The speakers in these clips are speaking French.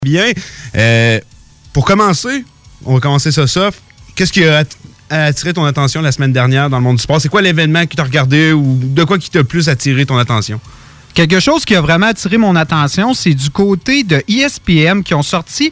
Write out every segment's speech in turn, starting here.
Bien. Pour commencer, on va commencer ça soft. Qu'est-ce qui a attiré ton attention la semaine dernière dans le monde du sport? C'est quoi l'événement qui t'a regardé ou de quoi qui t'a plus attiré ton attention? Quelque chose qui a vraiment attiré mon attention, c'est du côté de ESPN qui ont sorti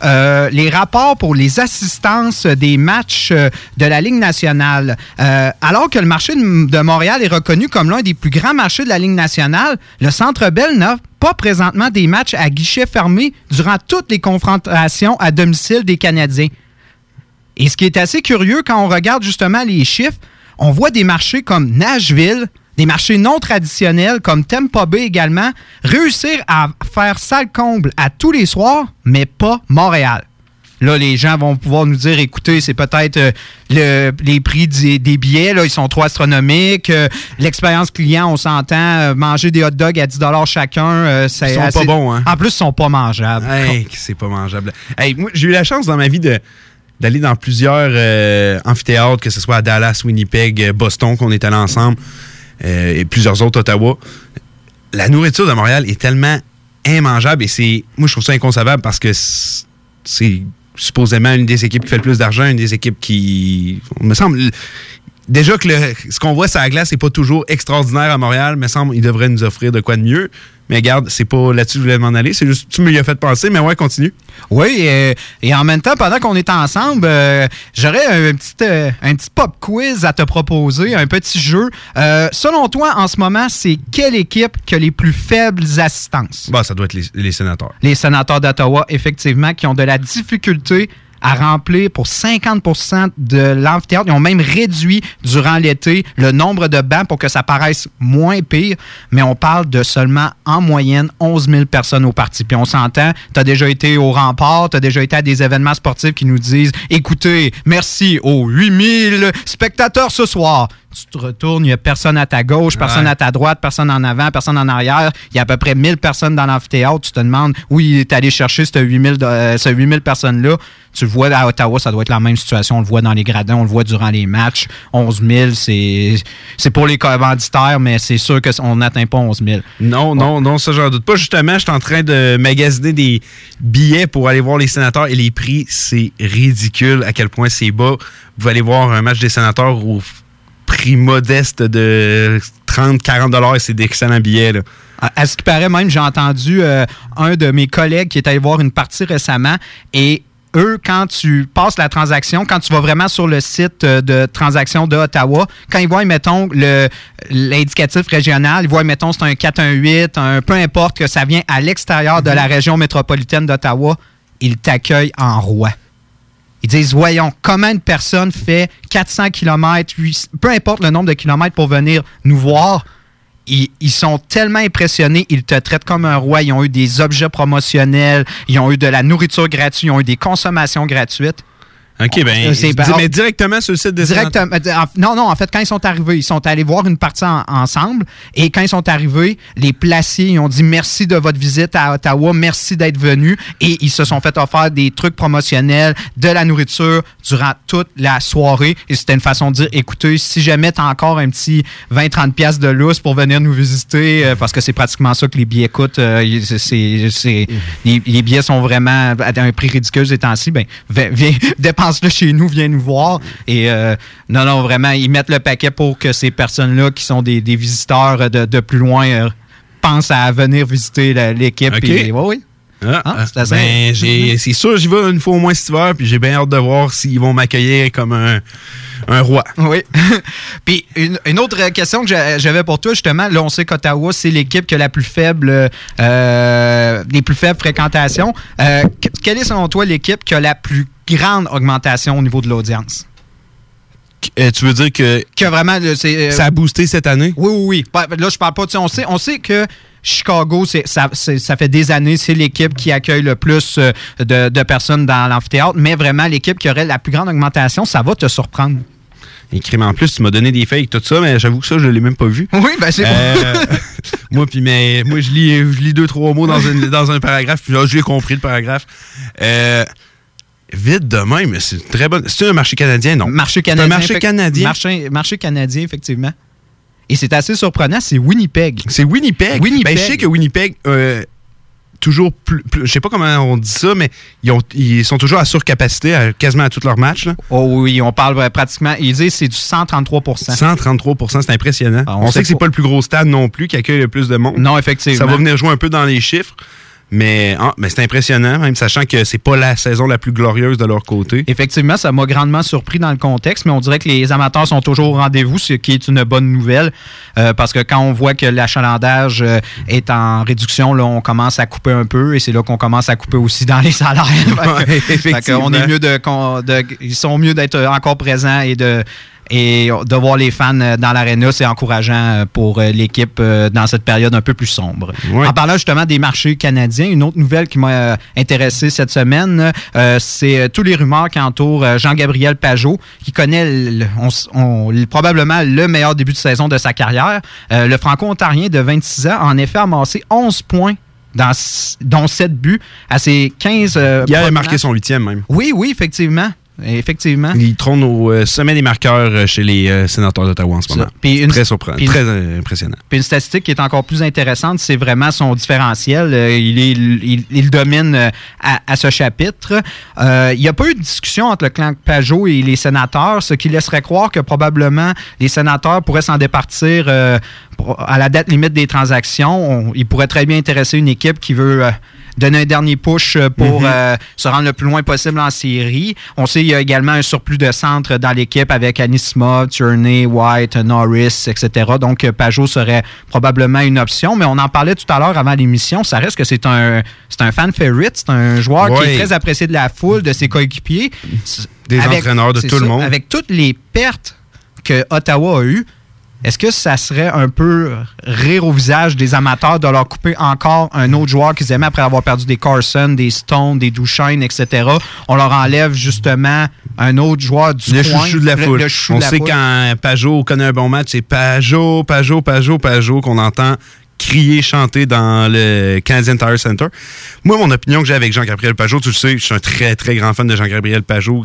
les rapports pour les assistances des matchs de la Ligue nationale. Alors que le marché de Montréal est reconnu comme l'un des plus grands marchés de la Ligue nationale, le Centre Bell n'a pas présentement des matchs à guichet fermé durant toutes les confrontations à domicile des Canadiens. Et ce qui est assez curieux quand on regarde justement les chiffres, on voit des marchés comme Nashville, des marchés non traditionnels comme Tampa Bay également, réussir à faire salle comble à tous les soirs, mais pas Montréal. Là, les gens vont pouvoir nous dire, écoutez, c'est peut-être les prix des billets, là, ils sont trop astronomiques. L'expérience client, on s'entend, manger des hot dogs à 10 $ chacun. Ils sont pas bons, hein? En plus, ils sont pas mangeables. Hey, c'est pas mangeable. Hey, moi, j'ai eu la chance dans ma vie d'aller dans plusieurs amphithéâtres, que ce soit à Dallas, Winnipeg, Boston, qu'on est allés ensemble, et plusieurs autres, Ottawa. La nourriture de Montréal est tellement immangeable et moi, je trouve ça inconcevable parce que c'est supposément une des équipes qui fait le plus d'argent, une des équipes qui... me semble... Déjà que ce qu'on voit sur la glace n'est pas toujours extraordinaire à Montréal, me semble qu'il devrait nous offrir de quoi de mieux. Mais regarde, c'est pas là-dessus que je voulais m'en aller. C'est juste tu me l'as fait penser, mais ouais, continue. Oui, et en même temps, pendant qu'on est ensemble, j'aurais un petit pop quiz à te proposer, un petit jeu. Selon toi, en ce moment, c'est quelle équipe qui a les plus faibles assistances? Bah, ça doit être les Sénateurs. Les Sénateurs d'Ottawa, effectivement, qui ont de la difficulté à remplir pour 50% de l'amphithéâtre. Ils ont même réduit durant l'été le nombre de bancs pour que ça paraisse moins pire, mais on parle de seulement, en moyenne, 11 000 personnes au parti. Puis on s'entend, tu as déjà été au rempart, tu as déjà été à des événements sportifs qui nous disent « Écoutez, merci aux 8 000 spectateurs ce soir ». Tu te retournes, il n'y a personne à ta gauche, personne à ta droite, personne en avant, personne en arrière. Il y a à peu près 1000 personnes dans l'amphithéâtre. Tu te demandes où il est allé chercher ces 8 000 personnes-là. Tu le vois à Ottawa, ça doit être la même situation. On le voit dans les gradins, on le voit durant les matchs. 11 000, c'est pour les commanditaires, mais c'est sûr qu'on n'atteint pas 11 000. Non, ça, j'en doute pas. Justement, je suis en train de magasiner des billets pour aller voir les Sénateurs et les prix, c'est ridicule à quel point c'est bas. Vous allez voir un match des Sénateurs au prix modeste de 30-40 $ et c'est d'excellents billets, là. À ce qui paraît, même, j'ai entendu un de mes collègues qui est allé voir une partie récemment et eux, quand tu passes la transaction, quand tu vas vraiment sur le site de transaction d'Ottawa, quand ils voient, mettons, l'indicatif régional, ils voient, mettons, c'est un 418, peu importe que ça vient à l'extérieur de la région métropolitaine d'Ottawa, ils t'accueillent en roi. Ils disent, voyons, comment une personne fait 400 km, peu importe le nombre de kilomètres pour venir nous voir. Ils sont tellement impressionnés, ils te traitent comme un roi. Ils ont eu des objets promotionnels, ils ont eu de la nourriture gratuite, ils ont eu des consommations gratuites. OK, mais directement sur le site des Sénateurs? Non, en fait, quand ils sont arrivés, ils sont allés voir une partie ensemble et quand ils sont arrivés, les placiers, ils ont dit merci de votre visite à Ottawa, merci d'être venus et ils se sont fait offrir des trucs promotionnels, de la nourriture durant toute la soirée et c'était une façon de dire, écoutez, si jamais t'as encore un petit 20-30$ de lousse pour venir nous visiter, parce que c'est pratiquement ça que les billets coûtent, les billets sont vraiment à un prix ridicule ces temps-ci, viens, dépense-le chez nous, viens nous voir. Et non, vraiment, ils mettent le paquet pour que ces personnes-là, qui sont des visiteurs de plus loin, pensent à venir visiter l'équipe. Okay. Oui. C'est sûr, j'y vais une fois au moins cet hiver, puis j'ai bien hâte de voir s'ils vont m'accueillir comme un roi. Oui. Puis une autre question que j'avais pour toi, justement, là, on sait qu'Ottawa, c'est l'équipe qui a les plus faibles fréquentations. Quelle est, selon toi, l'équipe qui a la plus grande augmentation au niveau de l'audience? Tu veux dire que vraiment, ça a boosté cette année? Oui. Là, je parle pas. On sait que Chicago, ça fait des années, c'est l'équipe qui accueille le plus de personnes dans l'amphithéâtre, mais vraiment, l'équipe qui aurait la plus grande augmentation, ça va te surprendre. Et en plus, tu m'as donné des fakes, tout ça, mais j'avoue que ça, je l'ai même pas vu. Oui, c'est moi, je lis 2-3 mots dans un paragraphe, puis là, j'ai compris le paragraphe. Vite de même, c'est une très bonne. C'est un marché canadien, non? Marché canadien. C'est un marché canadien. Marché canadien, effectivement. Et c'est assez surprenant, c'est Winnipeg. C'est Winnipeg? Winnipeg. Je sais que Winnipeg toujours plus je sais pas comment on dit ça, mais ils sont toujours à surcapacité quasiment à tous leurs matchs. Là. Oh oui, on parle pratiquement, ils disent c'est du 133 %. 133 %, c'est impressionnant. On sait que c'est pas le plus gros stade non plus qui accueille le plus de monde. Non, effectivement. Ça va venir jouer un peu dans les chiffres. Mais c'est impressionnant, même sachant que c'est pas la saison la plus glorieuse de leur côté. Effectivement, ça m'a grandement surpris dans le contexte, mais on dirait que les amateurs sont toujours au rendez-vous, ce qui est une bonne nouvelle, parce que quand on voit que l'achalandage est en réduction, là, on commence à couper un peu, et c'est là qu'on commence à couper aussi dans les salaires. On est mieux ils sont mieux d'être encore présents et de voir les fans dans l'aréna, c'est encourageant pour l'équipe dans cette période un peu plus sombre. Ouais. En parlant justement des marchés canadiens, une autre nouvelle qui m'a intéressé cette semaine, c'est tous les rumeurs qui entourent Jean-Gabriel Pageau, qui connaît probablement le meilleur début de saison de sa carrière. Le Franco-Ontarien de 26 ans a en effet amassé 11 points dont 7 buts à ses 15... Il a marqué son 8e même. Oui, effectivement. Effectivement. Il trône au sommet des marqueurs chez les sénateurs d'Ottawa en ce moment. Très surprenant, très impressionnant. Puis une statistique qui est encore plus intéressante, c'est vraiment son différentiel. Il domine à ce chapitre. Il n'y a pas eu de discussion entre le clan Pageau et les sénateurs, ce qui laisserait croire que probablement les sénateurs pourraient s'en départir à la date limite des transactions. Il pourrait très bien intéresser une équipe qui veut... donner un dernier push pour se rendre le plus loin possible en série. On sait qu'il y a également un surplus de centre dans l'équipe avec Anisma, Tierney, White, Norris, etc. Donc, Pageau serait probablement une option. Mais on en parlait tout à l'heure avant l'émission. Ça reste que c'est un fan favorite. C'est un joueur qui est très apprécié de la foule, de ses coéquipiers. Des entraîneurs, de tout le monde. Avec toutes les pertes que Ottawa a eues, est-ce que ça serait un peu rire au visage des amateurs de leur couper encore un autre joueur qu'ils aimaient après avoir perdu des Carson, des Stone, des Duchesne, etc. On leur enlève justement un autre joueur du coin. Le chouchou de la foule. On sait quand Pageau connaît un bon match, c'est Pageau qu'on entend crier, chanter dans le Canadian Tire Center. Moi, mon opinion que j'ai avec Jean-Gabriel Pageau, tu le sais, je suis un très, très grand fan de Jean-Gabriel Pageau.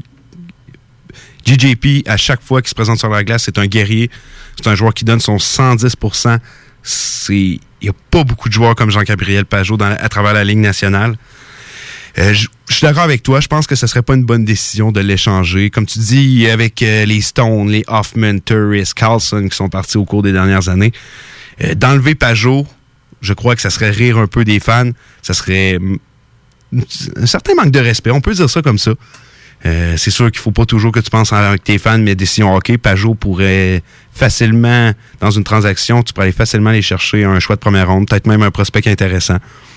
JJP, à chaque fois qu'il se présente sur la glace, c'est un guerrier. C'est un joueur qui donne son 110 %. Il n'y a pas beaucoup de joueurs comme Jean-Gabriel Pageau à travers la Ligue nationale. Je suis d'accord avec toi. Je pense que ce ne serait pas une bonne décision de l'échanger. Comme tu dis, avec les Stone, les Hoffman, Turris, Carlson qui sont partis au cours des dernières années, d'enlever Pageau, je crois que ça serait rire un peu des fans. Ça serait un certain manque de respect. On peut dire ça comme ça. C'est sûr qu'il ne faut pas toujours que tu penses avec tes fans, mais décision hockey, Pageau pourrait facilement, dans une transaction, tu pourrais aller facilement aller chercher un choix de première ronde, peut-être même un prospect intéressant.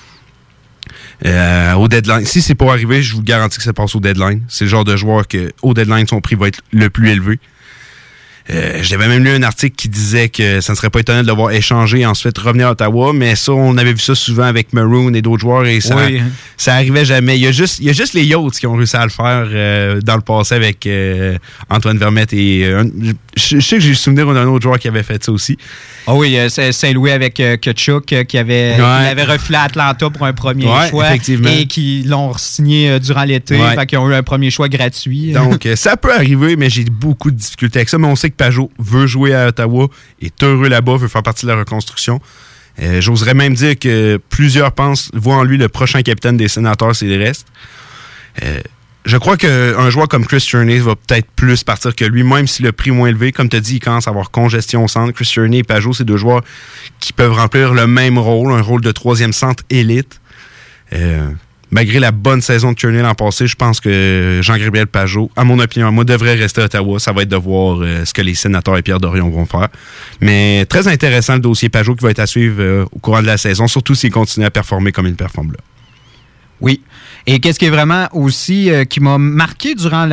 Au deadline. Si c'est pas arrivé, je vous garantis que ça passe au deadline. C'est le genre de joueur que au deadline, son prix va être le plus élevé. J'avais même lu un article qui disait que ça ne serait pas étonnant de l'avoir échangé et ensuite revenir à Ottawa, mais ça, on avait vu ça souvent avec Maroon et d'autres joueurs et ça arrivait jamais. Il y a juste les Yachts qui ont réussi à le faire dans le passé avec Antoine Vermette et je sais que j'ai le souvenir d'un autre joueur qui avait fait ça aussi. Ah oui, Saint-Louis avec Kachuk qui avait refilé à Atlanta pour un premier choix et qui l'ont signé durant l'été, fait qu'ils ont eu un premier choix gratuit. Donc, ça peut arriver, mais j'ai beaucoup de difficultés avec ça, mais on sait que Pageau veut jouer à Ottawa, est heureux là-bas, veut faire partie de la reconstruction. J'oserais même dire que plusieurs voient en lui le prochain capitaine des Sénateurs s'il reste. Je crois qu'un joueur comme Chris Tierney va peut-être plus partir que lui, même si le prix est moins élevé. Comme tu as dit, il commence à avoir congestion au centre. Chris Tierney et Pageau, c'est deux joueurs qui peuvent remplir le même rôle, un rôle de troisième centre élite. Malgré la bonne saison de Tierney l'an passé, je pense que Jean-Gabriel Pageau, à mon opinion, devrait rester à Ottawa. Ça va être de voir ce que les Sénateurs et Pierre Dorion vont faire. Mais très intéressant le dossier Pageau qui va être à suivre au courant de la saison, surtout s'il continue à performer comme il performe là. Oui. Et qu'est-ce qui est vraiment aussi qui m'a marqué durant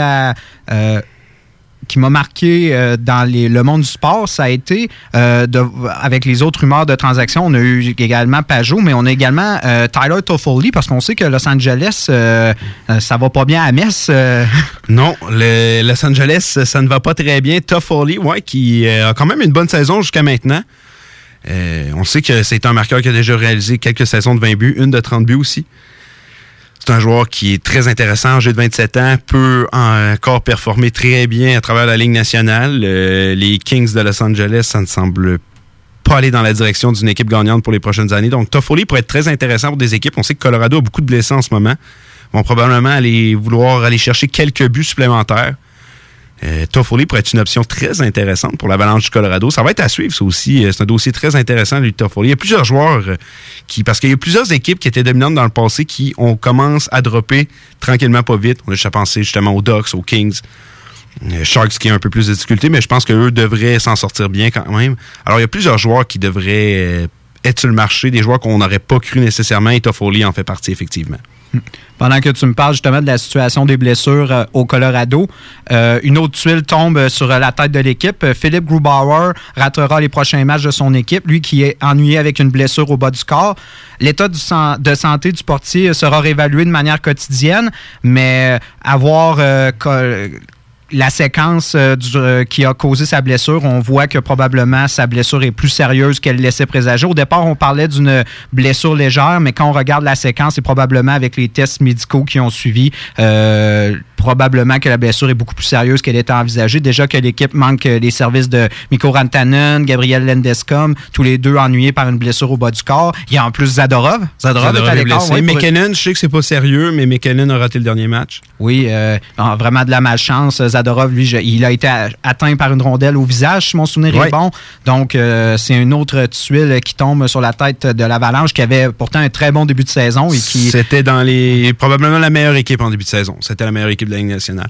dans le monde du sport, ça a été avec les autres rumeurs de transactions, on a eu également Pageau, mais on a également Tyler Toffoli, parce qu'on sait que Los Angeles, ça va pas bien à Metz. Non, Los Angeles, ça ne va pas très bien. Toffoli, qui a quand même une bonne saison jusqu'à maintenant. On sait que c'est un marqueur qui a déjà réalisé quelques saisons de 20 buts, une de 30 buts aussi. C'est un joueur qui est très intéressant, âgé de 27 ans, peut encore performer très bien à travers la Ligue nationale. Les Kings de Los Angeles, ça ne semble pas aller dans la direction d'une équipe gagnante pour les prochaines années. Donc, Toffoli pourrait être très intéressant pour des équipes. On sait que Colorado a beaucoup de blessés en ce moment. Ils vont probablement vouloir aller chercher quelques buts supplémentaires. Toffoli pourrait être une option très intéressante pour l'Avalanche du Colorado. Ça va être à suivre, ça aussi. C'est un dossier très intéressant, lui, Toffoli. Il y a plusieurs joueurs parce qu'il y a plusieurs équipes qui étaient dominantes dans le passé qui commencent à dropper tranquillement, pas vite. On a juste à penser justement aux Ducks, aux Kings, Sharks qui a un peu plus de difficultés, mais je pense qu'eux devraient s'en sortir bien quand même. Alors, il y a plusieurs joueurs qui devraient être sur le marché, des joueurs qu'on n'aurait pas cru nécessairement, et Toffoli en fait partie, effectivement. Pendant que tu me parles justement de la situation des blessures au Colorado, une autre tuile tombe sur la tête de l'équipe. Philippe Grubauer ratera les prochains matchs de son équipe, lui qui est ennuyé avec une blessure au bas du corps. L'état de santé du portier sera réévalué de manière quotidienne, mais avoir la séquence qui a causé sa blessure, on voit que probablement sa blessure est plus sérieuse qu'elle laissait présager. Au départ, on parlait d'une blessure légère, mais quand on regarde la séquence, c'est probablement avec les tests médicaux qui ont suivi, probablement que la blessure est beaucoup plus sérieuse qu'elle était envisagée. Déjà que l'équipe manque les services de Mikko Rantanen, Gabriel Landeskog, tous les deux ennuyés par une blessure au bas du corps. Il y a en plus Zadorov. Zadorov est à l'écart. Oui, McKinnon, je sais que c'est pas sérieux, mais McKinnon a raté le dernier match. Oui, vraiment de la malchance. Zadorov, lui, il a été atteint par une rondelle au visage, si mon souvenir est bon. Donc, c'est une autre tuile qui tombe sur la tête de l'Avalanche, qui avait pourtant un très bon début de saison. C'était probablement la meilleure équipe en début de saison. C'était la meilleure équipe de la Ligue nationale.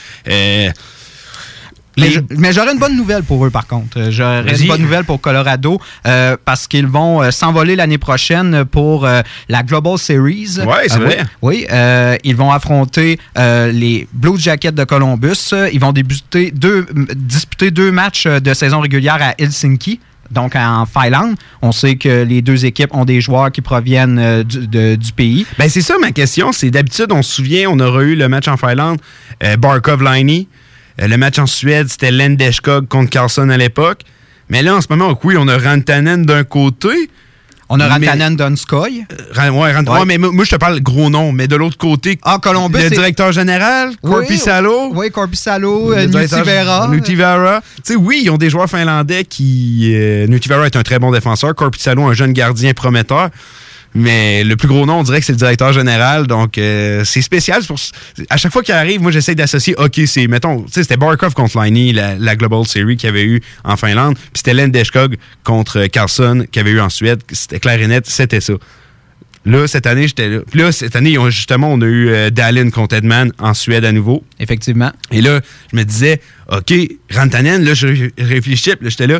Mais j'aurais une bonne nouvelle pour eux, par contre. J'aurais une bonne nouvelle pour Colorado parce qu'ils vont s'envoler l'année prochaine pour la Global Series. Oui, c'est vrai. Oui, ils vont affronter les Blue Jackets de Columbus. Ils vont disputer 2 matchs de saison régulière à Helsinki. Donc, en Finlande, on sait que les deux équipes ont des joueurs qui proviennent du pays. Ben c'est ça ma question. C'est d'habitude, on se souvient, on aura eu le match en Finlande, Barkov-Laine. Le match en Suède, c'était Landeskog contre Carlson à l'époque. Mais là, en ce moment, oui, on a Rantanen d'un côté. On a Rantanen Donskoy. Mais moi, je te parle gros nom. Mais de l'autre côté, Columbus, le directeur général, Korpisalo. Oui, Korpisalo, Nutivera. Tu sais, oui, ils ont des joueurs finlandais qui... Nutivera est un très bon défenseur. Korpisalo, un jeune gardien prometteur. Mais le plus gros nom, on dirait que c'est le directeur général. Donc, c'est spécial. À chaque fois qu'il arrive, moi, j'essaie d'associer, c'était Barkov contre Laine, la Global Series qu'il y avait eu en Finlande. Puis c'était Landeskog contre Carlson qu'il y avait eu en Suède. C'était clair et net, c'était ça. Là, cette année, j'étais là. Puis là, cette année, on a eu Dahlin contre Edman en Suède à nouveau. Effectivement. Et là, je me disais, OK, Rantanen, là, je réfléchissais, puis là, j'étais là.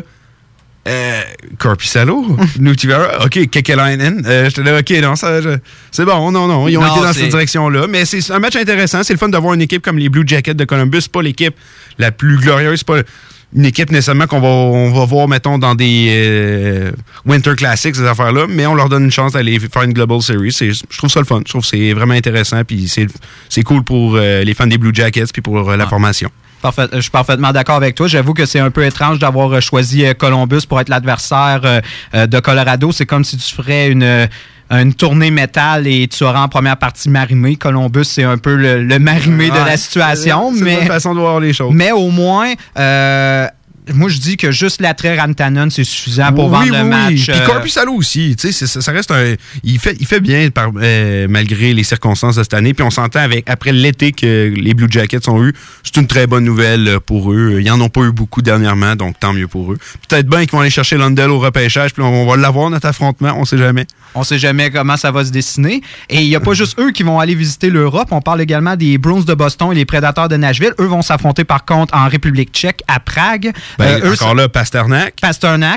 Korpisalo, Nutivera, OK, Kekalainen. J'étais là, OK, non, c'est bon, non. Ils ont été dans cette direction-là. Mais c'est un match intéressant. C'est le fun d'avoir une équipe comme les Blue Jackets de Columbus. C'est pas l'équipe la plus glorieuse. C'est pas une équipe nécessairement on va voir, mettons, dans des Winter Classics, ces affaires-là. Mais on leur donne une chance d'aller faire une Global Series. Je trouve ça le fun. Je trouve que c'est vraiment intéressant. Puis c'est cool pour les fans des Blue Jackets puis pour la formation. Je suis parfaitement d'accord avec toi. J'avoue que c'est un peu étrange d'avoir choisi Columbus pour être l'adversaire de Colorado. C'est comme si tu ferais une tournée métal et tu auras en première partie Marimé. Columbus, c'est un peu le Marimé de la situation. C'est une façon de voir les choses. Mais au moins... moi, je dis que juste l'attrait Rantanen, c'est suffisant pour vendre le match. Puis Korpisalo aussi, tu sais, ça reste il fait bien malgré les circonstances de cette année. Puis on s'entend après l'été que les Blue Jackets ont eu, c'est une très bonne nouvelle pour eux. Ils n'en ont pas eu beaucoup dernièrement, donc tant mieux pour eux. Peut-être bien qu'ils vont aller chercher Lundell au repêchage, puis on va l'avoir, notre affrontement, on sait jamais. On sait jamais comment ça va se dessiner. Et il n'y a pas juste eux qui vont aller visiter l'Europe. On parle également des Bruins de Boston et les Prédateurs de Nashville. Eux vont s'affronter par contre en République tchèque, à Prague. Encore là, Pasternak. Pasternak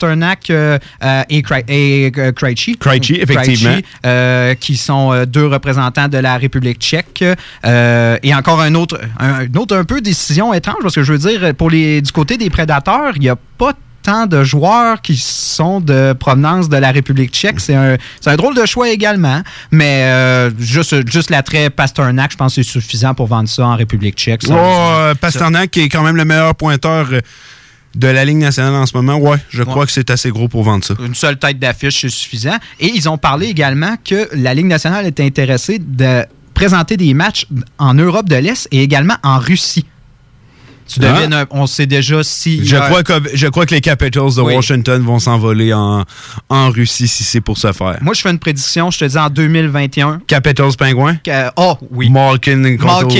et Krejci. Krejci, effectivement. Qui sont deux représentants de la République tchèque. Et encore un autre un peu décision étrange, parce que je veux dire, du côté des Prédateurs, il n'y a pas tant de joueurs qui sont de provenance de la République tchèque. C'est un drôle de choix également, mais juste l'attrait Pasternak, je pense que c'est suffisant pour vendre ça en République tchèque. Pasternak, qui est quand même le meilleur pointeur de la Ligue nationale en ce moment, je crois que c'est assez gros pour vendre ça. Une seule tête d'affiche, c'est suffisant. Et ils ont parlé également que la Ligue nationale était intéressée de présenter des matchs en Europe de l'Est et également en Russie. Tu devines, on sait déjà si... Je crois que les Capitals de Washington vont s'envoler en Russie si c'est pour se faire. Moi, je fais une prédiction, je te dis en 2021. Capitals Pingouins? Oui. Malkin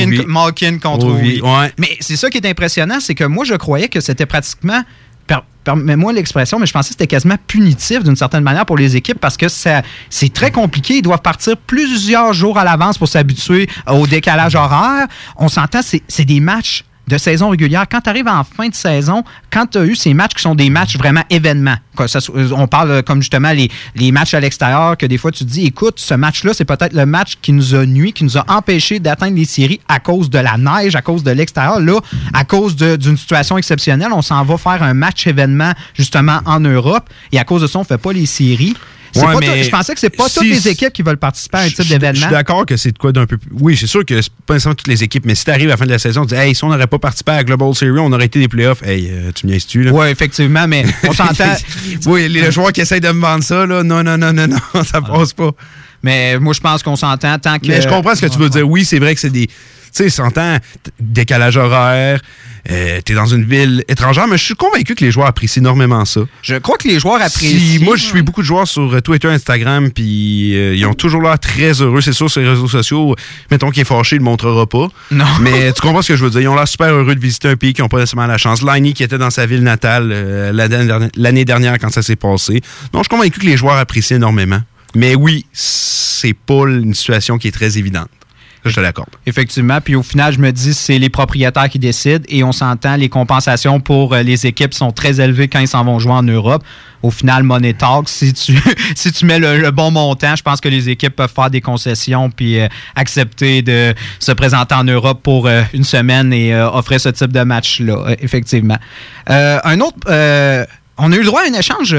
contre Ovi. Ouais. Mais c'est ça qui est impressionnant, c'est que moi, je croyais que c'était pratiquement... Permets-moi l'expression, mais je pensais que c'était quasiment punitif d'une certaine manière pour les équipes parce que c'est très compliqué. Ils doivent partir plusieurs jours à l'avance pour s'habituer au décalage horaire. On s'entend, c'est des matchs de saison régulière. Quand tu arrives en fin de saison, quand tu as eu ces matchs qui sont des matchs vraiment événements, on parle comme justement les matchs à l'extérieur, que des fois tu te dis, écoute, ce match-là, c'est peut-être le match qui nous a nuit, qui nous a empêché d'atteindre les séries à cause de la neige, à cause de l'extérieur. Là, à cause d'une situation exceptionnelle, on s'en va faire un match événement justement en Europe et à cause de ça, on ne fait pas les séries. Je pensais que c'est pas toutes les équipes qui veulent participer à un type d'événement. Je suis d'accord que c'est de quoi d'un peu plus... Oui, c'est sûr que c'est pas nécessairement toutes les équipes, mais si tu arrives à la fin de la saison, tu dis, hey, si on n'aurait pas participé à la Global Series, on aurait été des playoffs. Hey, tu me niaises-tu, là? Oui, effectivement, mais on s'entend... Oui, les joueurs qui essayent de me vendre ça, là, non, ça passe pas. Mais moi, je pense qu'on s'entend tant que... Mais je comprends ce que tu veux dire. Oui, c'est vrai que c'est des... Tu sais, s'entend décalage horaire, t'es dans une ville étrangère, mais je suis convaincu que les joueurs apprécient énormément ça. Je crois que les joueurs apprécient. Moi, je suis beaucoup de joueurs sur Twitter, Instagram, puis ils ont toujours l'air très heureux. C'est sûr, sur les réseaux sociaux, mettons qu'il est fâché, il ne le montrera pas. Non. Mais tu comprends ce que je veux dire? Ils ont l'air super heureux de visiter un pays qui n'ont pas nécessairement la chance. Liney, qui était dans sa ville natale l'année dernière quand ça s'est passé. Donc, je suis convaincu que les joueurs apprécient énormément. Mais oui, c'est pas une situation qui est très évidente. Je te l'accorde. Effectivement. Puis au final, je me dis c'est les propriétaires qui décident et on s'entend, les compensations pour les équipes sont très élevées quand ils s'en vont jouer en Europe. Au final, Money Talk, si tu mets le bon montant, je pense que les équipes peuvent faire des concessions puis accepter de se présenter en Europe pour une semaine et offrir ce type de match-là, effectivement. Un autre... on a eu le droit à un échange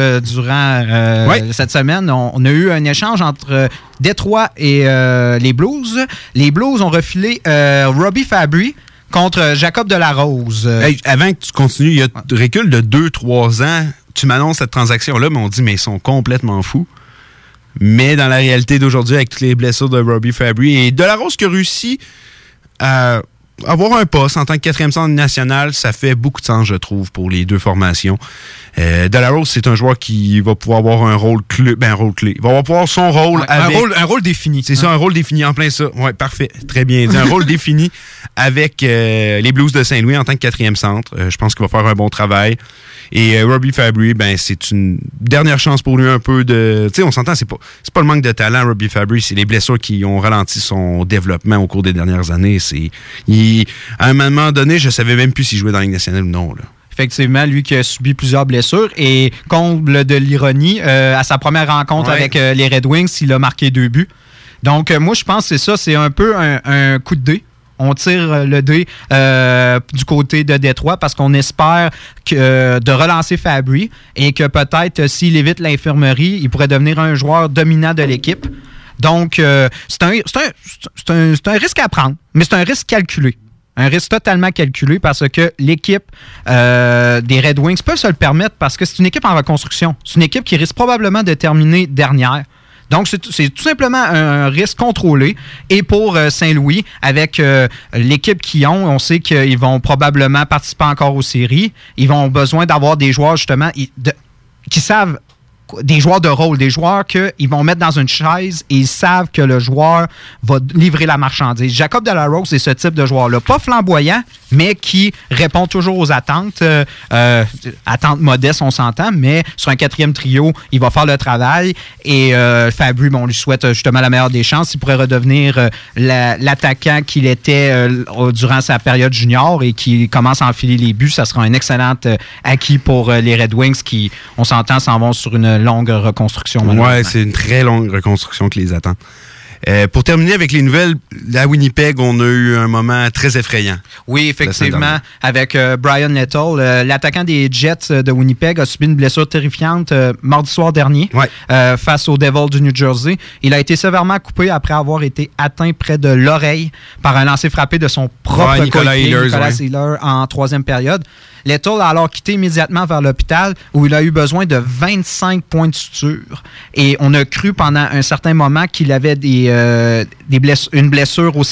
durant cette semaine. On a eu un échange entre Détroit et les Blues. Les Blues ont refilé Robbie Fabry contre Jacob Delarose. Hey, avant que tu continues, il y a un recul de 2-3 ans. Tu m'annonces cette transaction-là, mais on dit, mais ils sont complètement fous. Mais dans la réalité d'aujourd'hui, avec toutes les blessures de Robbie Fabry et Delarose qui a réussi à avoir un poste en tant que 4e centre national, ça fait beaucoup de sens, je trouve, pour les deux formations. Delarose, c'est un joueur qui va pouvoir avoir un rôle clé. Il va pouvoir son rôle avec... Un rôle défini. C'est ça, un rôle défini, en plein ça. Oui, parfait. Très bien dit. Un rôle défini avec les Blues de Saint-Louis en tant que 4e centre. Je pense qu'il va faire un bon travail. Et Robbie Fabry, c'est une dernière chance pour lui un peu de... Tu sais, on s'entend, c'est pas le manque de talent, Robbie Fabry, c'est les blessures qui ont ralenti son développement au cours des dernières années. À un moment donné, je savais même plus s'il jouait dans la Ligue nationale ou non, là. Effectivement, lui qui a subi plusieurs blessures. Et comble de l'ironie, à sa première rencontre avec les Red Wings, il a marqué 2 buts. Donc, moi, je pense que c'est ça. C'est un peu un coup de dé. On tire le dé du côté de Détroit parce qu'on espère de relancer Fabry et que peut-être, s'il évite l'infirmerie, il pourrait devenir un joueur dominant de l'équipe. Donc, c'est un risque à prendre, mais c'est un risque calculé. Un risque totalement calculé parce que l'équipe des Red Wings peut se le permettre parce que c'est une équipe en reconstruction. C'est une équipe qui risque probablement de terminer dernière. Donc, c'est tout simplement un risque contrôlé. Et pour Saint-Louis, avec l'équipe qu'ils ont, on sait qu'ils vont probablement participer encore aux séries. Ils vont besoin d'avoir des joueurs, justement, qui savent, des joueurs de rôle, des joueurs qu'ils vont mettre dans une chaise et ils savent que le joueur va livrer la marchandise. Jacob Delarose, c'est ce type de joueur-là. Pas flamboyant, mais qui répond toujours aux attentes. Attentes modestes, on s'entend, mais sur un 4e trio, il va faire le travail. Et Fabry, on lui souhaite justement la meilleure des chances. Il pourrait redevenir l'attaquant qu'il était durant sa période junior et qui commence à enfiler les buts. Ça sera un excellent acquis pour les Red Wings qui, on s'entend, s'en vont sur une longue reconstruction. Oui, c'est une très longue reconstruction qui les attend. Pour terminer avec les nouvelles, à Winnipeg, on a eu un moment très effrayant. Oui, effectivement, avec Brian Little, l'attaquant des Jets de Winnipeg a subi une blessure terrifiante mardi soir dernier face aux Devils du New Jersey. Il a été sévèrement coupé après avoir été atteint près de l'oreille par un lancer frappé de son propre Nicolas Ehlers en 3e période. Little a alors quitté immédiatement vers l'hôpital où il a eu besoin de 25 points de suture. Et on a cru pendant un certain moment qu'il avait une blessure au cerveau.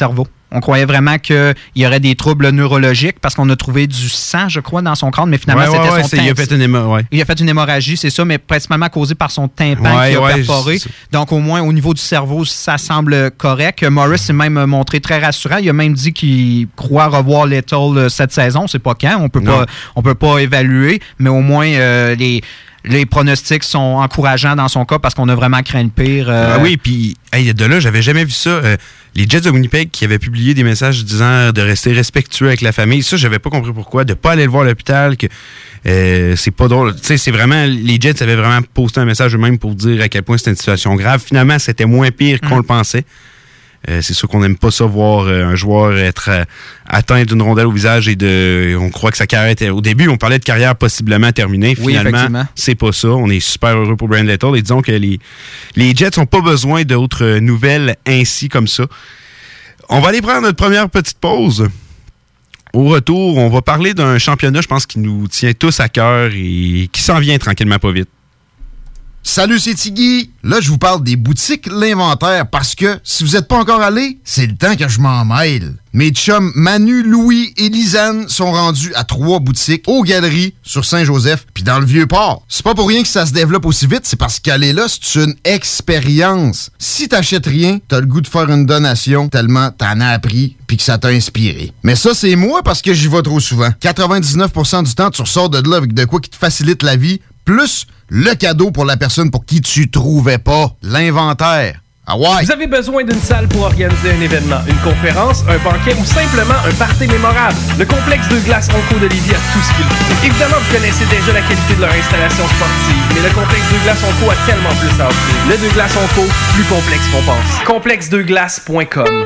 On croyait vraiment qu'il y aurait des troubles neurologiques parce qu'on a trouvé du sang, je crois, dans son crâne, mais finalement, c'était son tympan. Il a fait une hémorragie, c'est ça, mais principalement causée par son tympan qui a perforé. Donc, au moins, au niveau du cerveau, ça semble correct. Morris s'est même montré très rassurant. Il a même dit qu'il croit revoir Little cette saison. C'est pas quand, on peut pas évaluer, mais au moins, les pronostics sont encourageants dans son cas parce qu'on a vraiment craint le pire. Oui, puis de là, j'avais jamais vu ça. Les Jets de Winnipeg qui avaient publié des messages disant de rester respectueux avec la famille. Ça, j'avais pas compris pourquoi. De pas aller le voir à l'hôpital, que c'est pas drôle. Tu sais, c'est vraiment... Les Jets avaient vraiment posté un message eux-mêmes pour dire à quel point c'était une situation grave. Finalement, c'était moins pire qu'on le pensait. C'est sûr qu'on n'aime pas ça voir un joueur être atteint d'une rondelle au visage et on croit que sa carrière était... Au début, on parlait de carrière possiblement terminée. Finalement, c'est pas ça. On est super heureux pour Brand Little et disons que les Jets n'ont pas besoin d'autres nouvelles ainsi comme ça. On va aller prendre notre première petite pause. Au retour, on va parler d'un championnat, je pense, qui nous tient tous à cœur et qui s'en vient tranquillement pas vite. Salut, c'est Tiggy. Là, je vous parle des boutiques L'Inventaire parce que si vous n'êtes pas encore allé, c'est le temps que je m'en mêle. Mes chums Manu, Louis et Lisanne sont rendus à 3 boutiques aux Galeries sur Saint-Joseph puis dans le Vieux-Port. C'est pas pour rien que ça se développe aussi vite, c'est parce qu'aller là, c'est une expérience. Si t'achètes rien, t'as le goût de faire une donation tellement t'en as appris puis que ça t'a inspiré. Mais ça, c'est moi parce que j'y vais trop souvent. 99% du temps, tu ressors de là avec de quoi qui te facilite la vie, plus le cadeau pour la personne pour qui tu trouvais pas. L'Inventaire. Ah ouais. Vous avez besoin d'une salle pour organiser un événement, une conférence, un banquet ou simplement un party mémorable. Le complexe Deux Glaces Onco de Lévis a tout ce qu'il faut. Évidemment, vous connaissez déjà la qualité de leur installation sportive, mais le complexe Deux Glaces Onco a tellement plus à offrir. Le Deux Glaces Onco, plus complexe qu'on pense. Complexedeglaces.com.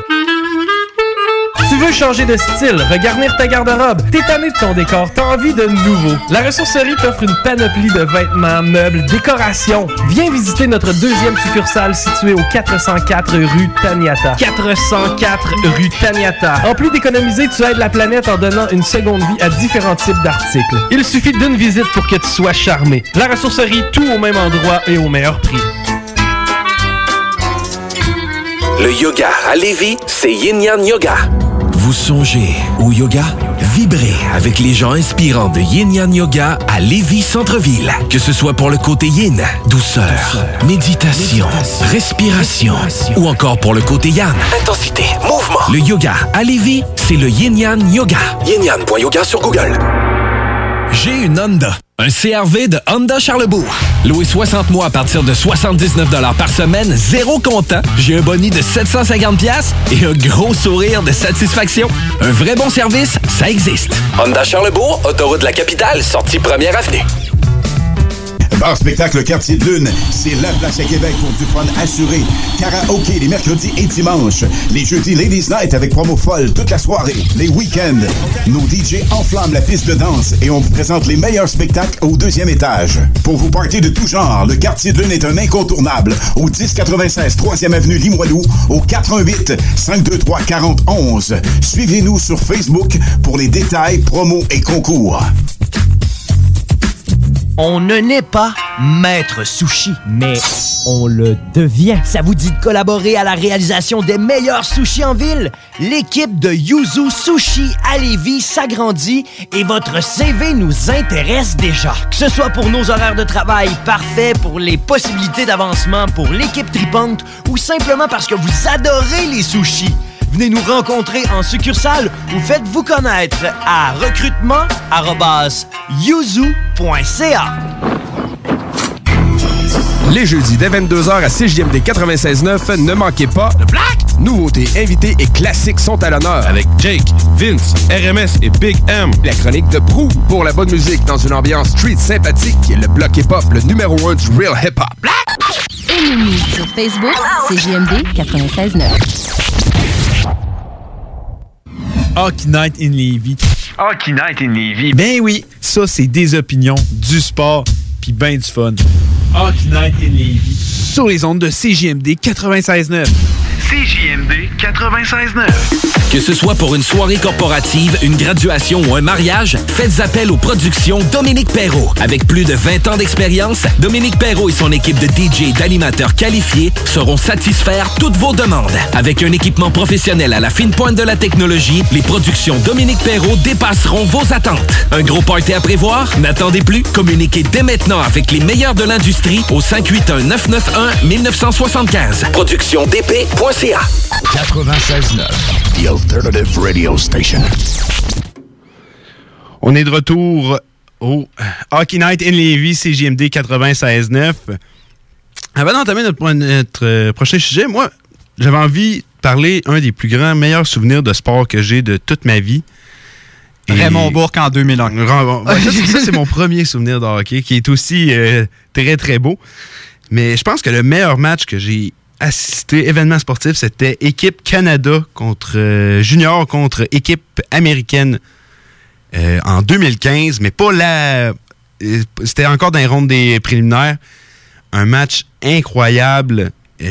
Tu veux changer de style, regarnir ta garde-robe, t'es tanné de ton décor, t'as envie de nouveau. La ressourcerie t'offre une panoplie de vêtements, meubles, décorations. Viens visiter notre deuxième succursale située au 404 rue Taniata. 404 rue Taniata. En plus d'économiser, tu aides la planète en donnant une seconde vie à différents types d'articles. Il suffit d'une visite pour que tu sois charmé. La ressourcerie, tout au même endroit et au meilleur prix. Le yoga à Lévis, c'est Yin Yang Yoga. Vous songez au yoga? Vibrez avec les gens inspirants de Yin Yang Yoga à Lévis Centre-Ville. Que ce soit pour le côté yin, douceur, méditation, respiration, ou encore pour le côté yang, intensité, mouvement. Le yoga à Lévis, c'est le Yin Yang Yoga. Yin-Yang.yoga sur Google. J'ai une Honda. Un CR-V de Honda Charlebourg. Loué 60 mois à partir de 79 $ par semaine, zéro comptant. J'ai un boni de 750$ et un gros sourire de satisfaction. Un vrai bon service, ça existe. Honda Charlebourg, autoroute de la capitale, sortie 1er avenue. Bar Spectacle Quartier de Lune, c'est la place à Québec pour du fun assuré. Karaoké les mercredis et dimanches. Les jeudis Ladies Night avec promo folle toute la soirée. Les week-ends, nos DJ enflamment la piste de danse et on vous présente les meilleurs spectacles au 2e étage. Pour vous partir de tout genre, le Quartier de Lune est un incontournable. Au 1096 3e avenue Limoilou, au 418 523 4011. Suivez-nous sur Facebook pour les détails, promos et concours. On ne naît pas maître sushi, mais on le devient. Ça vous dit de collaborer à la réalisation des meilleurs sushis en ville? L'équipe de Yuzu Sushi à Lévis s'agrandit et votre CV nous intéresse déjà. Que ce soit pour nos horaires de travail parfaits, pour les possibilités d'avancement, pour l'équipe tripante ou simplement parce que vous adorez les sushis. Venez nous rencontrer en succursale ou faites-vous connaître à recrutement@yuzu.ca. Les jeudis dès 22h à CJMD 96.9, ne manquez pas le Black! Nouveautés, invités et classiques sont à l'honneur. Avec Jake, Vince, RMS et Big M. La chronique de Prou pour la bonne musique dans une ambiance street sympathique. Le bloc hip-hop, le numéro 1 du real hip-hop. Black! Aimez-nous sur Facebook, CJMD 96.9. Hockey Night in Lévis. Hockey Night in Lévis. Ben oui, ça c'est des opinions, du sport, puis ben du fun. Hockey Night in Lévis. Sur les ondes de CJMD 96.9. CJMD 96.9. Que ce soit pour une soirée corporative, une graduation ou un mariage, faites appel aux productions Dominique Perrault. Avec plus de 20 ans d'expérience, Dominique Perrault et son équipe de DJ et d'animateurs qualifiés sauront satisfaire toutes vos demandes. Avec un équipement professionnel à la fine pointe de la technologie, les productions Dominique Perrault dépasseront vos attentes. Un gros party à prévoir? N'attendez plus. Communiquez dès maintenant avec les meilleurs de l'industrie au 581-991-1975. Productiondp.ca 96.9, The Alternative Radio Station. On est de retour au Hockey Night in Lévis, CJMD 96.9. Avant d'entamer notre prochain sujet, moi, j'avais envie de parler un des plus grands, meilleurs souvenirs de sport que j'ai de toute ma vie. Raymond Bourque en 2001. Ça, c'est mon premier souvenir de hockey, qui est aussi très, très beau. Mais je pense que le meilleur match que j'ai assisté, événement sportif, c'était équipe Canada contre junior contre équipe américaine en 2015, mais pas la... C'était encore dans les rondes des préliminaires. Un match incroyable.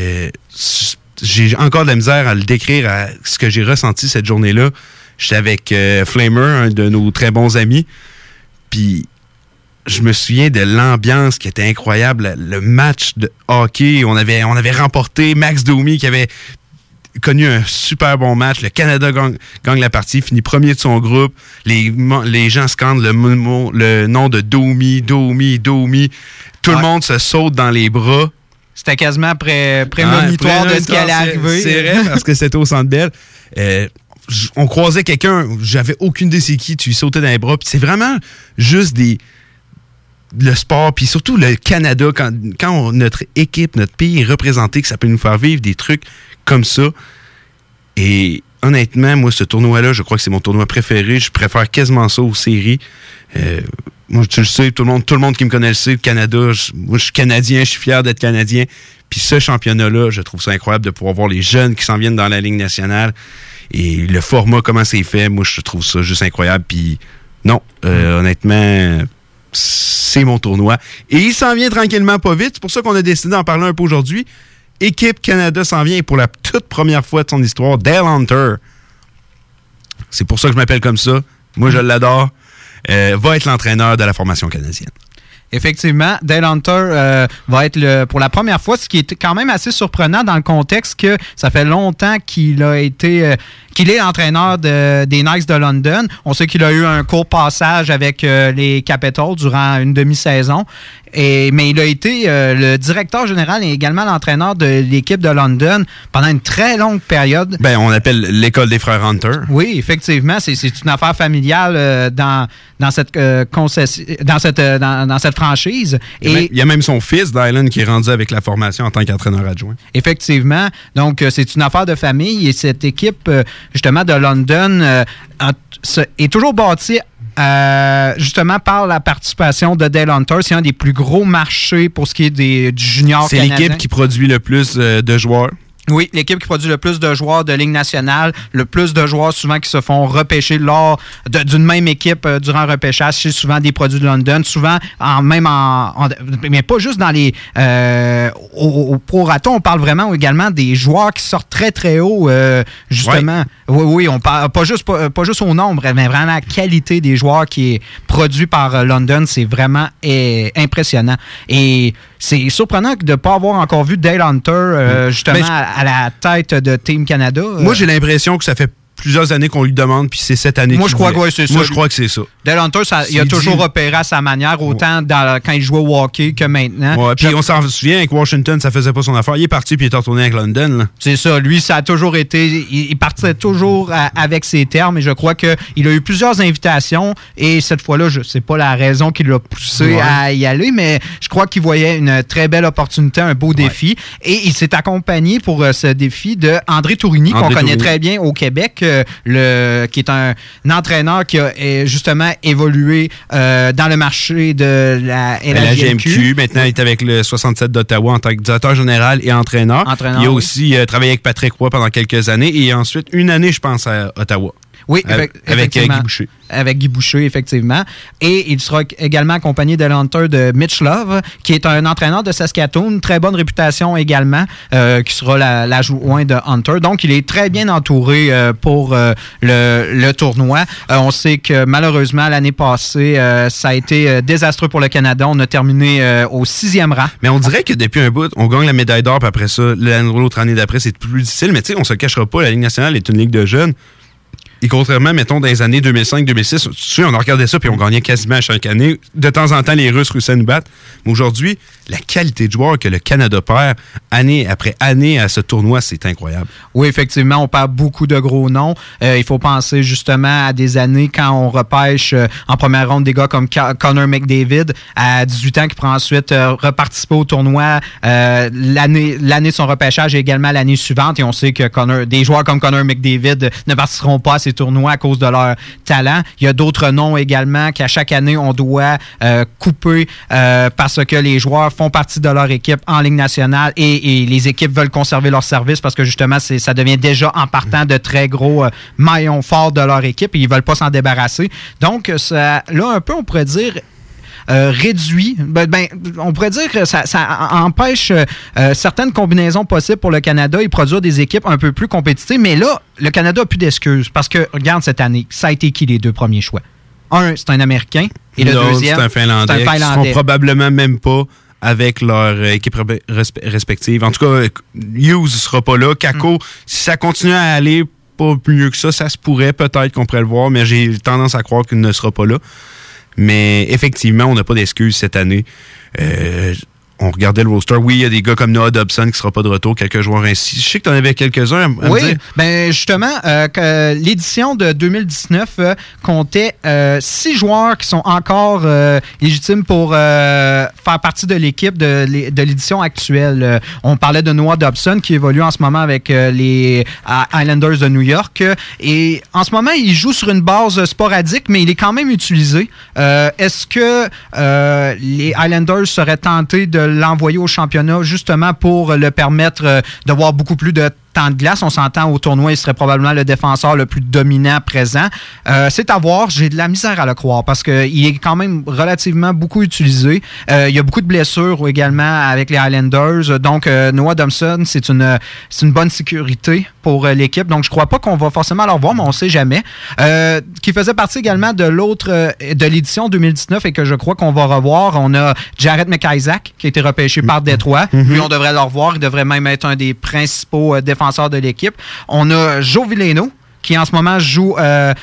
J'ai encore de la misère à le décrire, à ce que j'ai ressenti cette journée-là. J'étais avec Flamer, un de nos très bons amis. Puis je me souviens de l'ambiance qui était incroyable. Le match de hockey, on avait remporté. Max Domi qui avait connu un super bon match. Le Canada gagne la partie, finit premier de son groupe. Les gens scandent le nom de Domi. Tout le monde se saute dans les bras. C'était quasiment prémonitoire de ce qui allait arriver. C'est vrai, parce que c'était au Centre Bell. On croisait quelqu'un, j'avais aucune idée c'est qui, tu lui sautais dans les bras. Puis c'est vraiment juste le sport, puis surtout le Canada, quand notre équipe, notre pays est représenté, que ça peut nous faire vivre des trucs comme ça. Et honnêtement, moi, ce tournoi-là, je crois que c'est mon tournoi préféré. Je préfère quasiment ça aux séries. Moi, tu le sais, tout le monde qui me connaît le sait, le Canada, moi, je suis Canadien, je suis fier d'être Canadien. Puis ce championnat-là, je trouve ça incroyable de pouvoir voir les jeunes qui s'en viennent dans la Ligue nationale. Et le format, comment c'est fait, moi, je trouve ça juste incroyable. Puis non, honnêtement, c'est mon tournoi. Et il s'en vient tranquillement pas vite. C'est pour ça qu'on a décidé d'en parler un peu aujourd'hui. Équipe Canada s'en vient et pour la toute première fois de son histoire, Dale Hunter. C'est pour ça que je m'appelle comme ça. Moi, je l'adore. Va être l'entraîneur de la formation canadienne. Effectivement, Dale Hunter va être pour la première fois, ce qui est quand même assez surprenant dans le contexte que ça fait longtemps qu'il est l'entraîneur des Knights de London. On sait qu'il a eu un court passage avec les Capitals durant une demi-saison. Mais il a été le directeur général et également l'entraîneur de l'équipe de London pendant une très longue période. Ben, on appelle l'école des frères Hunter. Oui, effectivement, c'est une affaire familiale dans cette franchise. Il y a même son fils, Dylan, qui est rendu avec la formation en tant qu'entraîneur adjoint. Effectivement. Donc, c'est une affaire de famille et cette équipe, justement, de London est toujours bâtie justement par la participation de Dale Hunter. C'est un des plus gros marchés pour ce qui est du junior canadien. C'est l'équipe qui produit le plus de joueurs. Oui, l'équipe qui produit le plus de joueurs de Ligue nationale, le plus de joueurs souvent qui se font repêcher lors d'une même équipe durant un repêchage. C'est souvent des produits de London, souvent mais pas juste dans les au prorata, on parle vraiment également des joueurs qui sortent très très haut justement. Ouais. Oui, on parle pas juste au nombre, mais vraiment la qualité des joueurs qui est produit par London, c'est vraiment impressionnant. Et c'est surprenant de ne pas avoir encore vu Dale Hunter justement à la tête de Team Canada. Moi, j'ai l'impression que ça fait plusieurs années qu'on lui demande, puis c'est cette année. Moi, je crois que c'est ça. Moi, je crois que c'est ça. Dale Hunter, il a toujours opéré à sa manière, autant quand il jouait au hockey que maintenant. Ouais, puis on s'en souvient, avec Washington, ça faisait pas son affaire. Il est parti, puis il est retourné avec London. Là. C'est ça. Lui, ça a toujours été... Il partait toujours avec ses termes, et je crois qu'il a eu plusieurs invitations, et cette fois-là, je sais pas la raison qui l'a poussé à y aller, mais je crois qu'il voyait une très belle opportunité, un beau défi, et il s'est accompagné pour ce défi de André Tourigny, qu'on connaît très bien au Québec, qui est un entraîneur qui a justement évolué dans le marché de la LHJMQ. Maintenant, il est avec le 67 d'Ottawa en tant que directeur général et entraîneur. Il a aussi travaillé avec Patrick Roy pendant quelques années et ensuite une année, je pense, à Ottawa. Oui, avec Guy Boucher. Avec Guy Boucher, effectivement. Et il sera également accompagné de l'hunter de Mitch Love, qui est un entraîneur de Saskatoon, très bonne réputation également, qui sera l'adjoint de Hunter. Donc, il est très bien entouré pour le tournoi. On sait que malheureusement, l'année passée, ça a été désastreux pour le Canada. On a terminé au 6e rang. Mais on dirait que depuis un bout, on gagne la médaille d'or, puis après ça, l'autre année d'après, c'est plus difficile. Mais tu sais, on se le cachera pas, la Ligue nationale est une ligue de jeunes. Et contrairement, mettons, dans les années 2005-2006, tu sais, on a regardé ça puis on gagnait quasiment à chaque année. De temps en temps, les Russes réussissaient à nous battre. Mais aujourd'hui, la qualité de joueurs que le Canada perd année après année à ce tournoi, c'est incroyable. Oui, effectivement, on perd beaucoup de gros noms. Il faut penser justement à des années quand on repêche en première ronde des gars comme Connor McDavid à 18 ans qui prend ensuite reparticiper au tournoi l'année de son repêchage et également l'année suivante. Et on sait que des joueurs comme Connor McDavid ne participeront pas à ces tournois à cause de leur talent. Il y a d'autres noms également qu'à chaque année, on doit couper parce que les joueurs font partie de leur équipe en Ligue nationale et les équipes veulent conserver leur service parce que justement, ça devient déjà en partant de très gros maillons forts de leur équipe et ils ne veulent pas s'en débarrasser. Donc, là, un peu, on pourrait dire réduit. On pourrait dire que ça empêche certaines combinaisons possibles pour le Canada et produire des équipes un peu plus compétitives. Mais là, le Canada n'a plus d'excuses parce que, regarde cette année, ça a été qui les deux premiers choix? Un, c'est un Américain et le deuxième, c'est un Finlandais. Ils ne seront probablement même pas avec leur équipe respective. En tout cas, Hughes ne sera pas là. Kako, si ça continue à aller pas mieux que ça se pourrait peut-être qu'on pourrait le voir, mais j'ai tendance à croire qu'il ne sera pas là. Mais effectivement, on n'a pas d'excuses cette année. On regardait le roster. Oui, il y a des gars comme Noah Dobson qui ne sera pas de retour, quelques joueurs ainsi. Je sais que tu en avais quelques-uns à me dire. Oui, justement, l'édition de 2019 comptait 6 joueurs qui sont encore légitimes pour faire partie de l'équipe de l'édition actuelle. On parlait de Noah Dobson qui évolue en ce moment avec les Islanders de New York. Et en ce moment, il joue sur une base sporadique, mais il est quand même utilisé. Est-ce que les Islanders seraient tentés de l'envoyer au championnat justement pour le permettre de voir beaucoup plus de temps de glace? On s'entend au tournoi, il serait probablement le défenseur le plus dominant présent. C'est à voir, j'ai de la misère à le croire parce qu'il est quand même relativement beaucoup utilisé. Il y a beaucoup de blessures également avec les Highlanders. Donc, Noah Dobson, c'est une bonne sécurité pour l'équipe. Donc, je ne crois pas qu'on va forcément le revoir, mais on ne sait jamais. Qui faisait partie également de l'édition 2019 et que je crois qu'on va revoir. On a Jared McIsaac qui a été repêché par Détroit. Lui, on devrait le revoir. Il devrait même être un des principaux défenseurs de l'équipe. On a Joe Veleno, qui en ce moment joue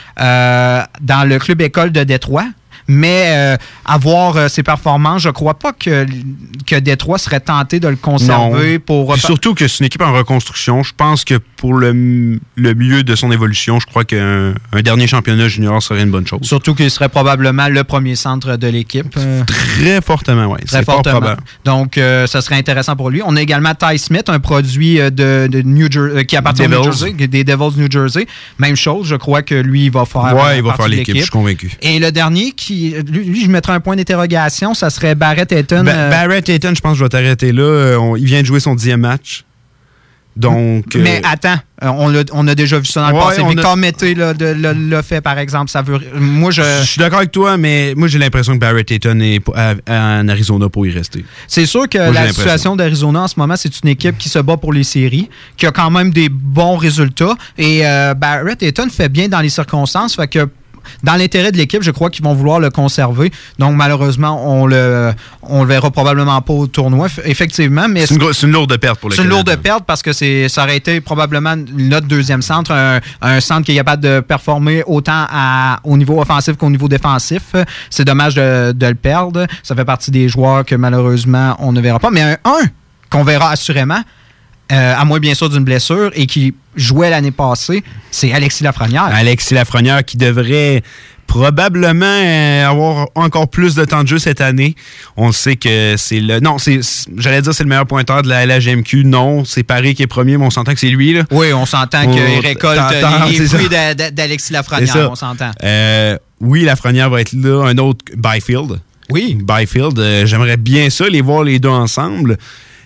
dans le club école de Détroit. Mais à voir ses performances, je ne crois pas que Détroit serait tenté de le conserver. Surtout que c'est une équipe en reconstruction. Je pense que pour le milieu de son évolution, je crois qu'un dernier championnat junior serait une bonne chose. Surtout qu'il serait probablement le premier centre de l'équipe. Très fortement, oui. Très fortement. Donc, ça serait intéressant pour lui. On a également Ty Smith, un produit de New Jersey, qui appartient au New Jersey, des Devils New Jersey. Même chose, je crois que lui, il va faire il va faire l'équipe, je suis convaincu. Et le dernier, lui, je mettrais un point d'interrogation, ça serait Barrett Hayton. Barrett Hayton, je pense que je vais t'arrêter là. Il vient de jouer son 10e match. Donc, mais attends, on a déjà vu ça dans le passé. Victor Mété l'a fait, par exemple. Je suis d'accord avec toi, mais moi, j'ai l'impression que Barrett Hayton est en Arizona pour y rester. C'est sûr que la situation d'Arizona en ce moment, c'est une équipe qui se bat pour les séries, qui a quand même des bons résultats. Et Barrett Hayton fait bien dans les circonstances. Fait que dans l'intérêt de l'équipe, je crois qu'ils vont vouloir le conserver. Donc, malheureusement, on le verra probablement pas au tournoi, effectivement. Mais c'est une lourde perte pour le Canada. C'est une lourde perte parce que ça aurait été probablement notre deuxième centre, un centre qui est capable de performer autant au niveau offensif qu'au niveau défensif. C'est dommage de le perdre. Ça fait partie des joueurs que, malheureusement, on ne verra pas. Mais un qu'on verra assurément, à moins bien sûr d'une blessure, et qui jouait l'année passée, c'est Alexis Lafrenière. Alexis Lafrenière qui devrait probablement avoir encore plus de temps de jeu cette année. On sait que c'est j'allais dire c'est le meilleur pointeur de la LHMQ. Non, c'est Paris qui est premier, mais on s'entend que c'est lui, là. Oui, on s'entend qu'il récolte les fruits d'Alexis Lafrenière, on s'entend. Oui, Lafrenière va être là. Un autre, Byfield. Oui. Byfield, j'aimerais bien ça, les voir les deux ensemble.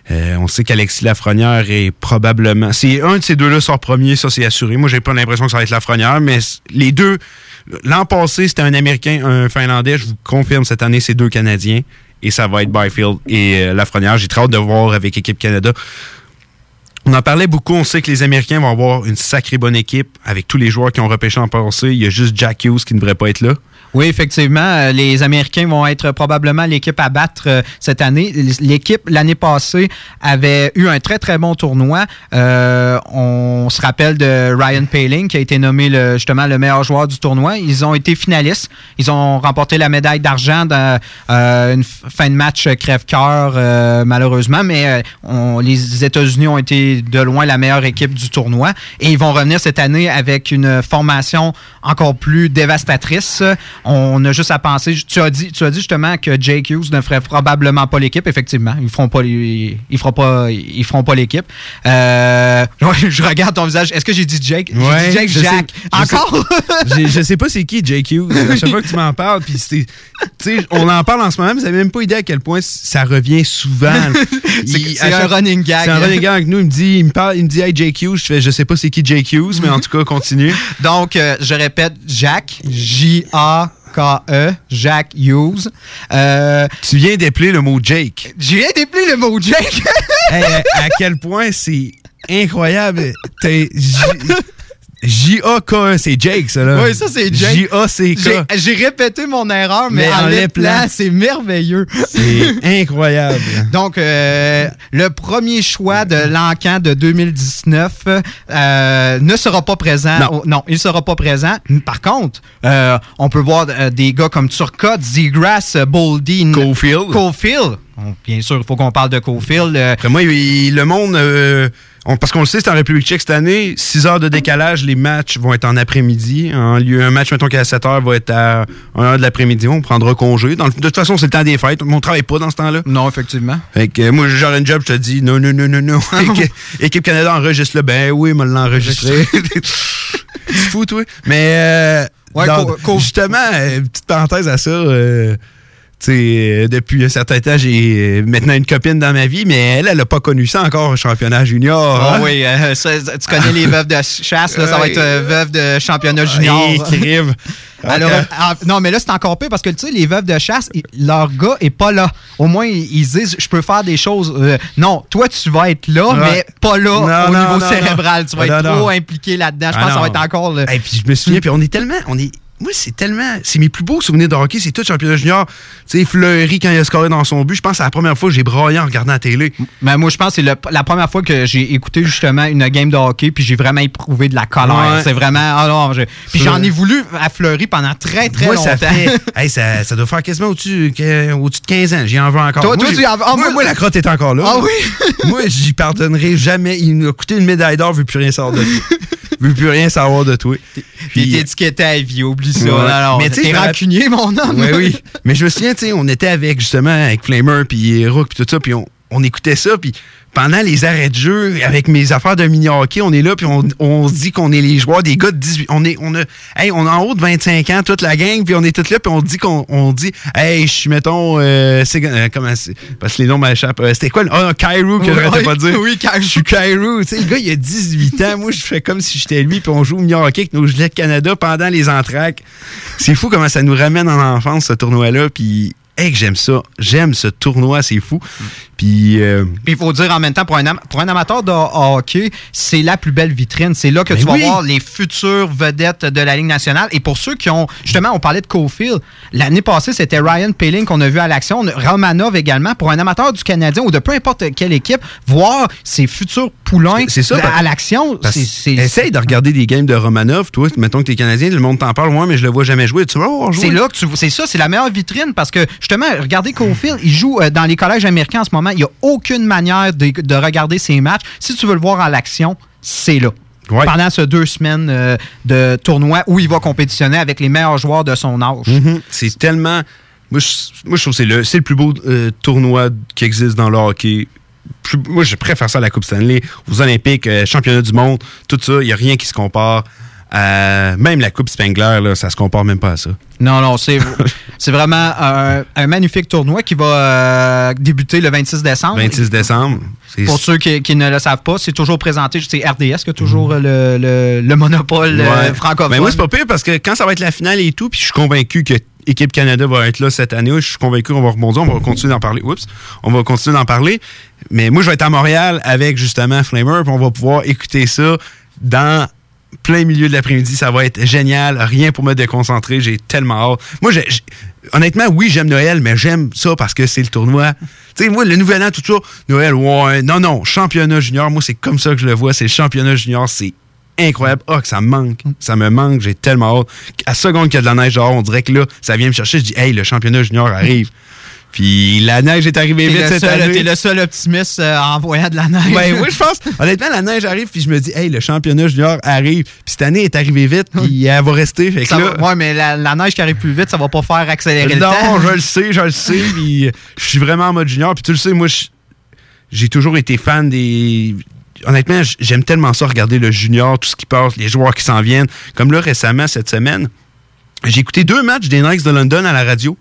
On sait qu'Alexis Lafrenière est probablement... C'est un de ces deux-là sort premier, ça c'est assuré. Moi, j'ai pas l'impression que ça va être Lafrenière, mais les deux... L'an passé, c'était un Américain, un Finlandais. Je vous confirme, cette année, c'est 2 Canadiens. Et ça va être Byfield et Lafrenière. J'ai très hâte de voir avec Équipe Canada. On en parlait beaucoup. On sait que les Américains vont avoir une sacrée bonne équipe avec tous les joueurs qui ont repêché en passé. Il y a juste Jack Hughes qui ne devrait pas être là. Oui, effectivement. Les Américains vont être probablement l'équipe à battre cette année. L'équipe, l'année passée, avait eu un très, très bon tournoi. On se rappelle de Ryan Poehling, qui a été nommé justement le meilleur joueur du tournoi. Ils ont été finalistes. Ils ont remporté la médaille d'argent dans une fin de match crève-cœur, malheureusement. Mais les États-Unis ont été de loin la meilleure équipe du tournoi. Et ils vont revenir cette année avec une formation encore plus dévastatrice. On a juste à penser... Tu as dit justement que Jake Hughes ne ferait probablement pas l'équipe. Effectivement, ils feront pas l'équipe. Je regarde ton visage. Est-ce que j'ai dit Jake? Ouais, j'ai dit Jack. Encore? Je sais pas c'est qui Jake Hughes. À chaque fois que tu m'en parles, puis on en parle en ce moment, mais vous n'avez même pas idée à quel point ça revient souvent. C'est un running gag. C'est un running gag avec nous. Il me dit hey, Jake Hughes. Je sais pas c'est qui Jake Hughes, mais en tout cas, continue. Donc, je répète, Jack, J-A-K-E, Jack Hughes. Tu viens d'épeler le mot Jake. Je viens d'épeler le mot Jake. À quel point c'est incroyable. J-A-K-E, c'est Jake, ça, là. Oui, ça, c'est Jake. J-A-C-K. J'ai répété mon erreur, mais en l'éplant, c'est merveilleux. C'est incroyable. Donc, le premier choix de l'encan de 2019 ne sera pas présent. Non, il ne sera pas présent. Par contre, on peut voir des gars comme Turcotte, Zegras, Boldy, Caulfield. Bien sûr, il faut qu'on parle de Caulfield. Après moi, le monde... parce qu'on le sait, c'est en République tchèque cette année. 6 heures de décalage, les matchs vont être en après-midi. Un match, mettons, qui est à 7 heures, va être à 1 heure de l'après-midi. On prendra congé. De toute façon, c'est le temps des fêtes. On ne travaille pas dans ce temps-là. Non, effectivement. Fait que moi, j'aurais un job, je te dis non. Équipe Canada enregistre là. Ben oui, il m'a l'enregistré. C'est fou, toi. Mais, justement, petite parenthèse à ça... depuis un certain temps, j'ai maintenant une copine dans ma vie, mais elle n'a pas connu ça encore, un championnat junior. Oh, hein? Oui, tu connais les veuves de chasse, là, ça va être veuve de championnat junior. Alors, non, mais là, c'est encore pire parce que, tu sais, les veuves de chasse, leur gars est pas là. Au moins, ils disent, je peux faire des choses. Non, toi, tu vas être là, mais pas là au niveau cérébral. Tu vas être trop impliqué là-dedans. Je pense que ça va être encore... Et puis, je me souviens, puis moi, c'est mes plus beaux souvenirs de hockey, c'est tout championnat junior. Tu sais, Fleury, quand il a scoré dans son but, je pense que c'est la première fois que j'ai braillé en regardant la télé. Mais moi, je pense que c'est la première fois que j'ai écouté justement une game de hockey, puis j'ai vraiment éprouvé de la colère. Ouais. C'est vraiment... puis j'en ai voulu à Fleury pendant très, très longtemps. Ça doit faire quasiment au-dessus de 15 ans. J'y en veux encore. Moi, la crotte est encore là. Ah oui? Moi, j'y pardonnerai jamais. Il m'a coûté une médaille d'or, vu plus rien savoir de toi. Vu plus rien savoir de toi. Puis t'es étiqueté à vie, oublie ça. Ouais. Mais t'es rancunier, mon homme. Oui. Mais je me souviens, tu sais, on était avec Flamer, puis Rook, puis tout ça, puis on écoutait ça, puis pendant les arrêts de jeu, avec mes affaires de mini-hockey, on est là, puis on se dit qu'on est les joueurs des gars de 18... On est en haut de 25 ans, toute la gang, puis on est tous là, puis on dit, hey, je suis, mettons... comment c'est? Parce que les noms m'échappent. C'était quoi? Kyrou, que j'arrêtais pas de dire. Oui, je suis Kyrou. Tu sais, le gars, il a 18 ans. Moi, je fais comme si j'étais lui, puis on joue au mini-hockey avec nos gilets de Canada pendant les entraques. C'est fou comment ça nous ramène en enfance, ce tournoi-là, puis... Hey, que j'aime ça. J'aime ce tournoi, c'est fou. Puis il faut dire en même temps, pour un amateur de hockey, c'est la plus belle vitrine. C'est là que tu vas voir les futures vedettes de la Ligue nationale. Et pour ceux qui ont... Justement, on parlait de Caulfield. L'année passée, c'était Ryan Poehling qu'on a vu à l'action. Romanov également. Pour un amateur du Canadien ou de peu importe quelle équipe, voir ces futurs poulins à l'action, essaye de regarder des games de Romanov. Toi, mettons que t'es Canadien, le monde t'en parle, moi, mais je le vois jamais jouer. Tu vas voir jouer. C'est là que c'est ça, c'est la meilleure vitrine parce que justement, regardez Caulfield, il joue dans les collèges américains en ce moment. Il n'y a aucune manière de regarder ses matchs. Si tu veux le voir en l'action, c'est là. Ouais. Pendant ces 2 semaines de tournoi où il va compétitionner avec les meilleurs joueurs de son âge. Mm-hmm. C'est tellement... Moi, je trouve que c'est le plus beau tournoi qui existe dans le hockey. Moi, je préfère ça à la Coupe Stanley, aux Olympiques, championnat du monde, tout ça. Il n'y a rien qui se compare. Même la Coupe Spengler, là, ça se compare même pas à ça. Non, C'est vraiment un magnifique tournoi qui va débuter le 26 décembre. 26 décembre. Pour ceux qui ne le savent pas, c'est toujours présenté. C'est RDS qui a toujours le monopole francophone. Mais moi, c'est pas pire parce que quand ça va être la finale et tout, puis je suis convaincu que Équipe Canada va être là cette année. Je suis convaincu qu'on va rebondir. On va continuer d'en parler. On va continuer d'en parler. Mais moi, je vais être à Montréal avec justement Flamer, puis on va pouvoir écouter ça dans plein milieu de l'après-midi. Ça va être génial. Rien pour me déconcentrer. J'ai tellement hâte. Moi, honnêtement, oui, j'aime Noël, mais j'aime ça parce que c'est le tournoi. Tu sais, moi, le nouvel an, tout ça, Noël, ouais, non, championnat junior, moi, c'est comme ça que je le vois. C'est le championnat junior, c'est incroyable. Que ça me manque. Ça me manque. J'ai tellement hâte. À seconde qu'il y a de la neige dehors, on dirait que là, ça vient me chercher. Je dis, hey, le championnat junior arrive. Puis la neige est arrivée vite cette année. T'es le seul optimiste en voyant de la neige. Ben oui, je pense. Honnêtement, la neige arrive, puis je me dis, hey, le championnat junior arrive. Puis cette année est arrivée vite, puis elle va rester. Fait que là, ouais, mais la neige qui arrive plus vite, ça va pas faire accélérer le temps. Non, je le sais. Puis je suis vraiment en mode junior. Puis tu le sais, moi, j'ai toujours été fan des... Honnêtement, j'aime tellement ça, regarder le junior, tout ce qui passe, les joueurs qui s'en viennent. Comme là, récemment, cette semaine, j'ai écouté 2 matchs des Knights de London à la radio.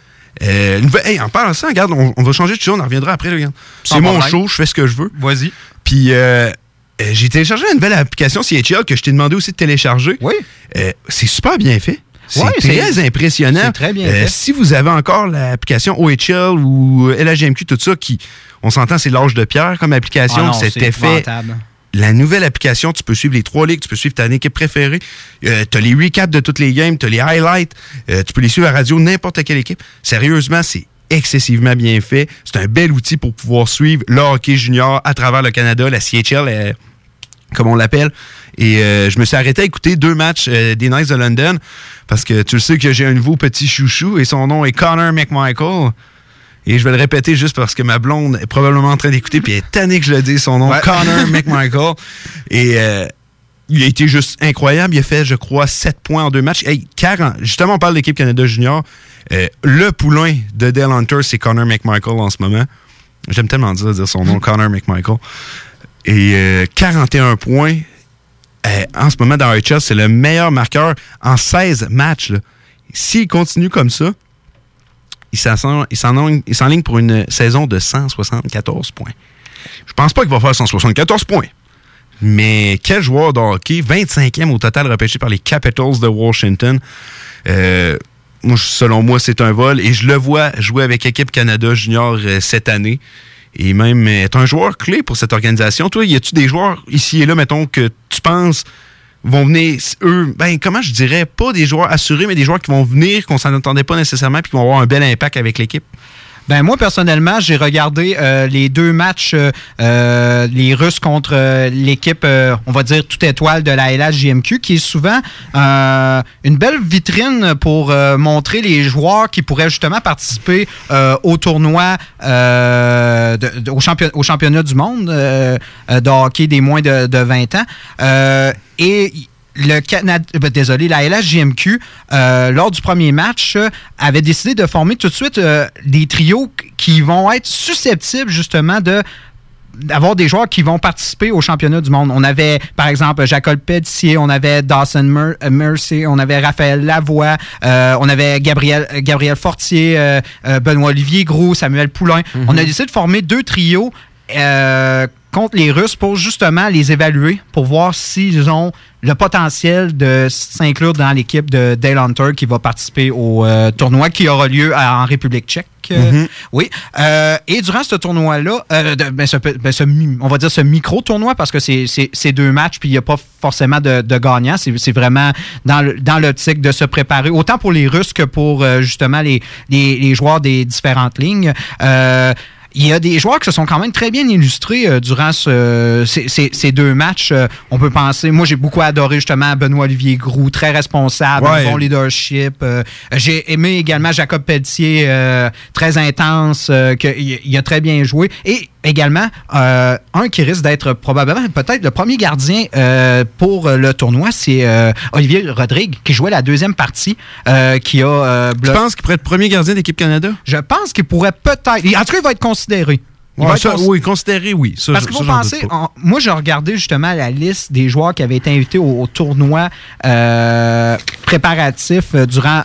En parlant de ça, regarde, on va changer de show, on en reviendra après. Regarde. C'est mon show, je fais ce que je veux. Vas-y. Puis j'ai téléchargé une nouvelle application CHL que je t'ai demandé aussi de télécharger. Oui. C'est super bien fait. C'est très impressionnant. C'est très bien fait. Si vous avez encore l'application OHL ou LHGMQ, tout ça, on s'entend, c'est l'âge de pierre comme application. C'était fait. La nouvelle application, tu peux suivre les 3 ligues, tu peux suivre ta équipe préférée. Tu as les recaps de toutes les games, tu as les highlights. Tu peux les suivre à la radio, n'importe quelle équipe. Sérieusement, c'est excessivement bien fait. C'est un bel outil pour pouvoir suivre le hockey junior à travers le Canada, la CHL, comme on l'appelle. Et je me suis arrêté à écouter 2 matchs des Knights de London parce que tu le sais que j'ai un nouveau petit chouchou et son nom est Connor McMichael. Et je vais le répéter juste parce que ma blonde est probablement en train d'écouter puis elle est tannée que je le dise son nom, Connor McMichael. Et il a été juste incroyable. Il a fait, je crois, 7 points en 2 matchs. Hey, 40. Justement, on parle de l'équipe Canada Junior. Le poulain de Dale Hunter, c'est Connor McMichael en ce moment. J'aime tellement dire son nom, Connor McMichael. Et 41 points. En ce moment, dans RHL, c'est le meilleur marqueur en 16 matchs. S'il continue comme ça, il s'enligne pour une saison de 174 points. Je pense pas qu'il va faire 174 points. Mais quel joueur de hockey, 25e au total repêché par les Capitals de Washington. Selon moi, c'est un vol. Et je le vois jouer avec Équipe Canada Junior cette année. Et même être un joueur clé pour cette organisation. Toi, y a-tu des joueurs ici et là, mettons, que tu penses vont venir, eux, comment je dirais, pas des joueurs assurés, mais des joueurs qui vont venir, qu'on s'en attendait pas nécessairement, puis qui vont avoir un bel impact avec l'équipe? Ben moi, personnellement, j'ai regardé les 2 matchs, les Russes contre l'équipe, on va dire, toute étoile de la LHJMQ, qui est souvent une belle vitrine pour montrer les joueurs qui pourraient justement participer au tournoi, au championnat du monde de hockey des moins de 20 ans. Et le Canada, la LHJMQ, lors du premier match, avait décidé de former tout de suite des trios qui vont être susceptibles justement d'avoir des joueurs qui vont participer au championnat du monde. On avait, par exemple, Jacob Pelletier, on avait Dawson Mercier, on avait Raphaël Lavoie, on avait Gabriel Fortier, Benoît-Olivier Groux, Samuel Poulain. Mm-hmm. On a décidé de former 2 trios contre les Russes pour justement les évaluer, pour voir s'ils ont le potentiel de s'inclure dans l'équipe de Dale Hunter qui va participer au tournoi qui aura lieu en République tchèque. Oui. Et durant ce tournoi-là, on va dire ce micro-tournoi, parce que c'est 2 matchs, puis il n'y a pas forcément de gagnant. C'est vraiment dans l'optique de se préparer, autant pour les Russes que pour justement les joueurs des différentes lignes. Il y a des joueurs qui se sont quand même très bien illustrés durant ces 2 matchs. On peut penser, moi j'ai beaucoup adoré justement Benoît-Olivier Groux, très responsable, bon leadership. J'ai aimé également Jacob Pelletier, très intense, il a très bien joué. Et également, un qui risque d'être probablement peut-être le premier gardien pour le tournoi, c'est Olivier Rodrigue, qui jouait la 2e partie, qui a... Tu penses qu'il pourrait être premier gardien d'équipe Canada? Je pense qu'il pourrait peut-être... En tout cas, il va être considéré. Oui, considéré, oui. Parce qu'il faut penser... moi, j'ai regardé justement la liste des joueurs qui avaient été invités au tournoi préparatifs durant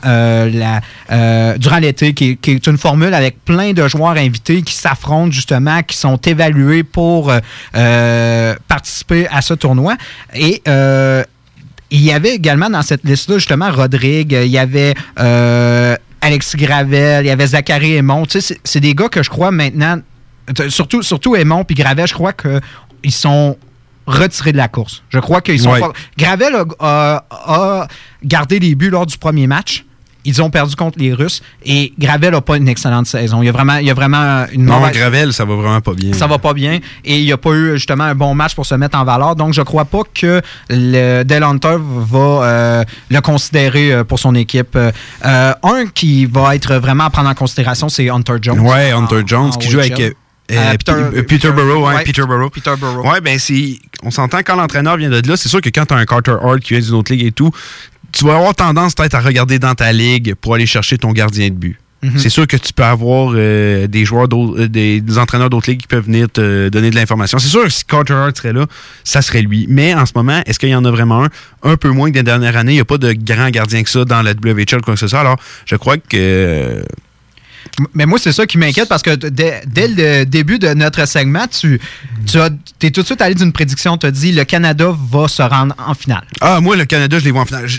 l'été, qui est une formule avec plein de joueurs invités qui s'affrontent justement, qui sont évalués pour participer à ce tournoi. Et il y avait également dans cette liste-là, justement, Rodrigue, il y avait Alexis Gravel, il y avait Zachary Aymon. Tu sais, c'est des gars que je crois maintenant, surtout Aymon puis Gravel, je crois qu'ils sont retirés de la course. Je crois qu'ils sont pas... Gravel a gardé les buts lors du premier match. Ils ont perdu contre les Russes et Gravel n'a pas une excellente saison. Il y a vraiment une mauvaise... Non, Gravel, ça va vraiment pas bien. Ça va pas bien et il n'y a pas eu justement un bon match pour se mettre en valeur. Donc, je crois pas que Dale Hunter va le considérer pour son équipe. Un qui va être vraiment à prendre en considération, c'est Hunter Jones. Oui, Hunter Jones qui joue avec... Peterborough. Ouais, ben on s'entend quand l'entraîneur vient de là, c'est sûr que quand tu as un Carter Hart qui vient d'une autre ligue et tout, tu vas avoir tendance peut-être à regarder dans ta ligue pour aller chercher ton gardien de but. Mm-hmm. C'est sûr que tu peux avoir des joueurs des entraîneurs d'autres ligues qui peuvent venir te donner de l'information. C'est sûr que si Carter Hart serait là, ça serait lui. Mais en ce moment, est-ce qu'il y en a vraiment un peu moins que des dernières années? Il n'y a pas de grand gardien que ça dans la WHL, quoi que ce soit. Alors, je crois que... Mais moi, c'est ça qui m'inquiète parce que dès le début de notre segment, tu es tout de suite allé d'une prédiction. Tu as dit le Canada va se rendre en finale. Ah, moi, le Canada, je les vois en finale.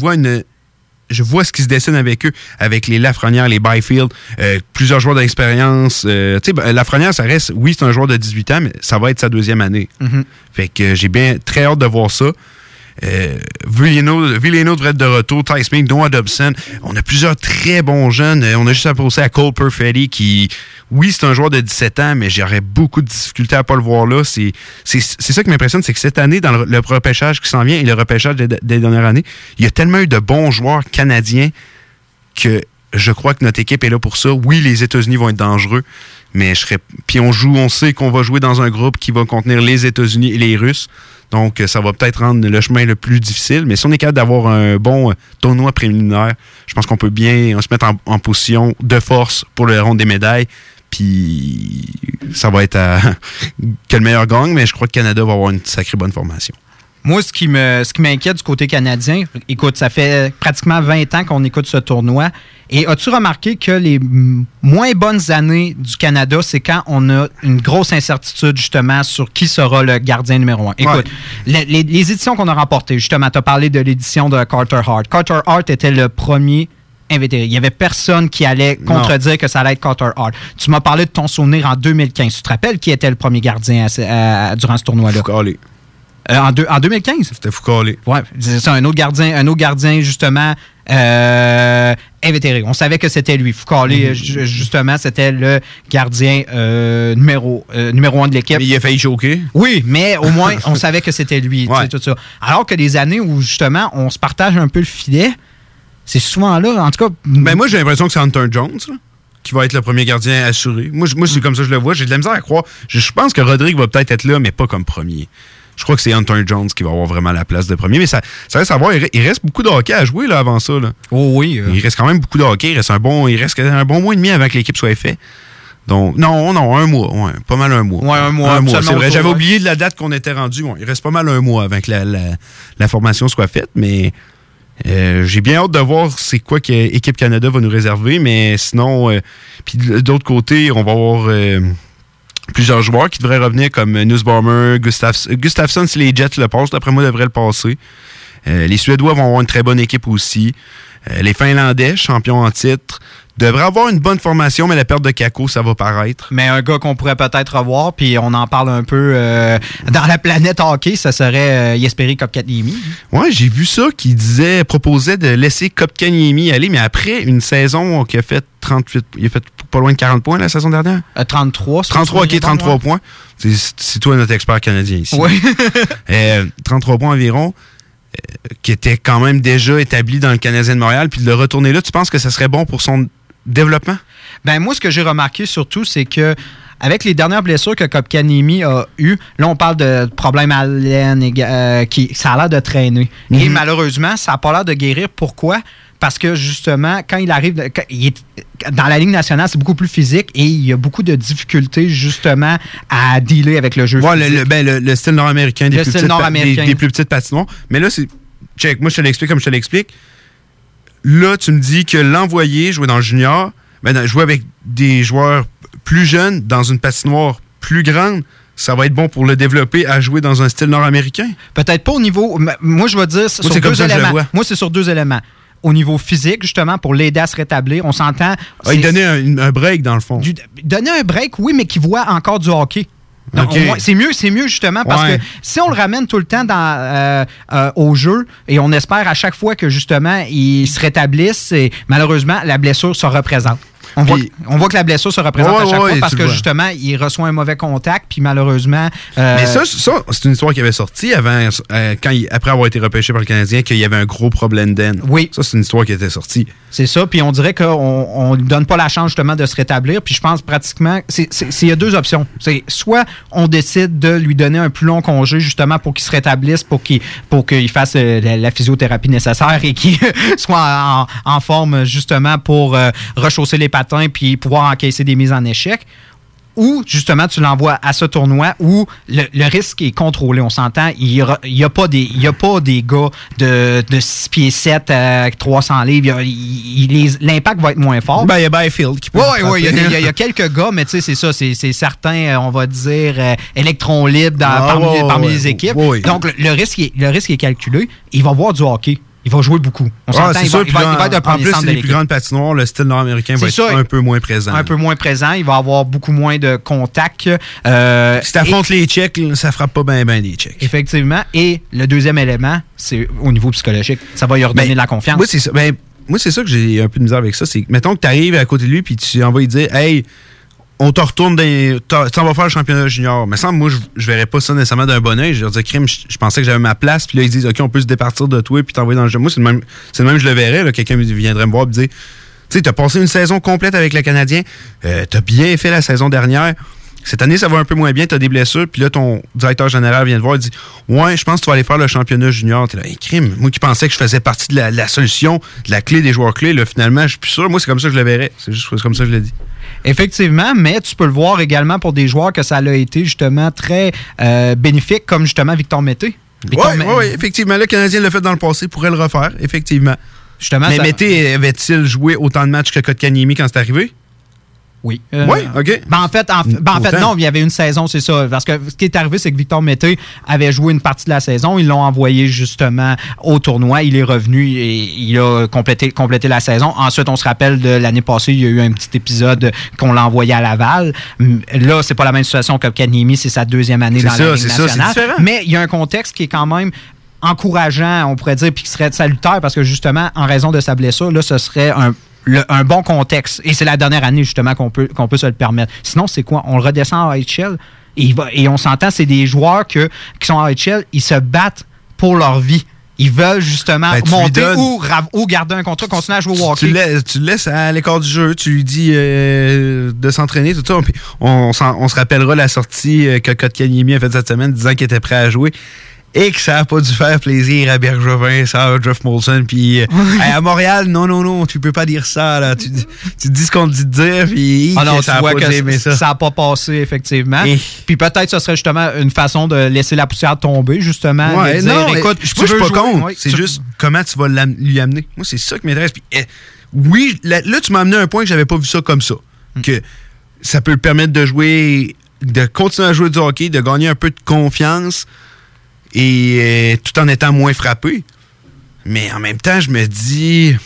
Je vois ce qui se dessine avec eux, avec les Lafrenière, les Byfield, plusieurs joueurs d'expérience. Tu sais, Lafrenière, ça reste, oui, c'est un joueur de 18 ans, mais ça va être sa deuxième année. Mm-hmm. Fait que j'ai bien très hâte de voir ça. Villeno devrait être de retour, Ty Smith, Noah Dobson. On a plusieurs très bons jeunes. On a juste à penser à Cole Perfetti qui, oui, c'est un joueur de 17 ans, mais j'aurais beaucoup de difficultés à ne pas le voir là. C'est ça qui m'impressionne, c'est que cette année, dans le repêchage qui s'en vient et le repêchage des dernières années, il y a tellement eu de bons joueurs canadiens que je crois que notre équipe est là pour ça. Oui, les États-Unis vont être dangereux, mais puis on sait qu'on va jouer dans un groupe qui va contenir les États-Unis et les Russes. Donc, ça va peut-être rendre le chemin le plus difficile. Mais si on est capable d'avoir un bon tournoi préliminaire, je pense qu'on peut bien se mettre en position de force pour le rond des médailles. Puis, ça va être que le meilleur gagne, mais je crois que le Canada va avoir une sacrée bonne formation. Moi, ce qui m'inquiète du côté canadien, écoute, ça fait pratiquement 20 ans qu'on écoute ce tournoi. Et as-tu remarqué que les moins bonnes années du Canada, c'est quand on a une grosse incertitude, justement, sur qui sera le gardien numéro 1? Écoute, les éditions qu'on a remportées, justement, tu as parlé de l'édition de Carter Hart. Carter Hart était le premier invétéré. Il n'y avait personne qui allait contredire que ça allait être Carter Hart. Tu m'as parlé de ton souvenir en 2015. Tu te rappelles qui était le premier gardien durant ce tournoi-là? Foucault. En 2015? C'était Foucault. Oui, c'est ça, un autre gardien justement, invétéré. On savait que c'était lui. Foucault, justement, c'était le gardien numéro 1 de l'équipe. Mais il a failli choquer. Oui, mais au moins, on savait que c'était lui. Tout ça. Alors que les années où, justement, on se partage un peu le filet, c'est souvent là, en tout cas... Ben moi, j'ai l'impression que c'est Hunter Jones, là, qui va être le premier gardien assuré. Moi c'est comme ça que je le vois. J'ai de la misère à croire. Je pense que Rodrigue va peut-être être là, mais pas comme premier. Je crois que c'est Hunter Jones qui va avoir vraiment la place de premier. Mais ça reste à voir. Il reste beaucoup de hockey à jouer là, avant ça. Là. Oh oui. Il reste quand même beaucoup de hockey. Il reste un bon mois et demi avant que l'équipe soit faite. Donc, non, un mois. Ouais, pas mal un mois. Ouais, un mois. C'est vrai. J'avais oublié de la date qu'on était rendu. Bon, il reste pas mal un mois avant que la formation soit faite. Mais j'ai bien hâte de voir c'est quoi que Équipe Canada va nous réserver. Mais sinon, puis de l'autre côté, on va avoir... plusieurs joueurs qui devraient revenir comme Nussbaumer, Gustafsson, si les Jets le passent, d'après moi, devraient le passer. Les Suédois vont avoir une très bonne équipe aussi. Les Finlandais, champions en titre, devraient avoir une bonne formation, mais la perte de Kakko, ça va paraître. Mais un gars qu'on pourrait peut-être revoir, puis on en parle un peu dans la planète hockey, ça serait Jesperi Kotkaniemi. Oui, j'ai vu ça qui proposait de laisser Kotkaniemi aller, mais après une saison qui a fait 38, il a fait pas loin de 40 points la saison dernière. 33. 33 points. C'est toi notre expert canadien ici. Oui. 33 points environ, qui était quand même déjà établi dans le Canadien de Montréal, puis de le retourner là, tu penses que ça serait bon pour son développement? Ben moi, ce que j'ai remarqué surtout, c'est que avec les dernières blessures que Kotkaniemi a eues, là, on parle de problèmes à l'aine, ça a l'air de traîner. Mm-hmm. Et malheureusement, ça n'a pas l'air de guérir. Pourquoi? Parce que, justement, quand il arrive... dans la Ligue nationale, c'est beaucoup plus physique et il y a beaucoup de difficultés, justement, à dealer avec le jeu physique. Le style nord-américain des plus petites patinoires. Mais là, c'est... Check, moi, je te l'explique comme je te l'explique. là, tu me dis que l'envoyer jouer dans le junior, jouer avec des joueurs plus jeunes dans une patinoire plus grande, ça va être bon pour le développer à jouer dans un style nord-américain? Peut-être pas au niveau... Moi, je vais dire sur c'est 2 éléments. Moi, c'est sur 2 éléments. Au niveau physique, justement, pour l'aider à se rétablir, on s'entend... Il donnait un break, dans le fond. Donner un break, oui, mais qui voit encore du hockey. Donc, okay. C'est mieux justement parce que si on le ramène tout le temps au jeu et on espère à chaque fois que justement il se rétablisse, et malheureusement la blessure se représente. On voit que la blessure se représente à chaque fois parce que justement il reçoit un mauvais contact puis malheureusement... Mais ça c'est une histoire qui avait sorti avant, après avoir été repêché par le Canadien, qu'il y avait un gros problème d'aine. Oui. Ça, c'est une histoire qui était sortie. C'est ça, puis on dirait qu'on ne lui donne pas la chance justement de se rétablir, puis je pense pratiquement... Il y a 2 options. C'est soit on décide de lui donner un plus long congé justement pour qu'il se rétablisse, pour qu'il fasse la physiothérapie nécessaire et qu'il soit en forme justement pour rechausser les patins puis pouvoir encaisser des mises en échec. Ou, justement, tu l'envoies à ce tournoi où le risque est contrôlé. On s'entend, il n'y a pas des gars de 6 pieds 7 à 300 livres. L'impact va être moins fort. Il y a Byfield qui peut... Oui, il y a quelques gars, mais tu sais, c'est ça. C'est certains, on va dire, électrons libres parmi les équipes. Oui. Donc, le risque est calculé. Il va voir du hockey. Il va jouer beaucoup. On s'entend, il va être un premier centre de l'équipe. En plus, les plus grandes patinoires, le style nord-américain va être un peu moins présent. Un peu moins présent. Il va avoir beaucoup moins de contacts. Si t'affrontes les Tchèques, ça frappe pas bien les Tchèques. Effectivement. Et le deuxième élément, c'est au niveau psychologique. Ça va lui redonner de la confiance. Oui, c'est ça. Moi, c'est ça que j'ai un peu de misère avec ça. C'est mettons que tu arrives à côté de lui puis tu envoies lui dire « Hey, on te retourne tu vas faire le championnat junior. » Mais moi, je verrais pas ça nécessairement d'un bon oeil. Je leur disais, crime, je pensais que j'avais ma place. Puis là, ils disent, OK, on peut se départir de toi puis t'envoyer dans le jeu. Moi, c'est le même que je le verrais. Là. Quelqu'un viendrait me voir et me dire, tu sais, t'as passé une saison complète avec le Canadien. T'as bien fait la saison dernière. Cette année, ça va un peu moins bien. T'as des blessures. Puis là, ton directeur général vient te voir et dit, ouais, je pense que tu vas aller faire le championnat junior. T'es là, hey, crime. Moi qui pensais que je faisais partie de la solution, de la clé des joueurs clés, là, finalement, je suis plus sûr. Moi, c'est comme ça que je le verrais. C'est juste comme ça que je l'ai dit. Effectivement, mais tu peux le voir également pour des joueurs que ça a été justement très bénéfique, comme justement Victor Mété. Oui, effectivement. Le Canadien l'a fait dans le passé, pourrait le refaire, effectivement. Justement, mais Mété avait-il joué autant de matchs que Kotkaniemi quand c'est arrivé? Oui. Oui, OK. En fait, non, il y avait une saison, c'est ça. Parce que ce qui est arrivé, c'est que Victor Mété avait joué une partie de la saison. Ils l'ont envoyé justement au tournoi. Il est revenu et il a complété la saison. Ensuite, on se rappelle de l'année passée, il y a eu un petit épisode qu'on l'a envoyé à Laval. Là, c'est pas la même situation que Kotkaniemi, c'est sa 2e année dans la Ligue nationale. C'est différent. Mais il y a un contexte qui est quand même encourageant, on pourrait dire, puis qui serait salutaire parce que justement, en raison de sa blessure, là, ce serait un bon contexte. Et c'est la dernière année, justement, qu'on peut se le permettre. Sinon, c'est quoi? On le redescend à AHL et on s'entend, c'est des joueurs qui sont à AHL, ils se battent pour leur vie. Ils veulent justement monter ou garder un contrat, continuer à jouer au hockey. Tu le laisses à l'écart du jeu, tu lui dis de s'entraîner, tout ça. On se rappellera la sortie que Kotkaniemi a faite cette semaine disant qu'il était prêt à jouer. Et que ça n'a pas dû faire plaisir à Bergevin, ça, à Jeff Molson. Puis à Montréal, non, tu peux pas dire ça. Là. Tu dis ce qu'on te dit de dire, puis ça n'a pas passé, effectivement. Puis peut-être ce serait justement une façon de laisser la poussière tomber, justement. Ouais, de dire, non, écoute, je suis pas contre. C'est juste comment tu vas lui amener. Moi, c'est ça qui m'intéresse. Puis, oui, là, tu m'as amené un point que j'avais pas vu ça comme ça. Que ça peut le permettre de jouer, de continuer à jouer du hockey, de gagner un peu de confiance. Et tout en étant moins frappé. Mais en même temps, je me dis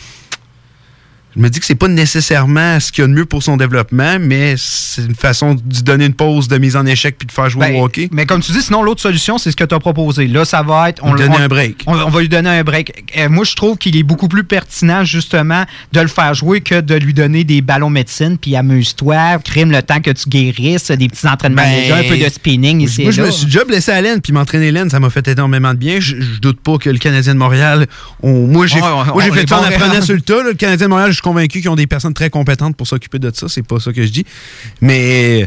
que c'est pas nécessairement ce qu'il y a de mieux pour son développement, mais c'est une façon de lui donner une pause de mise en échec puis de faire jouer au hockey. Mais comme tu dis, sinon, l'autre solution, c'est ce que tu as proposé. Là, ça va être... On va lui donner un break. Moi, je trouve qu'il est beaucoup plus pertinent, justement, de le faire jouer que de lui donner des ballons médecine, puis amuse-toi, crime le temps que tu guérisses, des petits entraînements légers, un peu de spinning ici et là. Je me suis déjà blessé à l'aine, puis m'entraîner l'aine, ça m'a fait énormément de bien. Je doute pas que le Canadien de Montréal... Moi, j'ai fait ça en apprenant sur le tas. Le Canadien de Montréal, je suis convaincu qu'ils ont des personnes très compétentes pour s'occuper de ça. C'est pas ça que je dis. Mais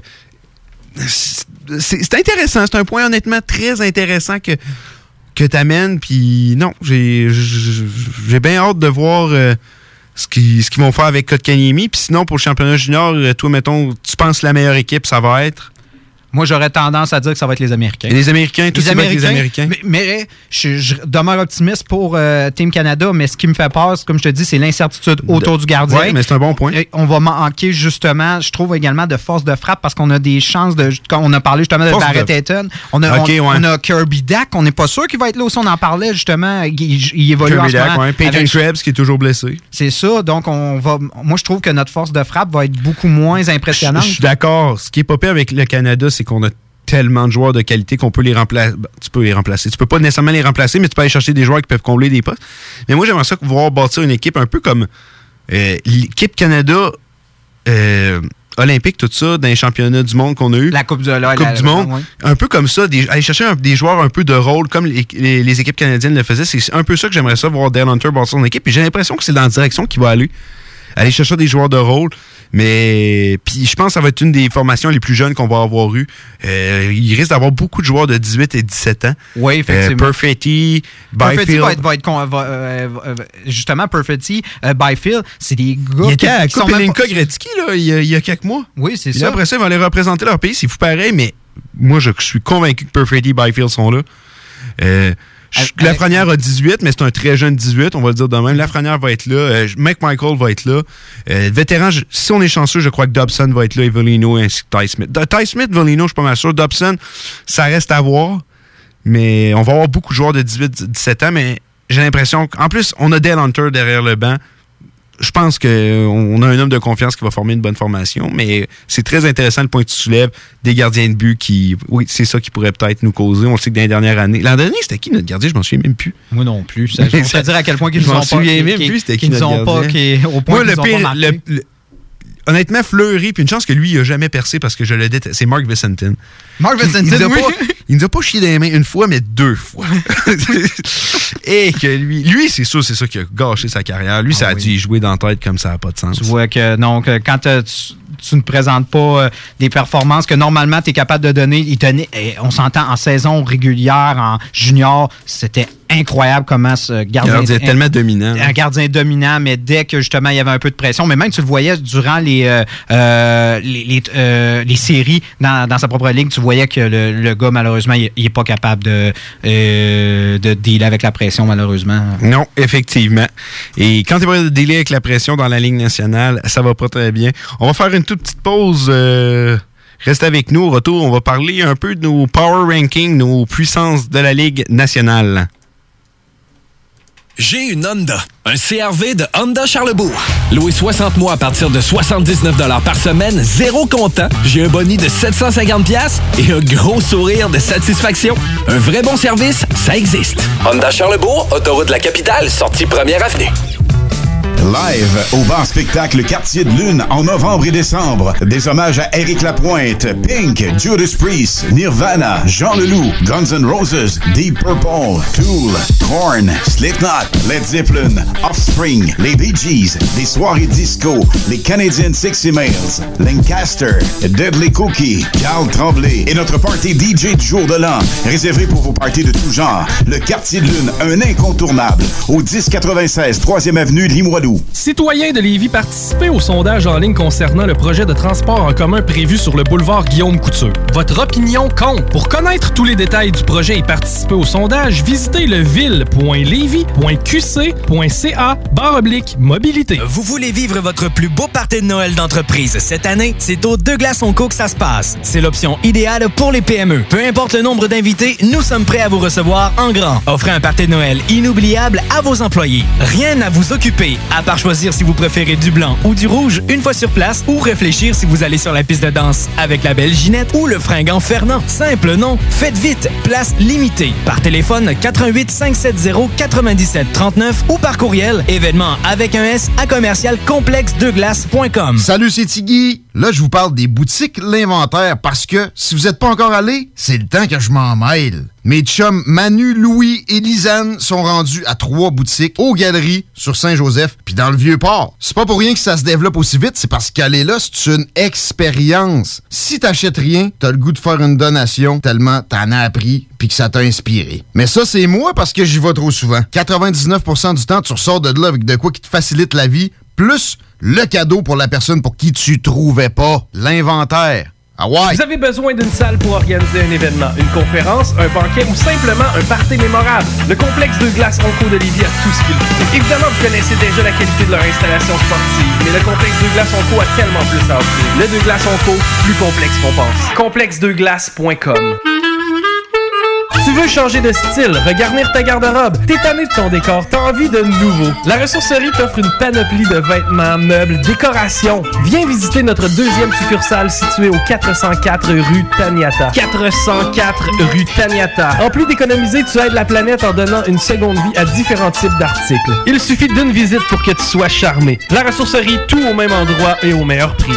c'est intéressant. C'est un point honnêtement très intéressant que tu amènes. Puis non, j'ai bien hâte de voir ce qu'ils vont faire avec Kotkaniemi. Puis sinon, pour le championnat junior, toi, mettons, tu penses que la meilleure équipe, ça va être? Moi, j'aurais tendance à dire que ça va être les Américains. Et les Américains, tout ça va être les Américains. Mais je demeure optimiste pour Team Canada, mais ce qui me fait peur, comme je te dis, c'est l'incertitude autour du gardien. Oui, mais c'est un bon point. Et on va manquer justement, je trouve également, de force de frappe parce qu'on a des chances de... Quand on a parlé justement de Barrett Hayton, on a Kirby Dack, on n'est pas sûr qu'il va être là aussi, on en parlait justement, il évolue Kirby en ce Dack, moment. Peyton Krebs qui est toujours blessé. C'est ça, donc moi je trouve que notre force de frappe va être beaucoup moins impressionnante. Je suis d'accord. Ce qui est pas pire avec le Canada, c'est qu'on a tellement de joueurs de qualité qu'on peut les remplacer. Tu peux les remplacer. Tu peux pas nécessairement les remplacer, mais tu peux aller chercher des joueurs qui peuvent combler des postes. Mais moi, j'aimerais ça voir bâtir une équipe un peu comme l'équipe Canada olympique, tout ça, dans les championnats du monde qu'on a eu. La Coupe du Monde. Ouais. Un peu comme ça, aller chercher des joueurs un peu de rôle, comme les équipes canadiennes le faisaient. C'est un peu ça que j'aimerais ça voir Dale Hunter bâtir son équipe. Et j'ai l'impression que c'est dans la direction qu'il va aller chercher des joueurs de rôle. Mais puis je pense que ça va être une des formations les plus jeunes qu'on va avoir eues. Il risque d'avoir beaucoup de joueurs de 18 et 17 ans. Oui, effectivement. Perfetti, Byfield. Justement, Perfetti, Byfield, c'est des gars il était à Coupe Pelinka Gretzky là, il y a quelques mois. Oui, c'est ça. Là, après ça, ils vont aller représenter leur pays. C'est fou pareil, mais moi, je suis convaincu que Perfetti et Byfield sont là. Lafrenière a 18, mais c'est un très jeune 18, on va le dire de même. Lafrenière va être là. McMichael va être là. Vétéran, si on est chanceux, je crois que Dobson va être là, et Volino ainsi que Ty Smith. Ty Smith, Volino, je suis pas mal sûr. Dobson, ça reste à voir. Mais on va avoir beaucoup de joueurs de 18-17 ans, mais j'ai l'impression qu'en plus, on a Dale Hunter derrière le banc. Je pense qu'on a un homme de confiance qui va former une bonne formation, mais c'est très intéressant le point que tu soulèves des gardiens de but qui... Oui, c'est ça qui pourrait peut-être nous causer. On sait que dans les dernières années... L'an dernier, c'était qui notre gardien? Je m'en souviens même plus. Moi non plus. Je vais te dire à quel point qu'ils nous ont pas... Je m'en souviens même plus c'était qui notre gardien. Au point qu'ils nous ont pas marqué. Honnêtement, Fleury, puis une chance que lui, il n'a jamais percé parce que je le déteste. C'est Mark Vicentin. Mark Vicentin, oui. Il nous a pas chié dans les mains une fois, mais 2 fois. Et que lui, c'est sûr, c'est ça qui a gâché sa carrière. Lui, ça a dû y jouer dans la tête comme ça n'a pas de sens. Tu vois que, donc, quand tu ne présentes pas des performances que normalement tu es capable de donner, on s'entend en saison régulière, en junior, c'était incroyable comment ce gardien... Il est tellement dominant. Un gardien dominant, mais dès que justement il y avait un peu de pression, mais même tu le voyais durant les séries dans sa propre ligue, tu voyais que le gars, malheureusement, il n'est pas capable de dealer avec la pression, malheureusement. Non, effectivement. Et quand tu vas dealer avec la pression dans la Ligue nationale, ça va pas très bien. On va faire une toute petite pause. Reste avec nous. Au retour, on va parler un peu de nos power rankings, nos puissances de la Ligue nationale. J'ai une Honda, un CR-V de Honda Charlebourg. Loué 60 mois à partir de 79 $ par semaine, zéro comptant. J'ai un boni de 750$ et un gros sourire de satisfaction. Un vrai bon service, ça existe. Honda Charlebourg, autoroute de la capitale, sortie 1er avenue. Live au bar spectacle Quartier de Lune en novembre et décembre. Des hommages à Éric Lapointe, Pink, Judas Priest, Nirvana, Jean Leloup, Guns N' Roses, Deep Purple, Tool, Korn, Slipknot, Led Zeppelin, Offspring, les Bee Gees, des soirées disco, les Canadian Sexy Males, Lancaster, Deadly Cookie, Carl Tremblay et notre party DJ du jour de l'an. Réservé pour vos parties de tout genre. Le Quartier de Lune, un incontournable. Au 1096 3e avenue Limoilou. Citoyens de Lévis, participez au sondage en ligne concernant le projet de transport en commun prévu sur le boulevard Guillaume Couture. Votre opinion compte. Pour connaître tous les détails du projet et participer au sondage, visitez le ville.levy.qc.ca/mobilité. Vous voulez vivre votre plus beau party de Noël d'entreprise cette année? C'est au Deux Glaçons Co que ça se passe. C'est l'option idéale pour les PME. Peu importe le nombre d'invités, nous sommes prêts à vous recevoir en grand. Offrez un party de Noël inoubliable à vos employés. Rien à vous occuper, à part choisir si vous préférez du blanc ou du rouge une fois sur place ou réfléchir si vous allez sur la piste de danse avec la belle Ginette ou le fringant Fernand. Simple, non? Faites vite, place limitée. Par téléphone 88 570 97 39 ou par courriel événement avec un S à commercial complexedeglace.com. Salut, c'est Tiggy. Là, je vous parle des boutiques L'Inventaire parce que si vous n'êtes pas encore allé, c'est le temps que je m'en mêle. Mes chums Manu, Louis et Lisanne sont rendus à 3 boutiques aux Galeries sur Saint-Joseph puis dans le Vieux-Port. C'est pas pour rien que ça se développe aussi vite, c'est parce qu'aller là, c'est une expérience. Si t'achètes rien, t'as le goût de faire une donation tellement t'en as appris puis que ça t'a inspiré. Mais ça, c'est moi parce que j'y vais trop souvent. 99% du temps, tu ressors de là avec de quoi qui te facilite la vie, plus le cadeau pour la personne pour qui tu trouvais pas. L'Inventaire. Ah ouais! Vous avez besoin d'une salle pour organiser un événement, une conférence, un banquet ou simplement un party mémorable. Le complexe Deux Glaces Onco de Lévis a tout ce qu'il faut. Évidemment, vous connaissez déjà la qualité de leur installation sportive, mais le complexe Deux Glaces Onco a tellement plus à offrir. Le Deux Glaces Onco, plus complexe qu'on pense. Complexedeuxglaces.com. Tu veux changer de style, regarnir ta garde-robe, t'es tanné de ton décor, t'as envie de nouveau. La ressourcerie t'offre une panoplie de vêtements, meubles, décorations. Viens visiter notre deuxième succursale située au 404 rue Taniata. 404 rue Taniata. En plus d'économiser, tu aides la planète en donnant une seconde vie à différents types d'articles. Il suffit d'une visite pour que tu sois charmé. La ressourcerie, tout au même endroit et au meilleur prix.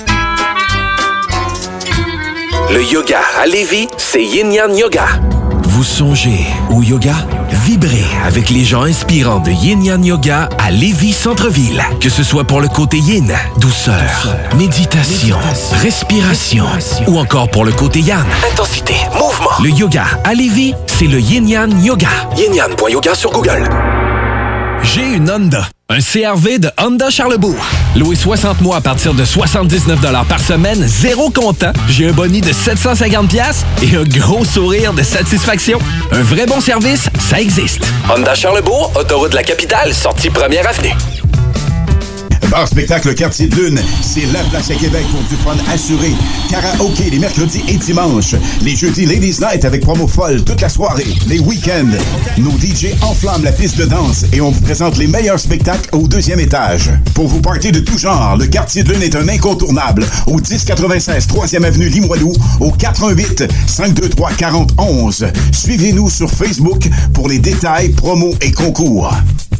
Le yoga à Lévis, c'est Yin Yang Yoga. Vous songez au yoga? Vibrez avec les gens inspirants de Yin Yang Yoga à Lévis Centre-Ville. Que ce soit pour le côté yin, douceur, méditation, respiration, ou encore pour le côté yang, intensité, mouvement. Le yoga à Lévis, c'est le Yin Yang Yoga. Yin-Yang.yoga sur Google. J'ai une Honda. Un CR-V de Honda Charlebourg. Loué 60 mois à partir de 79 $ par semaine, zéro comptant. J'ai un boni de 750$ et un gros sourire de satisfaction. Un vrai bon service, ça existe. Honda Charlebourg, autoroute de la capitale, sortie 1er avenue. Bar Spectacle Quartier de Lune, c'est la place à Québec pour du fun assuré. Karaoké les mercredis et dimanches. Les jeudis Ladies Night avec promo folle toute la soirée. Les week-ends, nos DJ enflamment la piste de danse et on vous présente les meilleurs spectacles au 2e étage. Pour vous parties de tout genre, le Quartier de Lune est un incontournable au 1096 3e avenue Limoilou au 418-523-4011. Suivez-nous sur Facebook pour les détails, promos et concours.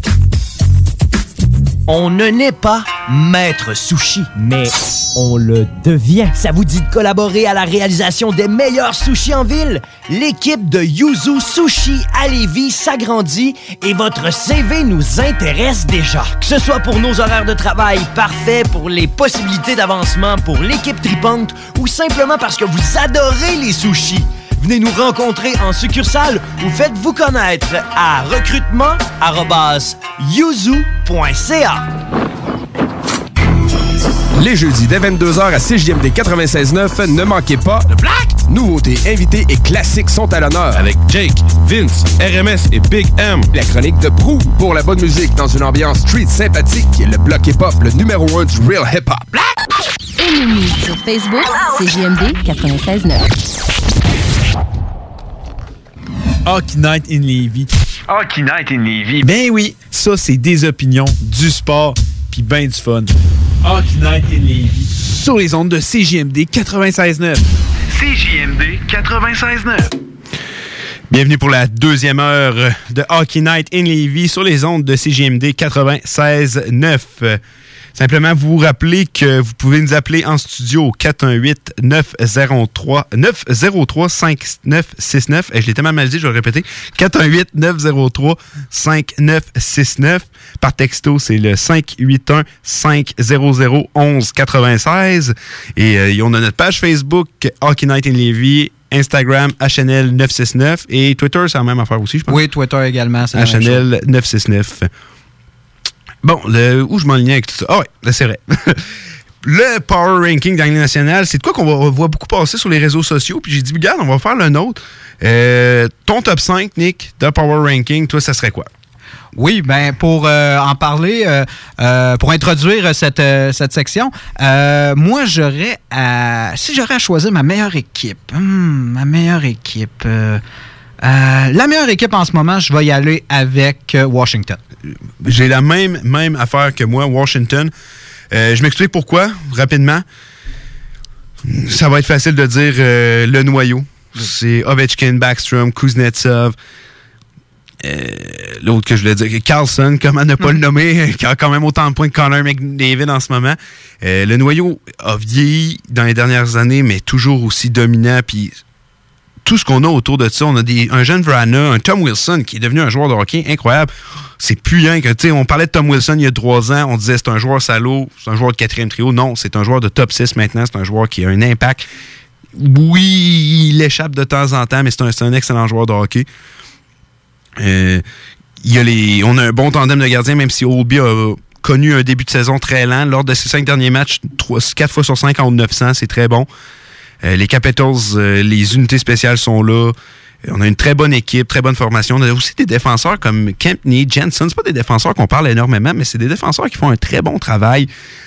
On ne naît pas maître sushi, mais on le devient. Ça vous dit de collaborer à la réalisation des meilleurs sushis en ville? L'équipe de Yuzu Sushi à Lévis s'agrandit et votre CV nous intéresse déjà. Que ce soit pour nos horaires de travail parfaits, pour les possibilités d'avancement, pour l'équipe tripante ou simplement parce que vous adorez les sushis. Venez nous rencontrer en succursale ou faites-vous connaître à recrutement@yuzu.ca. Les jeudis dès 22h à CJMD 96.9, ne manquez pas le Black! Nouveautés, invités et classiques sont à l'honneur avec Jake, Vince, RMS et Big M. La chronique de Prou pour la bonne musique dans une ambiance street sympathique. Le bloc hip-hop, le numéro 1 du real hip-hop. Aimez-nous sur Facebook, CJMD 96.9. Hockey Night in Lévis. Hockey Night in Lévis. Ben oui, ça c'est des opinions, du sport, pis ben du fun. Hockey Night in Lévis. Sur les ondes de CJMD 96.9. CJMD 96.9. Bienvenue pour la deuxième heure de Hockey Night in Lévis sur les ondes de CJMD 96.9. Simplement vous rappeler que vous pouvez nous appeler en studio au 418-903-5969. Et je l'ai tellement mal dit, je vais le répéter. 418-903-5969. Par texto, c'est le 581-500-1196. Et on a notre page Facebook Hockey Night in Lévis, Instagram, HNL 969 et Twitter, c'est la même affaire aussi, je pense. Oui, Twitter également, c'est HNL 969. Bon, où je m'enlignais avec tout ça? Ah oui, c'est vrai. Le Power Ranking dans l'Union nationale, c'est de quoi qu'on voit beaucoup passer sur les réseaux sociaux. Puis j'ai dit, regarde, on va faire le nôtre. Ton top 5, Nick, de Power Ranking, toi, ça serait quoi? Oui, ben pour en parler, pour introduire cette section, moi, si j'aurais à choisir ma meilleure équipe, la meilleure équipe en ce moment, je vais y aller avec Washington. J'ai la même affaire que moi, Washington. Je m'explique pourquoi, rapidement. Ça va être facile de dire le noyau. C'est Ovechkin, Backstrom, Kuznetsov. L'autre que je voulais dire, Carlson, comment ne pas le nommer, qui a quand même autant de points que Connor McDavid en ce moment. Le noyau a vieilli dans les dernières années, mais toujours aussi dominant. Puis tout ce qu'on a autour de ça, on a un jeune Vrana, un Tom Wilson qui est devenu un joueur de hockey incroyable. C'est plus rien que, tu sais, on parlait de Tom Wilson il y a 3 ans, on disait c'est un joueur salaud, c'est un joueur de 4e trio. Non, c'est un joueur de top 6 maintenant, c'est un joueur qui a un impact. Oui, il échappe de temps en temps, mais c'est un excellent joueur de hockey. On a un bon tandem de gardiens, même si Oldby a connu un début de saison très lent. Lors de ses 5 derniers matchs, 4 fois sur 5 en haut de 900, c'est très bon. Les Capitals, les unités spéciales sont là. On a une très bonne équipe, très bonne formation. On a aussi des défenseurs comme Kempney, Jensen. C'est pas des défenseurs qu'on parle énormément, mais c'est des défenseurs qui font un très bon travail.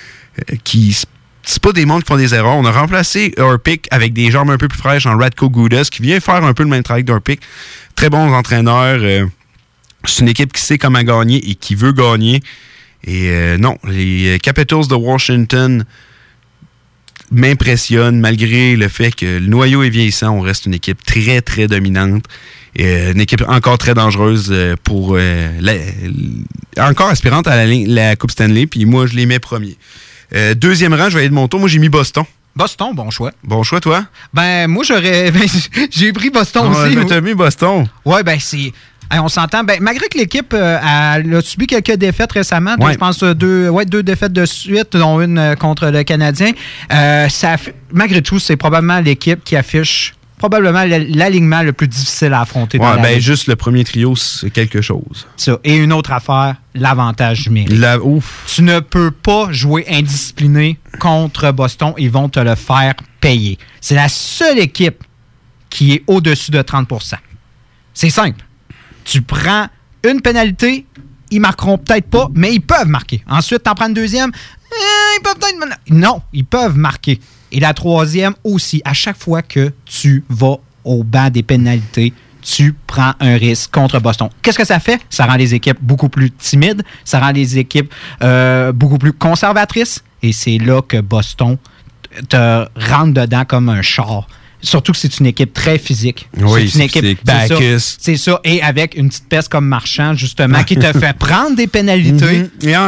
C'est pas des mondes qui font des erreurs. On a remplacé Orpik avec des jambes un peu plus fraîches en Radko Gudas, qui vient faire un peu le même travail d'Orpik. Très bons entraîneurs. C'est une équipe qui sait comment gagner et qui veut gagner. Et non, les Capitals de Washington m'impressionnent malgré le fait que le noyau est vieillissant. On reste une équipe très, très dominante. Et une équipe encore très dangereuse pour encore aspirante à la Coupe Stanley. Puis moi, je les mets premiers. Deuxième rang, je vais aller de mon tour. Moi, j'ai mis Boston. Boston, bon choix. Bon choix, toi? Ben, moi, j'ai pris Boston aussi. Ben, t'as mis Boston. Ouais, ben, c'est... On s'entend. Ben, malgré que l'équipe a subi quelques défaites récemment, je pense deux défaites de suite, dont une contre le Canadien, malgré tout, c'est probablement l'équipe qui affiche probablement l'alignement le plus difficile à affronter dans la ligue. Juste le premier trio, c'est quelque chose. Ça. Et une autre affaire, l'avantage numérique. Tu ne peux pas jouer indiscipliné contre Boston. Ils vont te le faire payer. C'est la seule équipe qui est au-dessus de 30%. C'est simple. Tu prends une pénalité, ils marqueront peut-être pas, mais ils peuvent marquer. Ensuite, tu en prends une deuxième, ils peuvent peut-être... Non, ils peuvent marquer. Et la troisième aussi, à chaque fois que tu vas au banc des pénalités, tu prends un risque contre Boston. Qu'est-ce que ça fait? Ça rend les équipes beaucoup plus timides, ça rend les équipes beaucoup plus conservatrices, et c'est là que Boston te rentre dedans comme un char. Surtout que c'est une équipe très physique. Oui, c'est une équipe Bacchus. C'est ça. Et avec une petite peste comme Marchand, justement, qui te fait prendre des pénalités.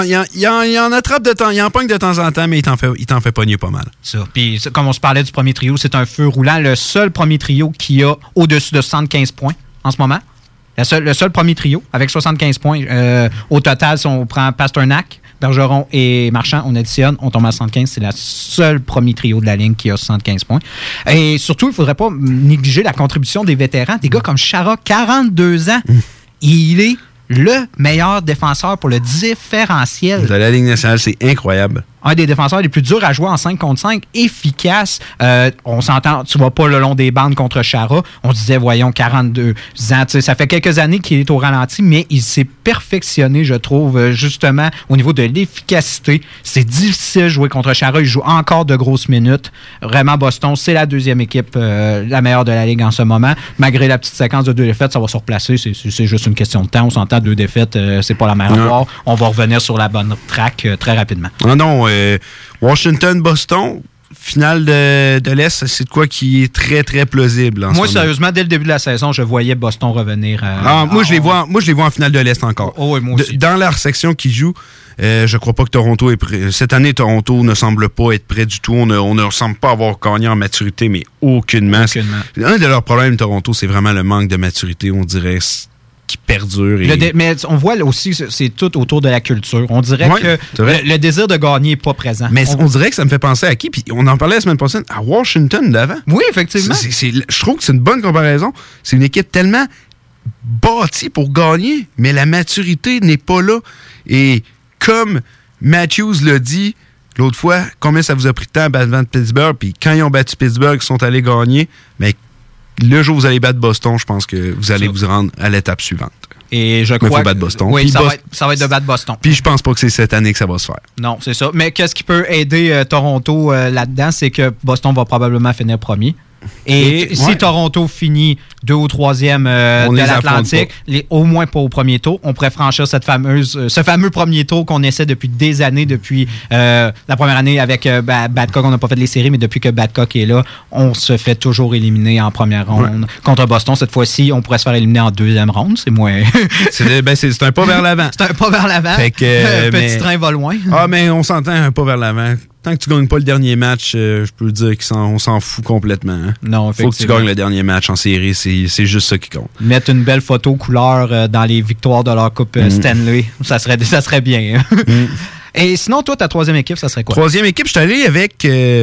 Il en attrape de temps. Il en pogne de temps en temps, mais il t'en fait pogner pas mal. Ça. Puis, comme on se parlait du premier trio, c'est un feu roulant. Le seul premier trio qui a au-dessus de 75 points en ce moment. Le seul premier trio avec 75 points. Au total, si on prend Pasternak, Bergeron et Marchand, on additionne, on tombe à 75. C'est le seul premier trio de la ligne qui a 75 points. Et surtout, il ne faudrait pas négliger la contribution des vétérans. Des gars comme Chara, 42 ans. Il est le meilleur défenseur pour le différentiel. De la Ligue nationale, c'est incroyable. Un des défenseurs les plus durs à jouer en 5 contre 5, efficace. On s'entend, tu vas pas le long des bandes contre Chara. On disait, voyons, 42 ans. Ça fait quelques années qu'il est au ralenti, mais il s'est perfectionné, je trouve, justement, au niveau de l'efficacité. C'est difficile de jouer contre Chara. Il joue encore de grosses minutes. Vraiment, Boston, c'est la deuxième équipe la meilleure de la Ligue en ce moment. Malgré la petite séquence de 2 défaites, ça va se replacer. C'est juste une question de temps. On s'entend, 2 défaites, c'est pas la mer à boire. On va revenir sur la bonne track très rapidement. Non, Washington-Boston, finale de l'Est, c'est de quoi qui est très, très plausible. Moi, sérieusement, dès le début de la saison, je voyais Boston revenir. Moi, je les vois en finale de l'Est encore. Oui, moi aussi. Dans leur section qui joue, je crois pas que Toronto est prêt. Cette année, Toronto ne semble pas être prêt du tout. On ne semble pas avoir gagné en maturité, mais aucunement. Un de leurs problèmes, Toronto, c'est vraiment le manque de maturité, on dirait, qui perdure. Mais on voit aussi, c'est tout autour de la culture. On dirait que le désir de gagner n'est pas présent. Mais on dirait que ça me fait penser à qui? Puis on en parlait la semaine prochaine, à Washington d'avant. Oui, effectivement. Je trouve que c'est une bonne comparaison. C'est une équipe tellement bâtie pour gagner, mais la maturité n'est pas là. Et comme Matthews l'a dit l'autre fois, combien ça vous a pris de temps à battre Pittsburgh? Puis quand ils ont battu Pittsburgh, ils sont allés gagner, mais le jour où vous allez battre Boston, je pense que vous allez vous rendre à l'étape suivante. Et je crois qu'il faut battre Boston. Oui, ça va être de battre Boston. Puis je pense pas que c'est cette année que ça va se faire. Non, c'est ça. Mais qu'est-ce qui peut aider Toronto là-dedans, c'est que Boston va probablement finir premier. Et si Toronto finit 2 ou 3e de l'Atlantique, au moins pas au premier tour, on pourrait franchir ce fameux premier tour qu'on essaie depuis des années, depuis la première année avec Babcock. On n'a pas fait les séries, mais depuis que Babcock est là, on se fait toujours éliminer en première ronde. Contre Boston, cette fois-ci, on pourrait se faire éliminer en 2e ronde. C'est moins... c'est un pas vers l'avant. C'est un pas vers l'avant. Petit train va loin. Mais on s'entend, un pas vers l'avant. Tant que tu gagnes pas le dernier match, je peux dire qu'on s'en fout complètement. Hein. Non, effectivement. Faut que tu gagnes le dernier match en série, c'est juste ça qui compte. Mettre une belle photo couleur dans les victoires de leur Coupe Stanley, ça serait bien. Hein. Et sinon, toi, ta troisième équipe, ça serait quoi? Troisième équipe, je suis allé avec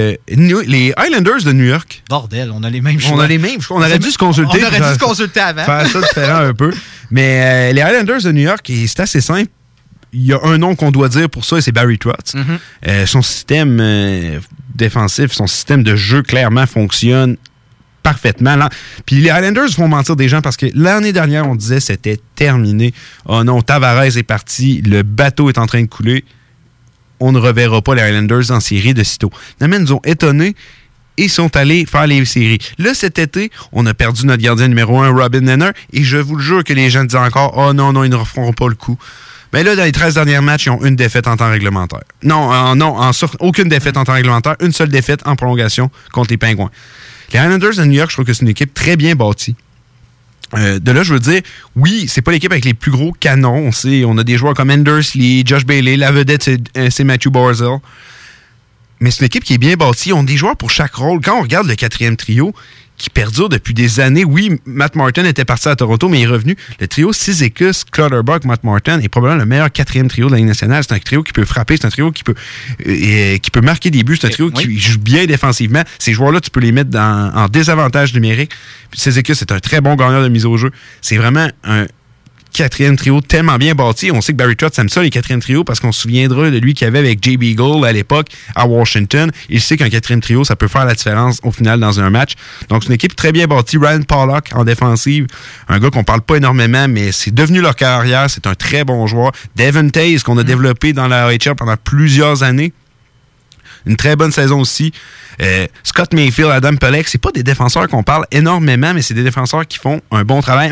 les Islanders de New York. Bordel, on a les mêmes choix. On aurait dû se consulter. On aurait dû se consulter avant. Faire ça différent un peu. Mais les Islanders de New York, c'est assez simple. Il y a un nom qu'on doit dire pour ça, et c'est Barry Trotz. Son système défensif, son système de jeu, clairement, fonctionne parfaitement. Puis les Islanders font mentir des gens parce que l'année dernière, on disait c'était terminé. Oh non, Tavares est parti, le bateau est en train de couler. On ne reverra pas les Islanders en série de sitôt. Les Américains nous ont étonnés et sont allés faire les séries. Là, cet été, on a perdu notre gardien numéro 1, Robin Lehner, et je vous le jure que les gens disaient encore « Oh non, ils ne referont pas le coup ». Mais là, dans les 13 derniers matchs, ils ont une défaite en temps réglementaire. Aucune défaite en temps réglementaire, une seule défaite en prolongation contre les Pingouins. Les Islanders de New York, je trouve que c'est une équipe très bien bâtie. De là, je veux dire, oui, c'est pas l'équipe avec les plus gros canons. On a des joueurs comme Anders Lee, Josh Bailey, la vedette, c'est Matthew Barzal. Mais c'est une équipe qui est bien bâtie. Ils ont des joueurs pour chaque rôle. Quand on regarde le 4e trio, qui perdure depuis des années, oui, Matt Martin était parti à Toronto, mais il est revenu. Le trio Cizikas, Clutterbuck, Matt Martin est probablement le meilleur 4e trio de la Ligue nationale. C'est un trio qui peut frapper, c'est un trio qui peut marquer des buts, c'est un trio qui joue bien défensivement. Ces joueurs-là, tu peux les mettre en désavantage numérique. Cizikas, c'est un très bon gagneur de mise au jeu. C'est vraiment un 4e trio tellement bien bâti. On sait que Barry Trotz aime ça, les 4e trios, parce qu'on se souviendra de lui qu'il y avait avec Jay Beagle à l'époque à Washington. Il sait qu'un 4e trio, ça peut faire la différence au final dans un match. Donc, c'est une équipe très bien bâtie. Ryan Pollock en défensive, un gars qu'on parle pas énormément, mais c'est devenu leur carrière. C'est un très bon joueur. Devin Taze, qu'on a développé dans la AHL pendant plusieurs années. Une très bonne saison aussi. Scott Mayfield, Adam Pelech, c'est pas des défenseurs qu'on parle énormément, mais c'est des défenseurs qui font un bon travail.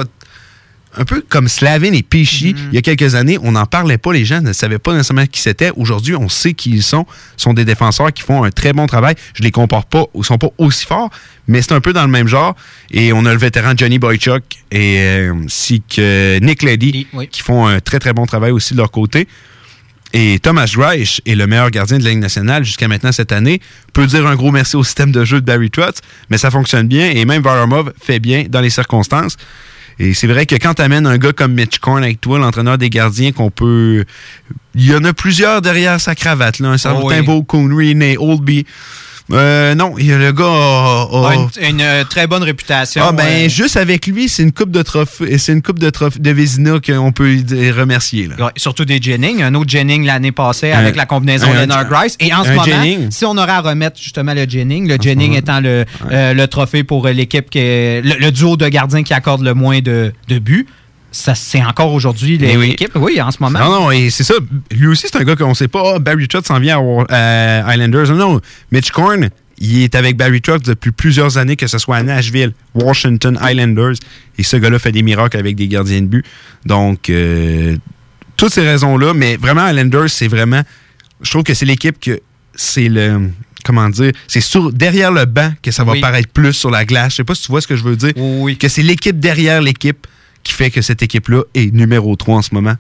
Un peu comme Slavin et Pesci, il y a quelques années, on n'en parlait pas, les gens ne savaient pas nécessairement qui c'était. Aujourd'hui, on sait qui ils sont. Ce sont des défenseurs qui font un très bon travail. Je les compare pas, ils sont pas aussi forts, mais c'est un peu dans le même genre. Et on a le vétéran Johnny Boychuk ainsi que Nick Leddy, qui font un très, très bon travail aussi de leur côté. Et Thomas Reich est le meilleur gardien de la Ligue nationale jusqu'à maintenant cette année. Peut dire un gros merci au système de jeu de Barry Trotz, mais ça fonctionne bien. Et même Varlamov fait bien dans les circonstances. Et c'est vrai que quand tu amènes un gars comme Mitch Korn avec toi, l'entraîneur des gardiens, qu'on peut... Il y en a plusieurs derrière sa cravate, là. Un certain Beau Connery, Nate Oldby. Non, le gars a une très bonne réputation. Juste avec lui, c'est une coupe de trophée, de Vézina qu'on peut remercier. Là. Ouais, surtout des Jennings. Un autre Jennings l'année passée avec la combinaison Lehner-Grice. Et en ce moment, si on aurait à remettre justement le Jennings étant le trophée pour l'équipe, le duo de gardiens qui accorde le moins de buts. Ça, c'est encore aujourd'hui l'équipe. Oui, en ce moment. Non, et c'est ça. Lui aussi, c'est un gars qu'on ne sait pas. Barry Trotz s'en vient à Islanders. Non, Mitch Korn, il est avec Barry Trotz depuis plusieurs années, que ce soit à Nashville, Washington, Islanders. Et ce gars-là fait des miracles avec des gardiens de but. Donc, toutes ces raisons-là. Mais vraiment, Islanders, c'est vraiment... Je trouve que c'est l'équipe que... C'est le... Comment dire? C'est derrière le banc que ça va paraître plus sur la glace. Je sais pas si tu vois ce que je veux dire. Oui. Que c'est l'équipe derrière l'équipe qui fait que cette équipe-là est numéro 3 en ce moment.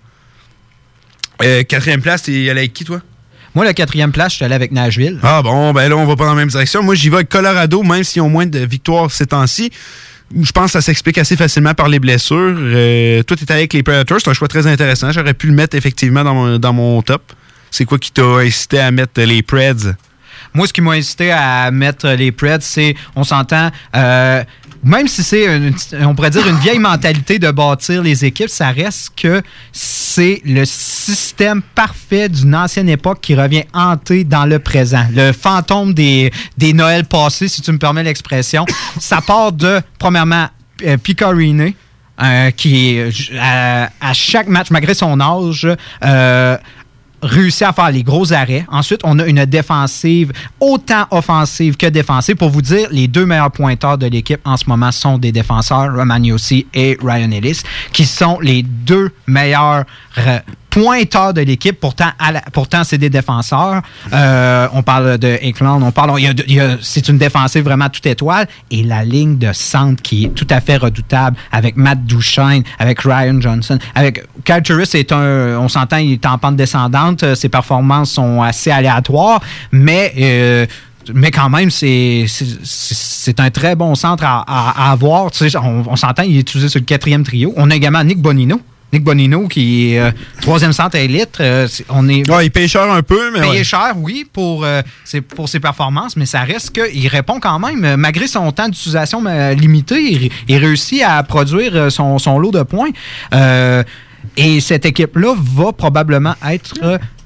4e place, t'es allé avec qui, toi? Moi, la 4e place, je suis allé avec Nashville. Ah bon, ben là, on va pas dans la même direction. Moi, j'y vais avec Colorado, même s'ils ont moins de victoires ces temps-ci. Je pense que ça s'explique assez facilement par les blessures. Toi, t'es allé avec les Predators, c'est un choix très intéressant. J'aurais pu le mettre effectivement dans mon top. C'est quoi qui t'a incité à mettre les Preds? Moi, ce qui m'a incité à mettre les Preds, c'est, on s'entend... même si c'est, on pourrait dire, une vieille mentalité de bâtir les équipes, ça reste que c'est le système parfait d'une ancienne époque qui revient hanter dans le présent. Le fantôme des Noëls passés, si tu me permets l'expression. Ça part de, premièrement, Picorine, qui à chaque match, malgré son âge... réussi à faire les gros arrêts. Ensuite, on a une défensive autant offensive que défensive. Pour vous dire, les 2 meilleurs pointeurs de l'équipe en ce moment sont des défenseurs, Roman Josi et Ryan Ellis, qui sont les 2 meilleurs pointeurs de l'équipe. Pourtant, c'est des défenseurs. On parle de Eklund, c'est une défensive vraiment toute étoile. Et la ligne de centre qui est tout à fait redoutable avec Matt Duchesne, avec Ryan Johnson, avec Kyle Turris, on s'entend, il est en pente descendante. Ses performances sont assez aléatoires, mais quand même, c'est un très bon centre à avoir. Tu sais, on s'entend, il est utilisé sur le 4e trio. On a également Nick Bonino, qui est 3e centre élite. Il paye cher un peu, mais... Paye cher, oui, pour ses performances, mais ça reste qu'il répond quand même. Malgré son temps d'utilisation limité, il réussit à produire son lot de points. Et cette équipe-là va probablement être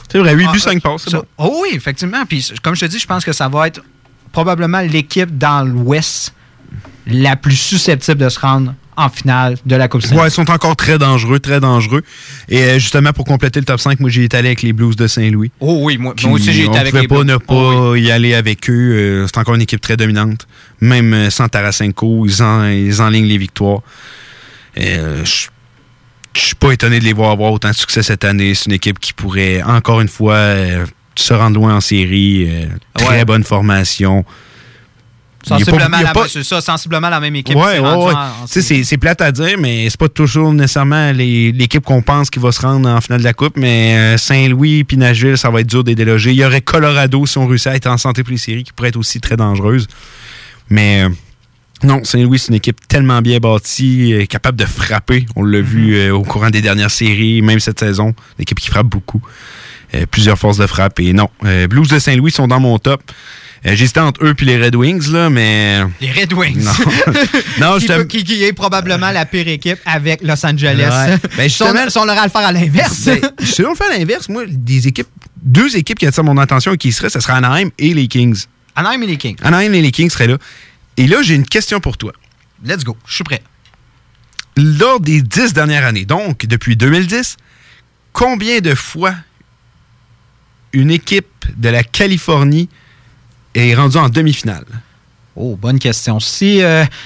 C'est vrai, 8 buts, 5 passes, c'est bon. Oh oui, effectivement. Puis comme je te dis, je pense que ça va être probablement l'équipe dans l'Ouest la plus susceptible de se rendre en finale de la Coupe Stanley. Ouais, ils sont encore très dangereux, très dangereux. Et justement, pour compléter le top 5, moi, j'ai été allé avec les Blues de Saint-Louis. Oh oui, moi aussi, j'ai été avec les Blues. On ne pouvait pas y aller avec eux. C'est encore une équipe très dominante. Même sans Tarasenko, ils enlignent les victoires. Je suis pas étonné de les voir avoir autant de succès cette année. C'est une équipe qui pourrait, encore une fois, se rendre loin en série. Très bonne formation. Sensiblement la même équipe. Ouais. C'est plate à dire, mais c'est pas toujours nécessairement l'équipe qu'on pense qui va se rendre en finale de la Coupe. Mais Saint-Louis et Nashville, ça va être dur de les déloger. Il y aurait Colorado, si on réussit à être en santé pour les séries, qui pourrait être aussi très dangereuse. Mais non, Saint-Louis, c'est une équipe tellement bien bâtie, capable de frapper. On l'a vu au courant des dernières séries, même cette saison. Une équipe qui frappe beaucoup. Plusieurs forces de frappe. Et non, Blues de Saint-Louis sont dans mon top. J'hésitais entre eux et les Red Wings, là, mais... Les Red Wings. Non, qui est probablement la pire équipe avec Los Angeles. Ouais. Ben, si on leur a le faire à l'inverse. Si on le fait à l'inverse, moi, deux équipes qui attirent mon attention et qui seraient, ça serait Anaheim et les Kings. Anaheim et les Kings seraient là. Et là, j'ai une question pour toi. Let's go, je suis prêt. Lors des 10 dernières années, donc depuis 2010, combien de fois une équipe de la Californie est rendu en demi-finale? Oh, bonne question. Si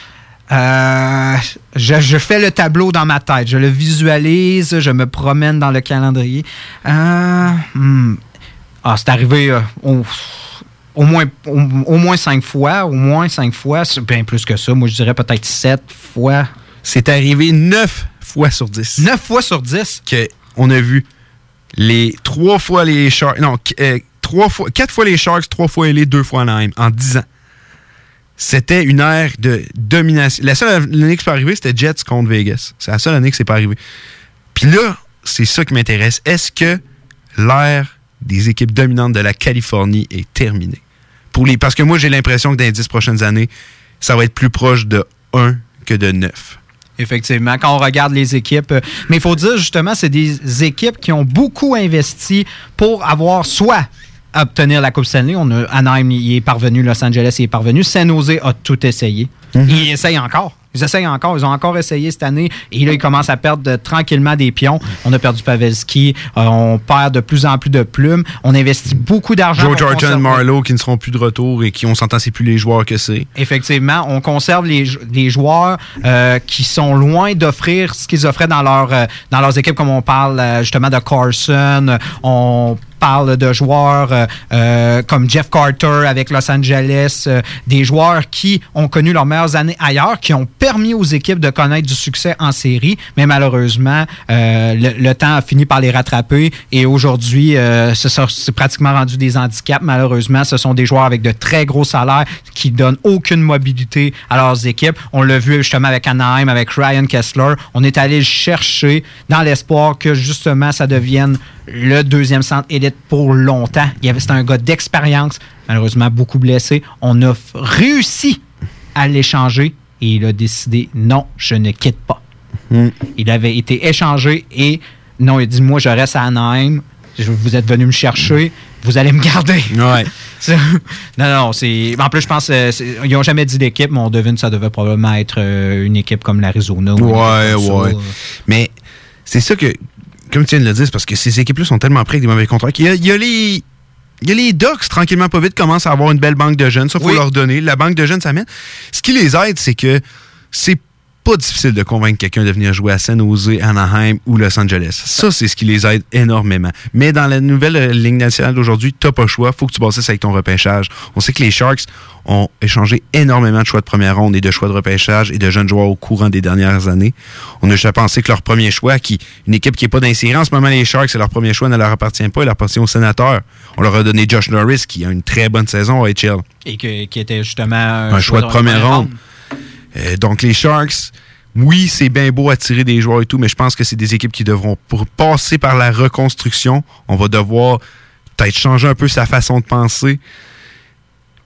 je fais le tableau dans ma tête, je le visualise, je me promène dans le calendrier. C'est arrivé au moins 5 fois. Au moins 5 fois. C'est bien plus que ça. Moi, je dirais peut-être 7 fois. C'est arrivé 9 fois sur 10. 9 fois sur 10? On a vu les 3 fois les Sharks... Non, 4 fois les Sharks, 3 fois les 2 fois Anaheim, en 10 ans. C'était une ère de domination. La seule année que c'est pas arrivé, c'était Jets contre Vegas. C'est la seule année que c'est pas arrivé. Puis là, c'est ça qui m'intéresse. Est-ce que l'ère des équipes dominantes de la Californie est terminée? Parce que moi, j'ai l'impression que dans les 10 prochaines années, ça va être plus proche de 1 que de 9. Effectivement, quand on regarde les équipes. Mais il faut dire, justement, c'est des équipes qui ont beaucoup investi pour avoir soit obtenir la Coupe Stanley. Anaheim y est parvenu, Los Angeles y est parvenu. San Jose a tout essayé. Ils essayent encore. Ils ont encore essayé cette année. Et là, ils commencent à perdre tranquillement des pions. On a perdu Pavelski. On perd de plus en plus de plumes. On investit beaucoup d'argent. Joe Thornton, Marleau qui ne seront plus de retour et qui, on s'entend, c'est plus les joueurs que c'est. Effectivement. On conserve les joueurs qui sont loin d'offrir ce qu'ils offraient dans leurs équipes, comme on parle justement de Carson. On parle de joueurs comme Jeff Carter avec Los Angeles, des joueurs qui ont connu leurs meilleures années ailleurs, qui ont permis aux équipes de connaître du succès en série, mais malheureusement, le temps a fini par les rattraper et aujourd'hui, c'est pratiquement rendu des handicaps. Malheureusement, ce sont des joueurs avec de très gros salaires qui donnent aucune mobilité à leurs équipes. On l'a vu justement avec Anaheim, avec Ryan Kessler. On est allé le chercher dans l'espoir que justement, ça devienne le deuxième centre élite pour longtemps. C'était un gars d'expérience, malheureusement beaucoup blessé. On a réussi à l'échanger et il a décidé non, je ne quitte pas. Il avait été échangé et non, il a dit moi je reste à Anaheim. Vous êtes venu me chercher, vous allez me garder. Ouais. Non, c'est. En plus, je pense ils n'ont jamais dit l'équipe, mais on devine que ça devait probablement être une équipe comme l'Arizona. Ouais. Mais c'est ça que, comme tu viens de le dire, c'est parce que ces équipes-là sont tellement près avec des mauvais contrats qu'il y a les Ducks, tranquillement pas vite, commencent à avoir une belle banque de jeunes. Ça, il faut leur donner. La banque de jeunes, ça mène. Ce qui les aide, c'est que c'est pas difficile de convaincre quelqu'un de venir jouer à San Jose, Anaheim ou Los Angeles. Ça, c'est ce qui les aide énormément. Mais dans la nouvelle Ligue nationale d'aujourd'hui, t'as pas le choix. Faut que tu bâtisses avec ton repêchage. On sait que les Sharks ont échangé énormément de choix de première ronde et de choix de repêchage et de jeunes joueurs au courant des dernières années. On a juste pensé que leur premier choix, une équipe qui n'est pas d'insérer en ce moment, les Sharks, leur premier choix ne leur appartient pas, il leur appartient aux Sénateurs. On leur a donné Josh Norris, qui a une très bonne saison à HL. Et qui était justement un choix de première ronde. Donc les Sharks, oui, c'est bien beau attirer des joueurs et tout, mais je pense que c'est des équipes qui devront, pour passer par la reconstruction, on va devoir peut-être changer un peu sa façon de penser.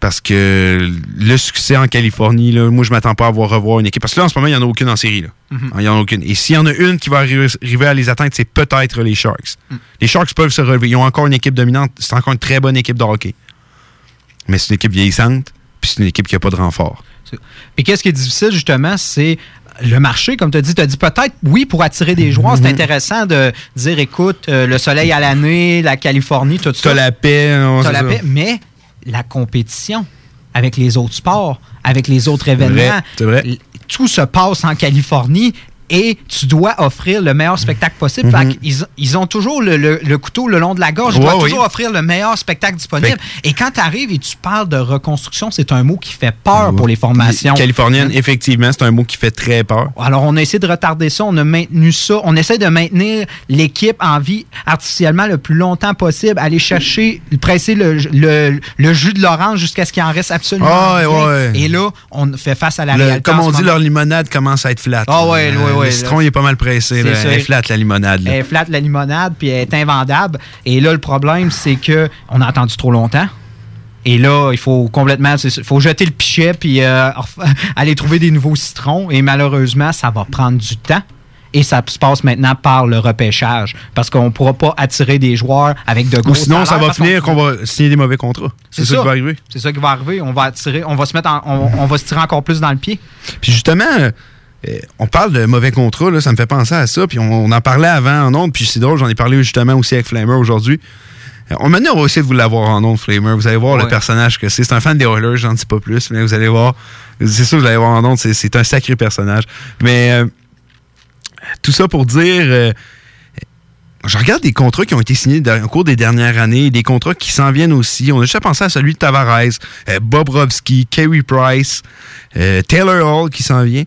Parce que le succès en Californie, là, moi, je m'attends pas à revoir une équipe. Parce que là, en ce moment, il n'y en a aucune en série. Là. Il y en a aucune. Et s'il y en a une qui va arriver à les atteindre, c'est peut-être les Sharks. Les Sharks peuvent se relever. Ils ont encore une équipe dominante. C'est encore une très bonne équipe de hockey. Mais c'est une équipe vieillissante, puis c'est une équipe qui n'a pas de renfort. Puis qu'est-ce qui est difficile, justement, c'est le marché, comme tu as dit. Tu as dit peut-être, oui, pour attirer des joueurs, c'est intéressant de dire, écoute, le soleil à l'année, la Californie, tout ça. T'as la paix. T'as la paix, mais la compétition avec les autres sports, avec les autres événements, c'est vrai. Tout se passe en Californie et tu dois offrir le meilleur spectacle possible. Fait ils ont toujours le couteau le long de la gorge. Ils doivent toujours offrir le meilleur spectacle disponible. Et quand tu arrives et tu parles de reconstruction, c'est un mot qui fait peur pour les formations. Californiennes, effectivement, c'est un mot qui fait très peur. Alors, on a essayé de retarder ça. On a maintenu ça. On essaie de maintenir l'équipe en vie artificiellement le plus longtemps possible. Aller chercher, presser le jus de l'orange jusqu'à ce qu'il en reste absolument rien. Et là, on fait face à la réalité. Comme on dit, leur limonade commence à être flat. Le citron, il est pas mal pressé. Elle est flat, la limonade. Elle est flat, la limonade, puis elle est invendable. Et là, le problème, c'est qu'on a attendu trop longtemps. Et là, il faut complètement... Il faut jeter le pichet puis aller trouver des nouveaux citrons. Et malheureusement, ça va prendre du temps. Et ça se passe maintenant par le repêchage. Parce qu'on ne pourra pas attirer des joueurs avec de gros sinon, ça va finir qu'on va signer des mauvais contrats. C'est ça qui va arriver. C'est ça qui va arriver. On va se tirer encore plus dans le pied. Puis justement... on parle de mauvais contrats, là, ça me fait penser à ça. Puis on en parlait avant en ondes, puis c'est drôle, j'en ai parlé justement aussi avec Flamer aujourd'hui. Maintenant, on va essayer de vous l'avoir en ondes, Flamer. Vous allez voir le personnage que c'est. C'est un fan des Oilers, j'en dis pas plus, mais vous allez voir. C'est sûr que vous allez voir en ondes, c'est un sacré personnage. Mais tout ça pour dire... je regarde des contrats qui ont été signés au cours des dernières années, des contrats qui s'en viennent aussi. On a juste pensé à celui de Tavares, Bobrovsky, Carey Price, Taylor Hall qui s'en vient.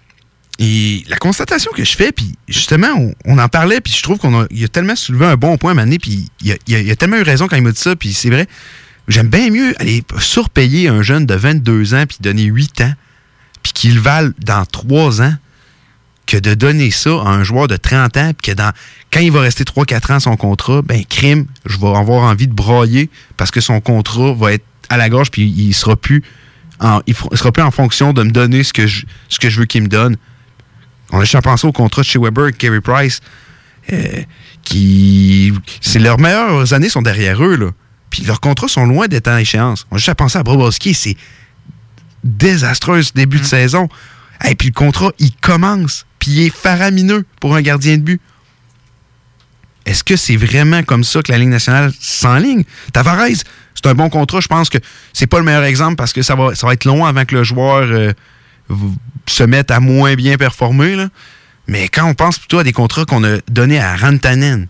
Et la constatation que je fais, puis justement, on en parlait, puis je trouve qu'il a tellement soulevé un bon point à m'amener, puis il a tellement eu raison quand il m'a dit ça, puis c'est vrai, j'aime bien mieux aller surpayer un jeune de 22 ans, puis donner 8 ans, puis qu'il vale dans 3 ans, que de donner ça à un joueur de 30 ans, puis que quand il va rester 3-4 ans son contrat, ben crime, je vais avoir envie de brailler, parce que son contrat va être à la gorge, puis il sera plus en fonction de me donner ce que je veux qu'il me donne. On a juste pensé au contrat de chez Weber, Carey Price, c'est leurs meilleures années sont derrière eux, là. Puis leurs contrats sont loin d'être en échéance. On a juste pensé à Bobrovsky, c'est désastreux ce début de saison. Et puis le contrat, il commence, puis il est faramineux pour un gardien de but. Est-ce que c'est vraiment comme ça que la Ligue nationale s'enligne? Tavares, c'est un bon contrat. Je pense que c'est pas le meilleur exemple parce que ça va être long avant que le joueur... se mettent à moins bien performer, là. Mais quand on pense plutôt à des contrats qu'on a donnés à Rantanen,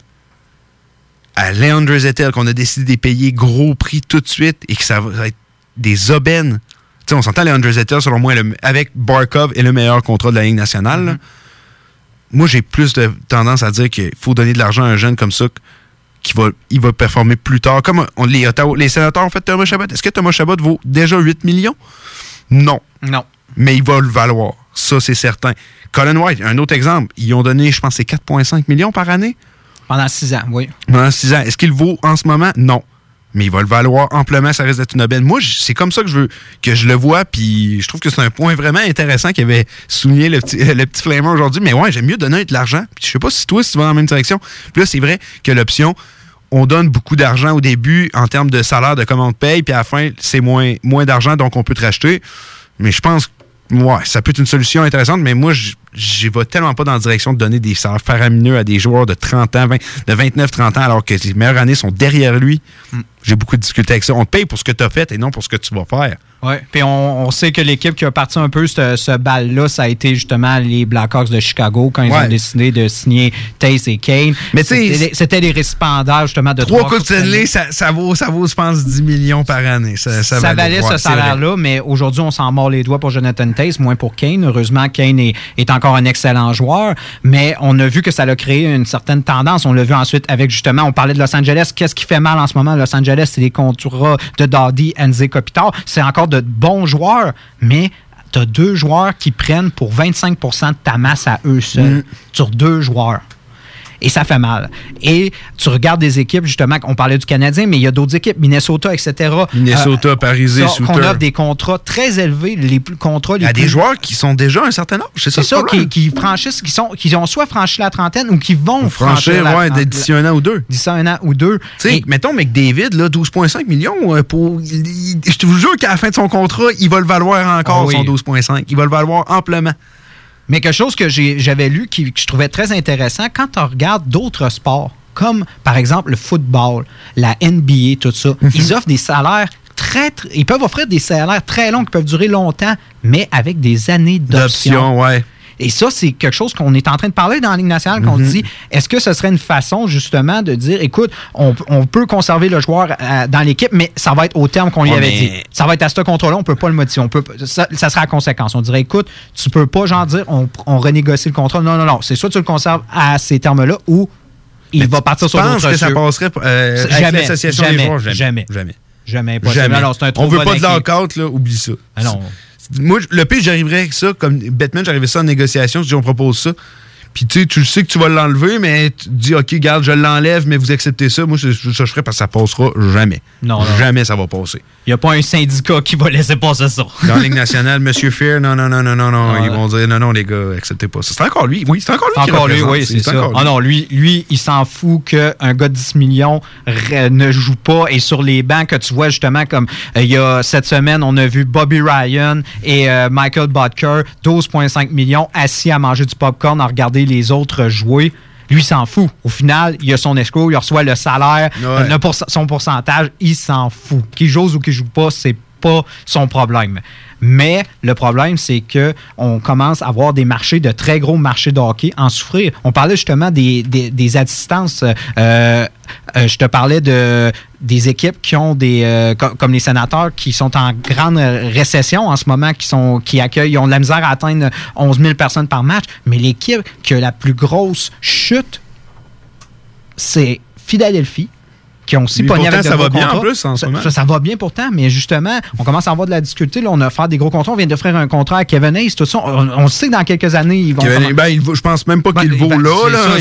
à Leandre Zettel, qu'on a décidé de les payer gros prix tout de suite et que ça va être des aubaines. T'sais, on s'entend Leandre Zettel, selon moi, avec Barkov, est le meilleur contrat de la Ligue nationale. Mm-hmm. Moi, j'ai plus de tendance à dire qu'il faut donner de l'argent à un jeune comme ça il va performer plus tard. Comme les sénateurs ont fait Thomas Chabot. Est-ce que Thomas Chabot vaut déjà 8 millions? Non. Mais il va le valoir. Ça, c'est certain. Colin White, un autre exemple. Ils ont donné, je pense, c'est 4,5 millions par année. Pendant 6 ans, oui. Pendant 6 ans. Est-ce qu'il le vaut en ce moment? Non. Mais il va le valoir amplement. Ça risque d'être une aubaine. Moi, c'est comme ça que je le vois. Puis je trouve que c'est un point vraiment intéressant qu'il avait souligné le petit Flamer aujourd'hui. Mais ouais, j'aime mieux donner de l'argent. Puis je sais pas si toi, si tu vas dans la même direction. Puis là, c'est vrai que l'option... On donne beaucoup d'argent au début en termes de salaire, de comment on te paye. Puis à la fin, c'est moins d'argent, donc on peut te racheter. Mais je pense que ça peut être une solution intéressante, mais moi, je vais tellement pas dans la direction de donner des salaires faramineux à des joueurs de 30 ans, de 29-30 ans, alors que les meilleures années sont derrière lui. J'ai beaucoup de difficultés avec ça. On te paye pour ce que tu as fait et non pour ce que tu vas faire. Oui, puis on sait que l'équipe qui a parti un peu ce bal-là, ça a été justement les Blackhawks de Chicago quand ils ont décidé de signer Taze et Kane. Mais c'était des récipiendaires justement de 3 coups de Stanley, ça vaut, je pense, 10 millions par année. Ça valait ce salaire-là, mais aujourd'hui, on s'en mord les doigts pour Jonathan Taze, moins pour Kane. Heureusement, Kane est encore un excellent joueur, mais on a vu que ça a créé une certaine tendance. On l'a vu ensuite avec, justement, on parlait de Los Angeles. Qu'est-ce qui fait mal en ce moment à Los Angeles? C'est les contrats de Doughty, Enze, Kopitar. C'est encore de bons joueurs, mais tu as 2 joueurs qui prennent pour 25% de ta masse à eux seuls sur 2 joueurs. Et ça fait mal. Et tu regardes des équipes, justement, on parlait du Canadien, mais il y a d'autres équipes, Minnesota, etc. Minnesota, Parisé, Sutter. Qu'on offre des contrats très élevés, contrats les plus... des joueurs qui sont déjà à un certain âge, c'est ça qui franchissent, qui ont soit franchi la trentaine ou qui vont franchir d'ici un an ou deux. D'ici un an ou deux. Tu sais, mettons McDavid, là, 12,5 millions, je te vous jure qu'à la fin de son contrat, il va le valoir encore, son 12,5. Il va le valoir amplement. Mais quelque chose que j'avais lu que je trouvais très intéressant, quand on regarde d'autres sports, comme par exemple le football, la NBA, tout ça, ils offrent des salaires ils peuvent offrir des salaires très longs qui peuvent durer longtemps, mais avec des années d'options. Ouais. Et ça, c'est quelque chose qu'on est en train de parler dans la Ligue nationale, qu'on dit, est-ce que ce serait une façon, justement, de dire, écoute, on peut conserver le joueur dans l'équipe, mais ça va être au terme qu'on lui avait dit. Ça va être à ce contrat-là, on ne peut pas le modifier. Ça sera à conséquence. On dirait, écoute, tu peux pas, dire, on renégocie le contrat. Non. C'est soit tu le conserves à ces termes-là ou il va partir sur d'autres cieux. Est-ce que ça passerait avec l'association des joueurs? Jamais. Alors, c'est un on veut pas de lockout, là, oublie ça. Alors, moi, le pire, j'arriverais avec ça, comme Batman, j'arrivais ça en négociation, je dis on propose ça. Puis tu le sais que tu vas l'enlever, mais tu dis OK, garde, je l'enlève, mais vous acceptez ça. Moi, je ferais parce que ça passera jamais. Non. Jamais ça va passer. Il n'y a pas un syndicat qui va laisser passer ça. Dans la Ligue nationale, M. Fear, non. Ils vont dire non, les gars, acceptez pas ça. C'est encore lui. Oui, c'est encore lui qui représente. Oui, c'est ça. Ah non, lui, il s'en fout qu'un gars de 10 millions ne joue pas. Et sur les bancs, que tu vois justement, comme il y a cette semaine, on a vu Bobby Ryan et Michael Butker, 12,5 millions, assis à manger du popcorn, à regarder les autres jouer. Lui, il s'en fout. Au final, il a son escroc, il reçoit le salaire, son pourcentage, il s'en fout. Qu'il joue ou qu'il joue pas, c'est pas son problème. Mais le problème, c'est qu'on commence à avoir des marchés, de très gros marchés de hockey, en souffrir. On parlait justement des assistances. Je te parlais des équipes qui ont comme les Sénateurs, qui sont en grande récession en ce moment, qui accueillent, ils ont de la misère à atteindre 11 000 personnes par match. Mais l'équipe qui a la plus grosse chute, c'est Philadelphie, qui ont aussi pogné avec de gros contrats. Ça va bien en plus en ce moment. Ça va bien pourtant, mais justement, on commence à avoir de la difficulté. Là, on a fait des gros contrats. On vient d'offrir un contrat à Kevin Hayes, tout ça. On sait que dans quelques années, ils vont... je pense même pas qu'il vaut là.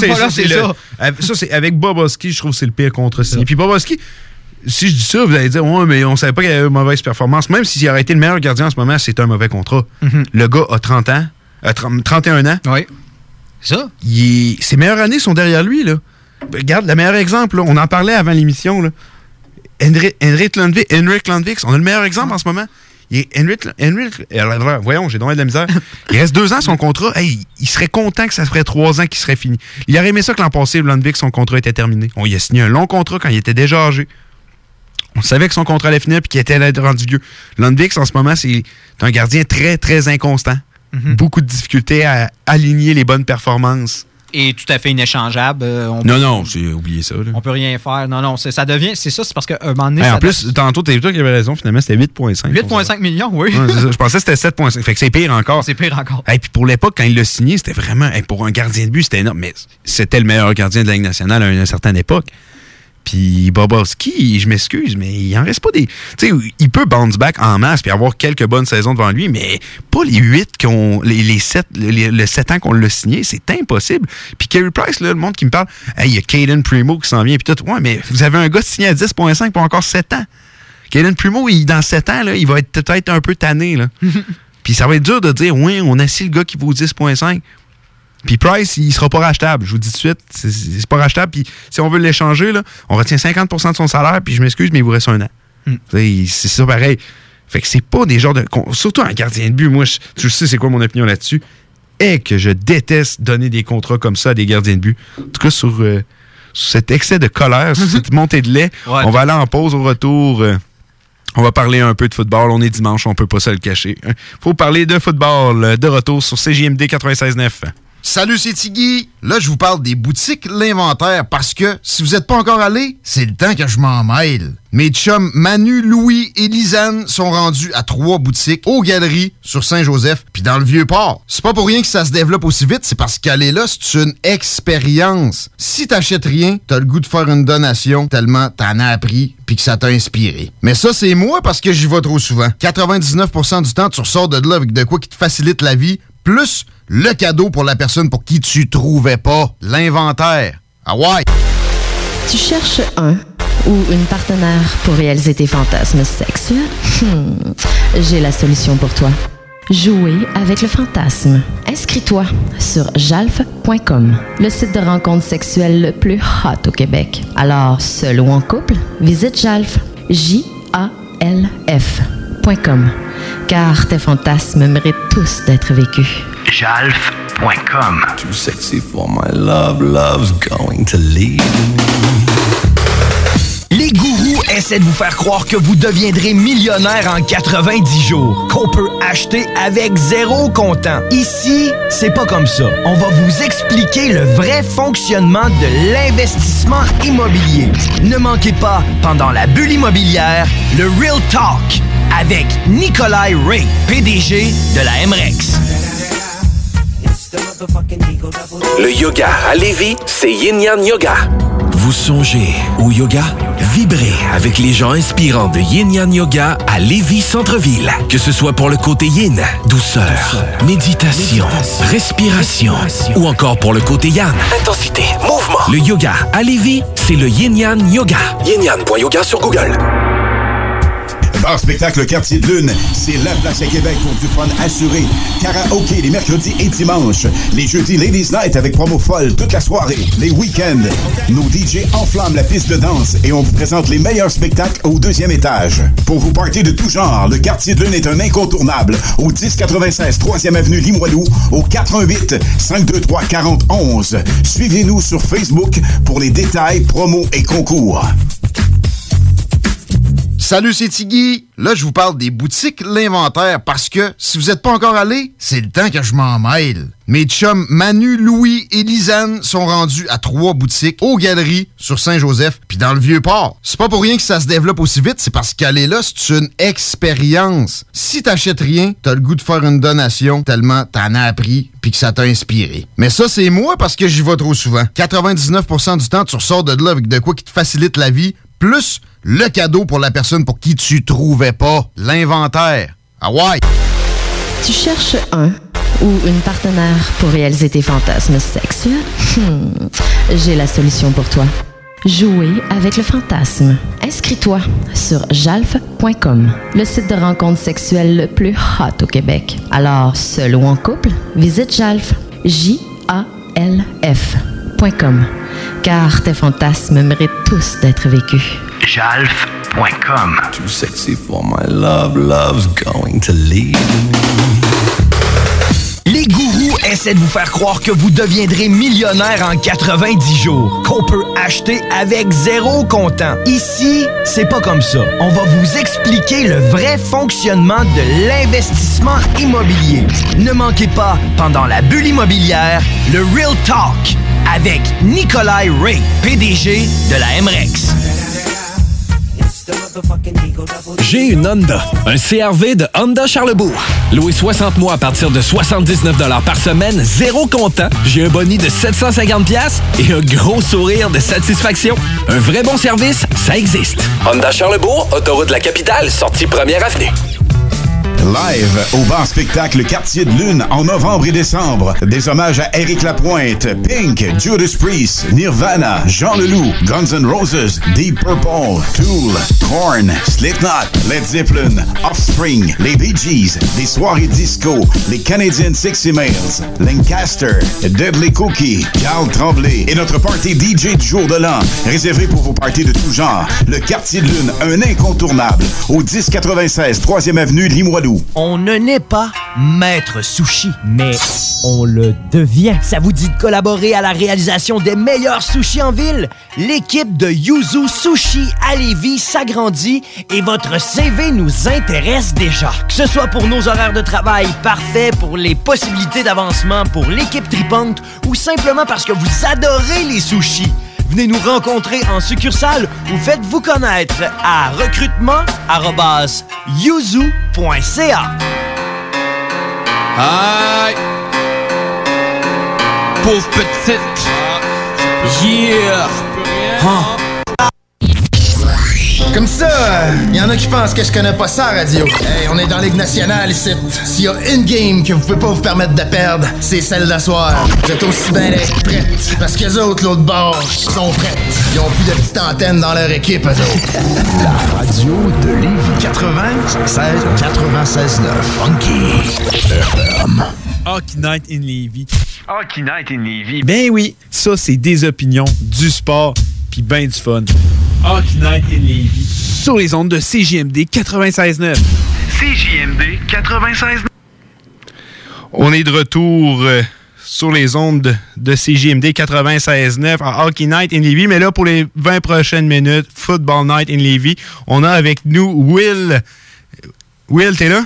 Ça, c'est avec Bobrovsky, je trouve que c'est le pire contrat signé. Puis Bobrovsky, si je dis ça, vous allez dire, ouais, mais on savait pas qu'il y avait une mauvaise performance. Même s'il aurait été le meilleur gardien en ce moment, c'est un mauvais contrat. Le gars a 30 ans, 31 ans. Oui. Ça? Ses meilleures années sont derrière lui, là. Regarde, le meilleur exemple, là, on en parlait avant l'émission, là. Henrik Lundvik, on a le meilleur exemple en ce moment. Voyons, j'ai donné de la misère. Il reste 2 ans son contrat. Hey, il serait content que ça ferait 3 ans qu'il serait fini. Il aurait aimé ça que l'an passé, Lundvik, son contrat était terminé. Il a signé un long contrat quand il était déjà âgé. On savait que son contrat allait finir et qu'il était rendu vieux. Lundvik, en ce moment, c'est un gardien très, très inconstant. Beaucoup de difficultés à aligner les bonnes performances. Et tout à fait inéchangeable. J'ai oublié ça. Là. On peut rien faire. Non, ça devient... C'est ça, c'est parce qu'à un moment donné... en plus, tantôt, t'as vu toi qui avait raison, finalement, c'était 8,5. 8,5 millions, oui. Ouais, je pensais que c'était 7,5. Fait que c'est pire encore. C'est pire encore. Et puis pour l'époque, quand il l'a signé, c'était vraiment... pour un gardien de but, c'était énorme. Mais c'était le meilleur gardien de la Ligue nationale à une certaine époque. Puis Bobrovsky, je m'excuse, mais il en reste pas des... Tu sais, il peut bounce back en masse puis avoir quelques bonnes saisons devant lui, mais pas les 8 les 7, le 7 ans qu'on l'a signé, c'est impossible. Puis Carey Price, là, le monde qui me parle, hey, il y a Caden Primo qui s'en vient, puis tout. Ouais, mais vous avez un gars signé à 10,5 pour encore 7 ans. Caden Primo, dans 7 ans, là, il va être peut-être un peu tanné, là. Puis ça va être dur de dire, oui, on a assis le gars qui vaut 10,5. Puis Price, il sera pas rachetable. Je vous dis tout de suite, c'est pas rachetable. Puis si on veut l'échanger, là, on retient 50% de son salaire, puis je m'excuse, mais il vous reste 1 an. C'est ça pareil. Fait que c'est pas des genres de... Surtout un gardien de but, moi, tu sais c'est quoi mon opinion là-dessus, et que je déteste donner des contrats comme ça à des gardiens de but. En tout cas, sur cet excès de colère, sur cette montée de lait, on va aller en pause au retour... On va parler un peu de football. On est dimanche, on peut pas se le cacher. Faut parler de football. De retour sur CJMD 96.9. Salut, c'est Tiggy. Là, je vous parle des boutiques L'Inventaire parce que si vous n'êtes pas encore allé, c'est le temps que je m'en mêle. Mes chums Manu, Louis et Lisanne sont rendus à 3 boutiques aux Galeries sur Saint-Joseph puis dans le Vieux-Port. C'est pas pour rien que ça se développe aussi vite, c'est parce qu'aller là, c'est une expérience. Si t'achètes rien, t'as le goût de faire une donation tellement t'en as appris puis que ça t'a inspiré. Mais ça, c'est moi parce que j'y vais trop souvent. 99% du temps, tu ressors de là avec de quoi qui te facilite la vie plus le cadeau pour la personne pour qui tu trouvais pas l'inventaire. Ah ouais! Tu cherches un ou une partenaire pour réaliser tes fantasmes sexuels? J'ai la solution pour toi. Jouer avec le fantasme. Inscris-toi sur jalf.com, le site de rencontre sexuelle le plus hot au Québec. Alors, seul ou en couple, visite Jalf, JALF.com, car tes fantasmes méritent tous d'être vécus. Jalf.com. Too sexy for my love, love's going to leave me. Les gourous essaient de vous faire croire que vous deviendrez millionnaire en 90 jours, qu'on peut acheter avec zéro comptant. Ici, c'est pas comme ça. On va vous expliquer le vrai fonctionnement de l'investissement immobilier. Ne manquez pas, pendant la bulle immobilière, le Real Talk avec Nikolai Ray, PDG de la MREX. Le yoga à Lévis, c'est Yin Yang Yoga. Vous songez au yoga? Vibrez avec les gens inspirants de Yin Yang Yoga à Lévis Centre-Ville. Que ce soit pour le côté yin, douceur, méditation, respiration, ou encore pour le côté yang, intensité, mouvement. Le yoga à Lévis, c'est le Yin Yang Yoga. Yin-Yang.yoga sur Google. Bar Spectacle Quartier de Lune, c'est la place à Québec pour du fun assuré. Karaoké les mercredis et dimanches. Les jeudis Ladies Night avec promo folle toute la soirée. Les week-ends, nos DJ enflamment la piste de danse et on vous présente les meilleurs spectacles au 2e étage. Pour vos parties de tout genre, le Quartier de Lune est un incontournable. Au 1096 3e Avenue Limoilou, au 418 523 4011. Suivez-nous sur Facebook pour les détails, promos et concours. Salut, c'est Tiggy. Là, je vous parle des boutiques L'Inventaire parce que si vous n'êtes pas encore allé, c'est le temps que je m'en mêle. Mes chums Manu, Louis et Lisanne sont rendus à 3 boutiques aux Galeries sur Saint-Joseph puis dans le Vieux-Port. C'est pas pour rien que ça se développe aussi vite, c'est parce qu'aller là, c'est une expérience. Si t'achètes rien, t'as le goût de faire une donation tellement t'en as appris puis que ça t'a inspiré. Mais ça, c'est moi parce que j'y vais trop souvent. 99% du temps, tu ressors de là avec de quoi qui te facilite la vie, plus le cadeau pour la personne pour qui tu trouvais pas l'inventaire. Ah ouais! Tu cherches un ou une partenaire pour réaliser tes fantasmes sexuels? J'ai la solution pour toi. Jouer avec le fantasme. Inscris-toi sur jalf.com, le site de rencontre sexuelle le plus hot au Québec. Alors, seul ou en couple, visite Jalf, JALF.com, car tes fantasmes méritent tous d'être vécus. Jalf.com. Too sexy for my love, love's going to leave me. Les gourous essaient de vous faire croire que vous deviendrez millionnaire en 90 jours, qu'on peut acheter avec zéro comptant. Ici, c'est pas comme ça. On va vous expliquer le vrai fonctionnement de l'investissement immobilier. Ne manquez pas, pendant la bulle immobilière, le Real Talk avec Nikolai Ray, PDG de la MREX. J'ai une Honda, un CR-V de Honda Charlebourg. Loué 60 mois à partir de 79 $ par semaine, zéro comptant. J'ai un boni de 750$ et un gros sourire de satisfaction. Un vrai bon service, ça existe. Honda Charlebourg, autoroute de la capitale, sortie 1er avenue. Live au Bar Spectacle Quartier de Lune en novembre et décembre. Des hommages à Éric Lapointe, Pink, Judas Priest, Nirvana, Jean Leloup, Guns N' Roses, Deep Purple, Tool, Korn, Slipknot, Led Zeppelin, Offspring, les Bee Gees, des soirées disco, les Canadian Sexy Males, Lancaster, Deadly Cookie, Carl Tremblay et notre party DJ du jour de l'an. Réservé pour vos parties de tout genre. Le Quartier de Lune, un incontournable, au 1096 3e Avenue Limoilou. On ne naît pas maître sushi, mais on le devient. Ça vous dit de collaborer à la réalisation des meilleurs sushis en ville? L'équipe de Yuzu Sushi à Lévis s'agrandit et votre CV nous intéresse déjà. Que ce soit pour nos horaires de travail parfaits, pour les possibilités d'avancement, pour l'équipe tripante ou simplement parce que vous adorez les sushis. Venez nous rencontrer en succursale ou faites-vous connaître à recrutement@yuzu.ca. Aïe! Pauvre petite! Yeah! Comme ça! ça, y en a qui pensent que je connais pas ça, radio. Hey, on est dans la Ligue nationale ici. S'il y a une game que vous pouvez pas vous permettre de perdre, c'est celle d'asseoir. Vous êtes aussi bien d'être prêtes. Parce que les autres, l'autre bord, sont prêtes. Ils ont plus de petites antennes dans leur équipe, eux autres. La radio de Lévis 96.9 Funky FM. Hockey Night in Lévis. Hockey Night in Lévis. Ben oui, ça, c'est des opinions, du sport, puis ben du fun. Hockey Night in Lévis. Sur les ondes de CJMD 96.9. CJMD 96.9. On est de retour sur les ondes de CJMD 96.9 à Hockey Night in Lévis. Mais là, pour les 20 prochaines minutes, Football Night in Lévis, on a avec nous Will. Will, t'es là?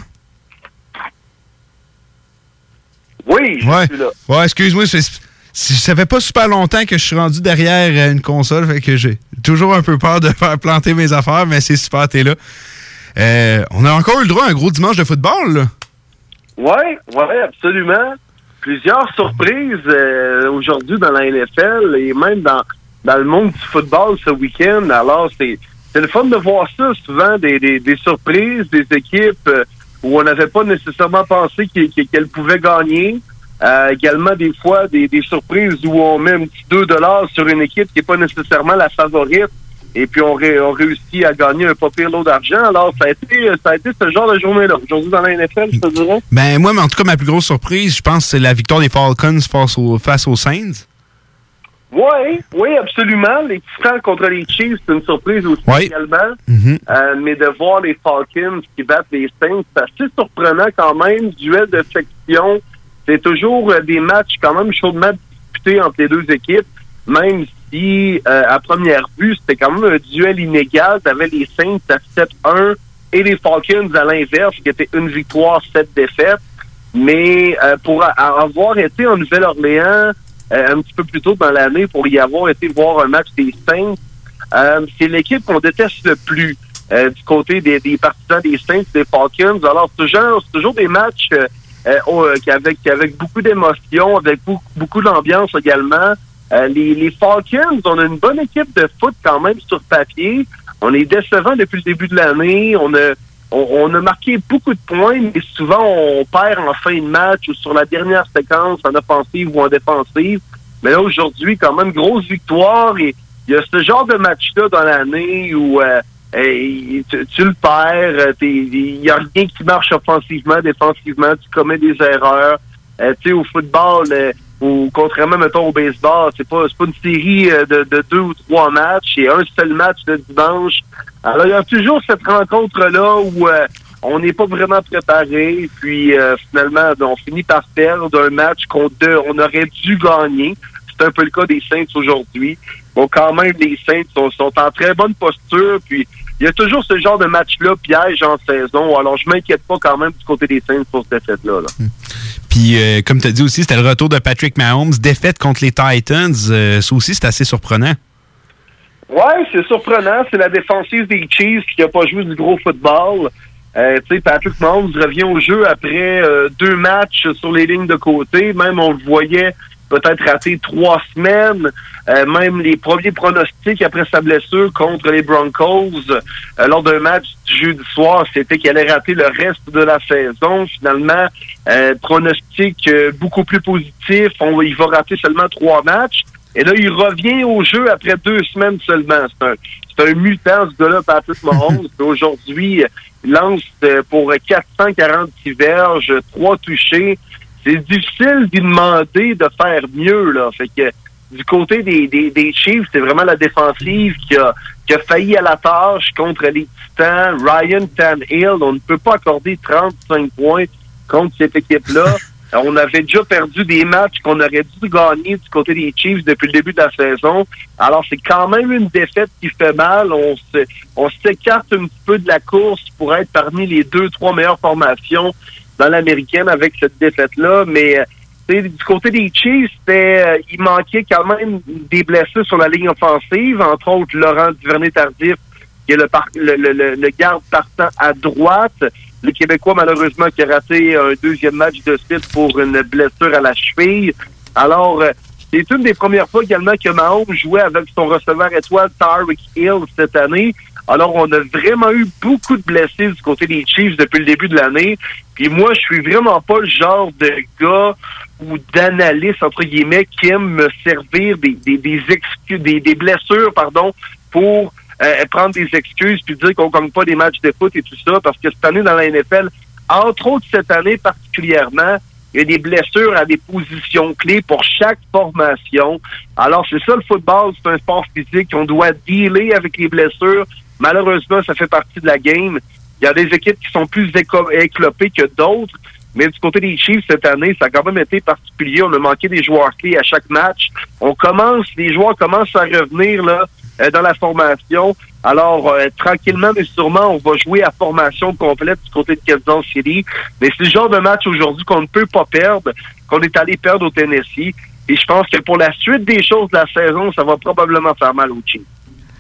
Oui, je suis là. Ouais, excuse-moi, ça fait pas super longtemps que je suis rendu derrière une console, fait que j'ai toujours un peu peur de faire planter mes affaires, mais c'est super, t'es là. On a encore eu le droit à un gros dimanche de football, là. Oui, absolument. Plusieurs surprises aujourd'hui dans la NFL et même dans le monde du football ce week-end. Alors, c'est le fun de voir ça, souvent des surprises, des équipes où on n'avait pas nécessairement pensé qu'elles pouvaient gagner. Également, des fois, des surprises où on met un petit 2$ sur une équipe qui n'est pas nécessairement la favorite. Et puis, on réussit à gagner un pas pire lot d'argent. Alors, ça a été ce genre de journée-là. Aujourd'hui, dans la NFL, je te dirais. Ben, moi, mais en tout cas, ma plus grosse surprise, je pense, c'est la victoire des Falcons face aux Saints. Oui, absolument. Les Titans contre les Chiefs, c'est une surprise aussi également. Mm-hmm. Mais de voir les Falcons qui battent les Saints, c'est assez surprenant quand même. Duel de section, c'est toujours des matchs quand même chaudement disputés entre les deux équipes, même si à première vue, c'était quand même un duel inégal. T'avais les Saints à 7-1 et les Falcons à l'inverse, qui était une victoire, 7 défaites. Mais pour avoir été en Nouvelle-Orléans un petit peu plus tôt dans l'année, pour y avoir été voir un match des Saints, c'est l'équipe qu'on déteste le plus du côté des partisans des Saints, des Falcons. Alors, c'est toujours des matchs avec beaucoup d'émotions, avec beaucoup d'ambiance également. Les Falcons, on a une bonne équipe de foot quand même sur papier. On est décevant depuis le début de l'année. On a marqué beaucoup de points, mais souvent on perd en fin de match ou sur la dernière séquence en offensive ou en défensive. Mais là, aujourd'hui, quand même, grosse victoire. Et il y a ce genre de match-là dans l'année où tu le perds, il n'y a rien qui marche offensivement, défensivement, tu commets des erreurs. Tu sais, au football, ou contrairement, mettons, au baseball, c'est pas une série de 2 ou 3 matchs, et un seul match de dimanche. Alors, il y a toujours cette rencontre-là où on n'est pas vraiment préparé, puis finalement, on finit par perdre un match qu'on aurait dû gagner. C'est un peu le cas des Saints aujourd'hui. Bon, quand même, les Saints sont en très bonne posture, puis il y a toujours ce genre de match-là, piège en saison. Alors, je m'inquiète pas quand même du côté des Saints pour cette défaite-là. Là. Puis, comme tu as dit aussi, c'était le retour de Patrick Mahomes. Défaite contre les Titans, ça aussi, c'est assez surprenant. Ouais, c'est surprenant. C'est la défensive des Chiefs qui n'a pas joué du gros football. Tu sais, Patrick Mahomes revient au jeu après 2 matchs sur les lignes de côté. Même, on le voyait peut-être rater 3 semaines. Même les premiers pronostics après sa blessure contre les Broncos lors d'un match du jeudi soir, c'était qu'il allait rater le reste de la saison. Finalement, pronostic beaucoup plus positif. Il va rater seulement 3 matchs. Et là, il revient au jeu après 2 semaines seulement. C'est un mutant, ce gars-là, Patrick Mahomes. Aujourd'hui, il lance pour 446 verges, 3 touchés. C'est difficile d'y demander de faire mieux, là. Fait que du côté des Chiefs, c'est vraiment la défensive qui a failli à la tâche contre les Titans. Ryan Tannehill, on ne peut pas accorder 35 points contre cette équipe-là. On avait déjà perdu des matchs qu'on aurait dû gagner du côté des Chiefs depuis le début de la saison. Alors, c'est quand même une défaite qui fait mal. On s'écarte un petit peu de la course pour être parmi les 2-3 meilleures formations dans l'américaine avec cette défaite-là. Mais du côté des Chiefs, il manquait quand même des blessés sur la ligne offensive, entre autres Laurent Duvernay-Tardif, qui est le garde partant à droite. Le Québécois, malheureusement, qui a raté un 2e match de suite pour une blessure à la cheville. Alors, c'est une des premières fois également que Mahomes jouait avec son receveur étoile Tyreek Hill cette année. Alors, on a vraiment eu beaucoup de blessés du côté des Chiefs depuis le début de l'année. Puis moi, je suis vraiment pas le genre de gars ou d'analyste, entre guillemets, qui aime me servir des blessures, pour prendre des excuses puis dire qu'on gagne pas des matchs de foot et tout ça. Parce que cette année, dans la NFL, entre autres cette année particulièrement, il y a des blessures à des positions clés pour chaque formation. Alors, c'est ça le football, c'est un sport physique. On doit dealer avec les blessures. Malheureusement, ça fait partie de la game. Il y a des équipes qui sont plus éclopées que d'autres. Mais du côté des Chiefs, cette année, ça a quand même été particulier. On a manqué des joueurs clés à chaque match. Les joueurs commencent à revenir là dans la formation. Alors, tranquillement, mais sûrement, on va jouer à formation complète du côté de Kansas City. Mais c'est le genre de match aujourd'hui qu'on ne peut pas perdre, qu'on est allé perdre au Tennessee. Et je pense que pour la suite des choses de la saison, ça va probablement faire mal aux Chiefs.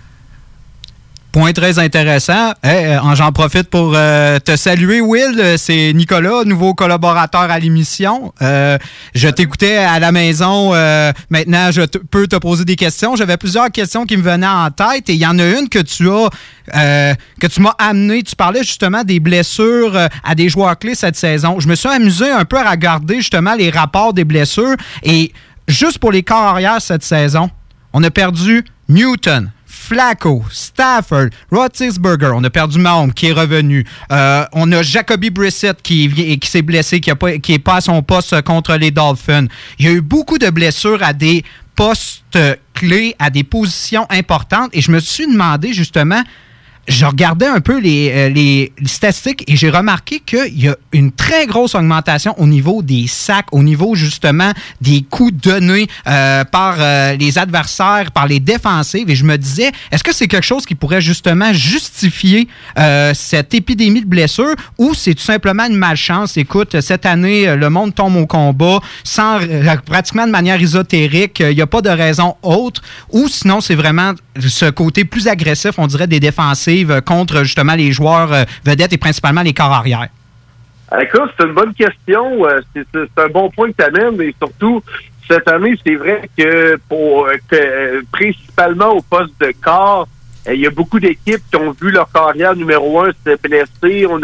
Point très intéressant. J'en profite pour te saluer, Will. C'est Nicolas, nouveau collaborateur à l'émission. Je t'écoutais à la maison. Maintenant, peux te poser des questions. J'avais plusieurs questions qui me venaient en tête et il y en a une que tu m'as amené. Tu parlais justement des blessures à des joueurs clés cette saison. Je me suis amusé un peu à regarder justement les rapports des blessures et juste pour les corps arrière cette saison, on a perdu Newton, Flacco, Stafford, Roethlisberger, on a perdu Mahomes qui est revenu. On a Jacoby Brissett qui s'est blessé, qui est pas à son poste contre les Dolphins. Il y a eu beaucoup de blessures à des postes clés, à des positions importantes. Et je me suis demandé justement, je regardais un peu les statistiques et j'ai remarqué qu'il y a une très grosse augmentation au niveau des sacs, au niveau justement des coups donnés par les adversaires, par les défensives. Et je me disais, est-ce que c'est quelque chose qui pourrait justement justifier cette épidémie de blessures ou c'est tout simplement une malchance? Écoute, cette année, le monde tombe au combat pratiquement de manière ésotérique. Il n'y a pas de raison autre. Ou sinon, c'est vraiment ce côté plus agressif, on dirait, des défensives contre justement les joueurs vedettes et principalement les corps arrière? Écoute, c'est une bonne question. C'est un bon point que tu amènes. Et surtout, cette année, c'est vrai que principalement au poste de corps, il y a beaucoup d'équipes qui ont vu leur carrière numéro 1 se blesser. On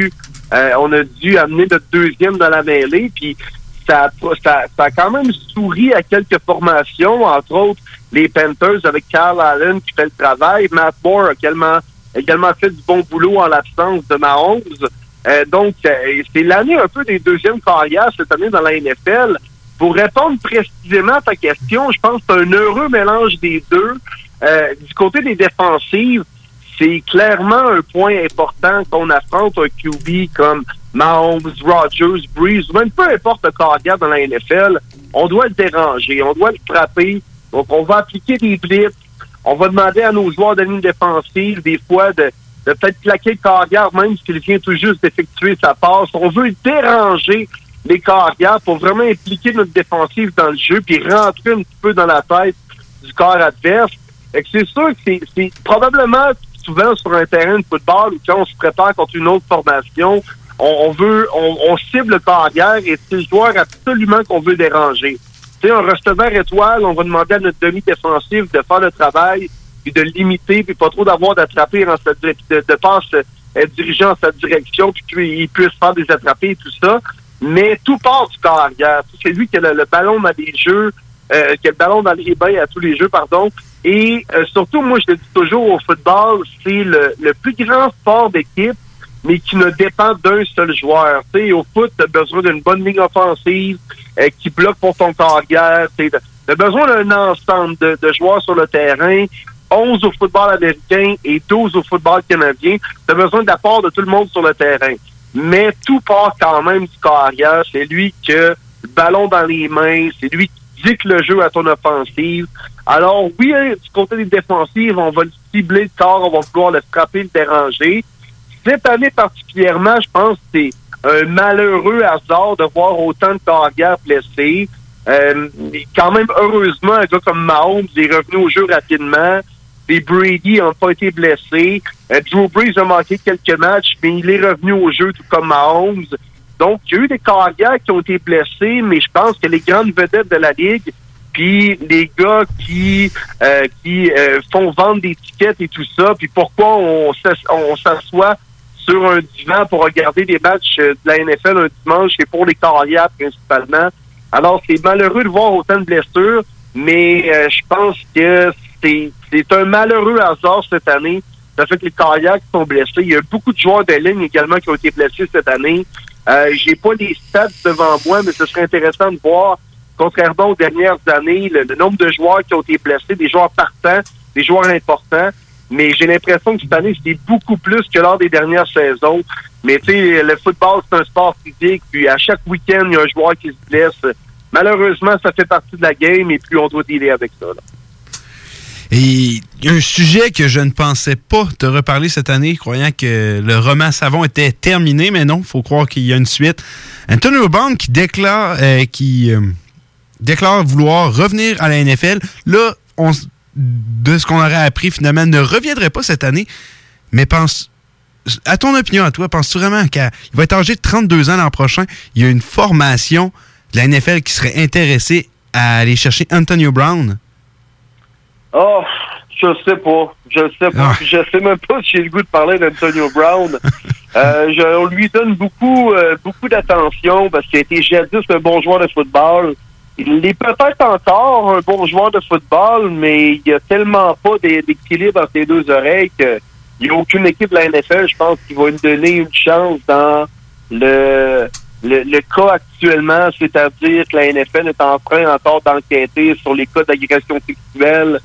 a dû amener notre deuxième dans la mêlée. Puis ça a quand même souri à quelques formations, entre autres les Panthers avec Kyle Allen qui fait le travail. Matt Moore a également fait du bon boulot en l'absence de Mahomes. Donc, c'est l'année un peu des deuxièmes carrières cette année dans la NFL. Pour répondre précisément à ta question, je pense que c'est un heureux mélange des deux. Du côté des défensives, c'est clairement un point important qu'on affronte un QB comme Mahomes, Rodgers, Breeze, même peu importe le carrière dans la NFL. On doit le déranger, on doit le frapper. Donc, on va appliquer des blitz. On va demander à nos joueurs de ligne défensive, des fois, de peut-être plaquer le carrière, même s'il vient tout juste d'effectuer sa passe. On veut déranger les carrières pour vraiment impliquer notre défensive dans le jeu puis rentrer un petit peu dans la tête du corps adverse. Et c'est sûr que c'est probablement souvent sur un terrain de football où quand on se prépare contre une autre formation, on cible le carrière et c'est le joueur absolument qu'on veut déranger. Tu sais, un receveur étoile, on va demander à notre demi-défensif de faire le travail puis de limiter puis pas trop d'avoir d'attrapés de passes dirigeant en sa direction puis qu'il puisse faire des attrapés et tout ça. Mais tout part du carrière. C'est lui qui a le ballon dans les jeux, qui a le ballon dans les bains à tous les jeux, pardon. Et surtout, moi, je le dis toujours au football, c'est le plus grand sport d'équipe, mais qui ne dépend d'un seul joueur. Tu sais, au foot, tu as besoin d'une bonne ligne offensive qui bloque pour ton carrière. Tu as besoin d'un ensemble de joueurs sur le terrain, 11 au football américain et 12 au football canadien. Tu as besoin d'apport de tout le monde sur le terrain. Mais tout part quand même du carrière. C'est lui qui a le ballon dans les mains. C'est lui qui dicte le jeu à ton offensive. Alors, oui, du côté des défensives, on va le cibler le corps, on va vouloir le frapper, le déranger. Cette année particulièrement, je pense que c'est un malheureux hasard de voir autant de carrières blessés. Quand même, heureusement, un gars comme Mahomes est revenu au jeu rapidement. Les Brady n'ont pas été blessés. Drew Brees a manqué quelques matchs, mais il est revenu au jeu tout comme Mahomes. Donc, il y a eu des carrières qui ont été blessés, mais je pense que les grandes vedettes de la Ligue puis les gars qui font vendre des tickets et tout ça, puis pourquoi on s'assoit sur un divan pour regarder des matchs de la NFL un dimanche, c'est pour les carrières principalement. Alors, c'est malheureux de voir autant de blessures, mais je pense que c'est un malheureux hasard cette année. Ça fait que les carrières qui sont blessés. Il y a beaucoup de joueurs de ligne également qui ont été blessés cette année. J'ai pas les stats devant moi, mais ce serait intéressant de voir, contrairement aux dernières années, le nombre de joueurs qui ont été blessés, des joueurs partants, des joueurs importants. Mais j'ai l'impression que cette année, c'était beaucoup plus que lors des dernières saisons. Mais tu sais, le football, c'est un sport physique. Puis à chaque week-end, il y a un joueur qui se blesse. Malheureusement, ça fait partie de la game et puis on doit dealer avec ça. Là. Et il y a un sujet que je ne pensais pas te reparler cette année, croyant que le roman Savon était terminé, mais non, il faut croire qu'il y a une suite. Antonio Brown qui déclare vouloir revenir à la NFL. Là, de ce qu'on aurait appris, finalement, ne reviendrait pas cette année. Mais à ton opinion, à toi, penses-tu vraiment qu'il va être âgé de 32 ans l'an prochain? Il y a une formation de la NFL qui serait intéressée à aller chercher Antonio Brown? Oh, je sais pas. Je sais même pas si j'ai le goût de parler d'Antonio Brown. On lui donne beaucoup d'attention parce qu'il a été jadis un bon joueur de football. Il est peut-être encore un bon joueur de football, mais il n'y a tellement pas d'équilibre entre les deux oreilles qu'il n'y a aucune équipe de la NFL, je pense, qui va lui donner une chance dans le cas actuellement, c'est-à-dire que la NFL est en train encore d'enquêter sur les cas d'agression sexuelle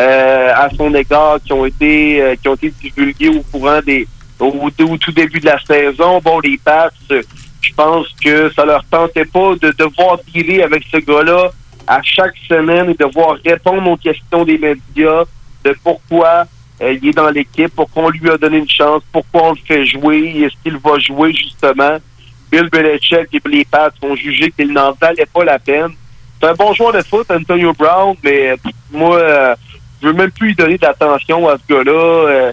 à son égard qui ont été divulgués au courant au tout début de la saison. Bon, les Pats, je pense que ça leur tentait pas de devoir dealer avec ce gars-là à chaque semaine et devoir répondre aux questions des médias de pourquoi il est dans l'équipe, pourquoi on lui a donné une chance, pourquoi on le fait jouer, est-ce qu'il va jouer justement. Bill Belichick et les Pats ont jugé qu'il n'en valait pas la peine. C'est un bon joueur de foot, Antonio Brown, mais moi, je veux même plus lui donner d'attention à ce gars-là.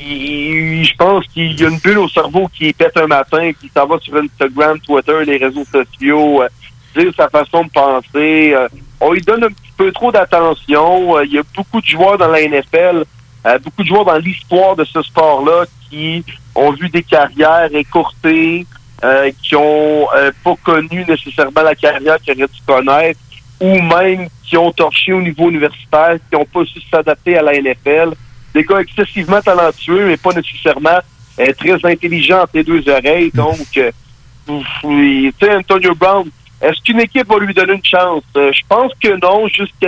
Je pense qu'il y a une bulle au cerveau qui pète un matin, qui s'en va sur Instagram, Twitter, les réseaux sociaux, dire sa façon de penser. On lui donne un petit peu trop d'attention. Il y a beaucoup de joueurs dans la NFL, beaucoup de joueurs dans l'histoire de ce sport-là qui ont vu des carrières écourtées, qui ont pas connu nécessairement la carrière qu'ils auraient dû connaître, ou même qui ont torché au niveau universitaire, qui n'ont pas su s'adapter à la NFL. Des gars excessivement talentueux, mais pas nécessairement très intelligents entre les deux oreilles. Donc, tu sais, Antonio Brown, est-ce qu'une équipe va lui donner une chance? Je pense que non,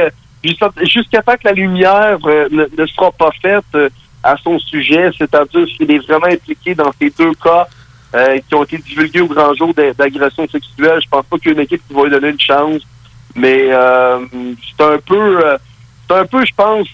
jusqu'à temps que la lumière ne sera pas faite à son sujet, c'est-à-dire s'il est vraiment impliqué dans ces deux cas qui ont été divulgués au grand jour d'agression sexuelle. Je pense pas qu'il y ait une équipe qui va lui donner une chance. Mais c'est un peu, je pense,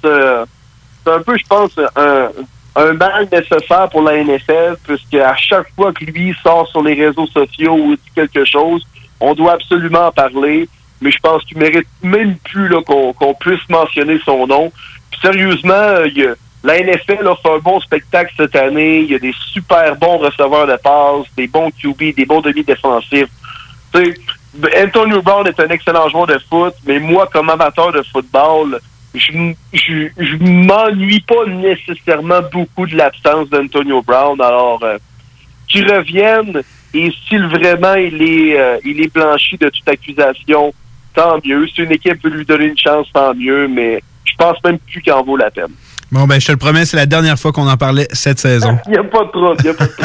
un mal nécessaire pour la NFL, puisque à chaque fois que lui sort sur les réseaux sociaux ou dit quelque chose, on doit absolument en parler. Mais je pense qu'il mérite même plus là, qu'on puisse mentionner son nom. Puis, sérieusement, la NFL a fait un bon spectacle cette année. Il y a des super bons receveurs de passes, des bons QB, des bons demi-défensifs. Tu sais, Antonio Brown est un excellent joueur de foot, mais moi, comme amateur de football, je m'ennuie pas nécessairement beaucoup de l'absence d'Antonio Brown. Alors, qu'il revienne, et s'il vraiment il est blanchi de toute accusation, tant mieux. Si une équipe veut lui donner une chance, tant mieux, mais je pense même plus qu'il en vaut la peine. Bon, ben, je te le promets, c'est la dernière fois qu'on en parlait cette saison. Il n'y a pas de trouble,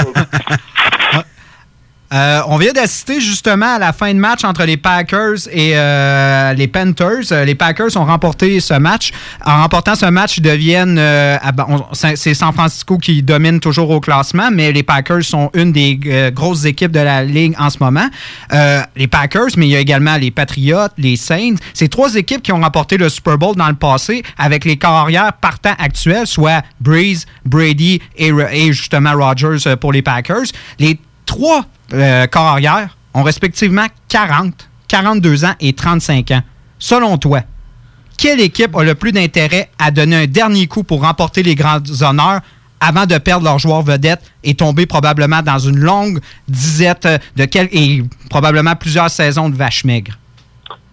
On vient d'assister justement à la fin de match entre les Packers et les Panthers. Les Packers ont remporté ce match. En remportant ce match, ils deviennent... c'est San Francisco qui domine toujours au classement, mais les Packers sont une des grosses équipes de la Ligue en ce moment. Les Packers, mais il y a également les Patriots, les Saints. C'est trois équipes qui ont remporté le Super Bowl dans le passé avec les carrières partants actuels, soit Breeze, Brady et justement Rodgers pour les Packers. Les trois carrières ont respectivement 40, 42 ans et 35 ans. Selon toi, quelle équipe a le plus d'intérêt à donner un dernier coup pour remporter les grands honneurs avant de perdre leur joueur vedette et tomber probablement dans une longue disette et probablement plusieurs saisons de vaches maigres?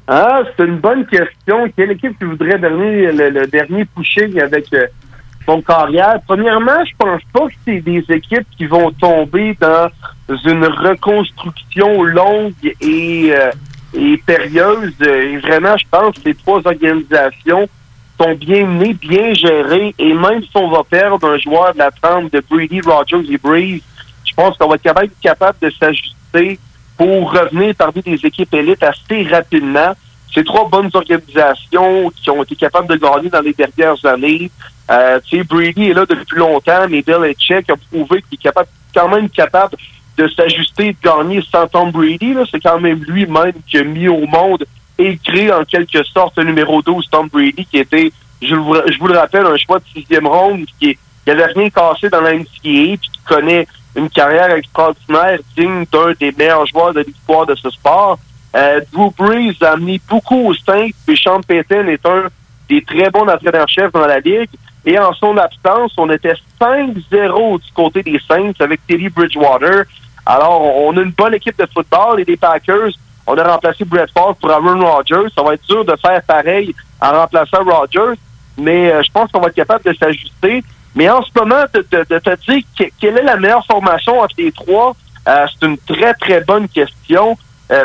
Ah, c'est une bonne question. Quelle équipe qui voudrait donner le dernier pushing avec son carrière? Premièrement, je pense pas que c'est des équipes qui vont tomber dans une reconstruction longue et périlleuse. Et vraiment, je pense que les trois organisations sont bien menées, bien gérées. Et même si on va perdre un joueur de la trempe de Brady, Rogers et Breeze, je pense qu'on va être capable de s'ajuster pour revenir parmi des équipes élites assez rapidement. C'est trois bonnes organisations qui ont été capables de gagner dans les dernières années. Tu sais, Brady est là depuis longtemps, mais Belichick a prouvé qu'il est quand même capable de s'ajuster et de gagner sans Tom Brady. Là. C'est quand même lui-même qui a mis au monde et créé en quelque sorte le numéro 12, Tom Brady, qui était, je vous le rappelle, un choix de 6e ronde, qui n'avait rien cassé dans la NCAA, puis qui connaît une carrière extraordinaire, digne d'un des meilleurs joueurs de l'histoire de ce sport. Drew Brees a amené beaucoup aux Saints, puis Sean Payton est un des très bons entraîneurs-chefs dans la Ligue. Et en son absence, on était 5-0 du côté des Saints avec Teddy Bridgewater. Alors, on a une bonne équipe de football et des Packers. On a remplacé Brett Favre pour Aaron Rodgers. Ça va être dur de faire pareil en remplaçant Rodgers, mais je pense qu'on va être capable de s'ajuster. Mais en ce moment, de te dire quelle est la meilleure formation entre les trois, c'est une très, très bonne question.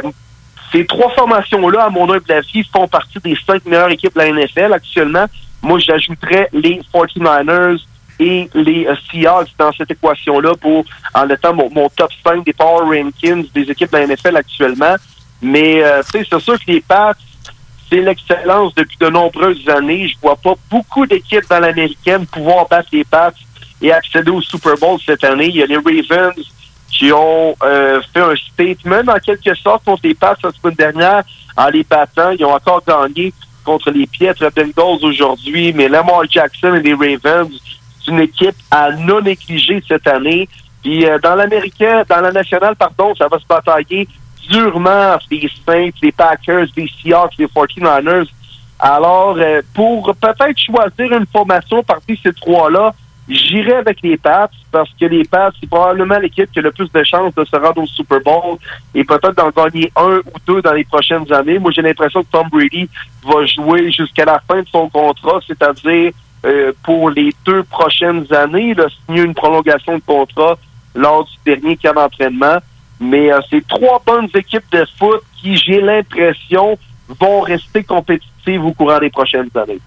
Ces trois formations-là, à mon humble avis, font partie des 5 meilleures équipes de la NFL actuellement. Moi, j'ajouterais les 49ers et les Seahawks dans cette équation-là en étant mon top 5 des Power Rankings des équipes de la NFL actuellement. Mais, tu sais, c'est sûr que les Pats, c'est l'excellence depuis de nombreuses années. Je vois pas beaucoup d'équipes dans l'américaine pouvoir battre les Pats et accéder au Super Bowl cette année. Il y a les Ravens qui ont fait un statement en quelque sorte contre les Pats la semaine dernière en les battant. Ils ont encore gagné contre les piètres Bengals aujourd'hui, mais Lamar Jackson et les Ravens, c'est une équipe à non négliger cette année. Puis dans la nationale, ça va se batailler durement entre les Saints, les Packers, les Seahawks, les 49ers. Alors, pour peut-être choisir une formation parmi ces trois-là, j'irai avec les Pats, parce que les Pats, c'est probablement l'équipe qui a le plus de chances de se rendre au Super Bowl et peut-être d'en gagner un ou deux dans les prochaines années. Moi, j'ai l'impression que Tom Brady va jouer jusqu'à la fin de son contrat, c'est-à-dire pour les 2 prochaines années, il a signé une prolongation de contrat lors du dernier camp d'entraînement. Mais c'est 3 bonnes équipes de foot qui, j'ai l'impression, vont rester compétitives au courant des prochaines années.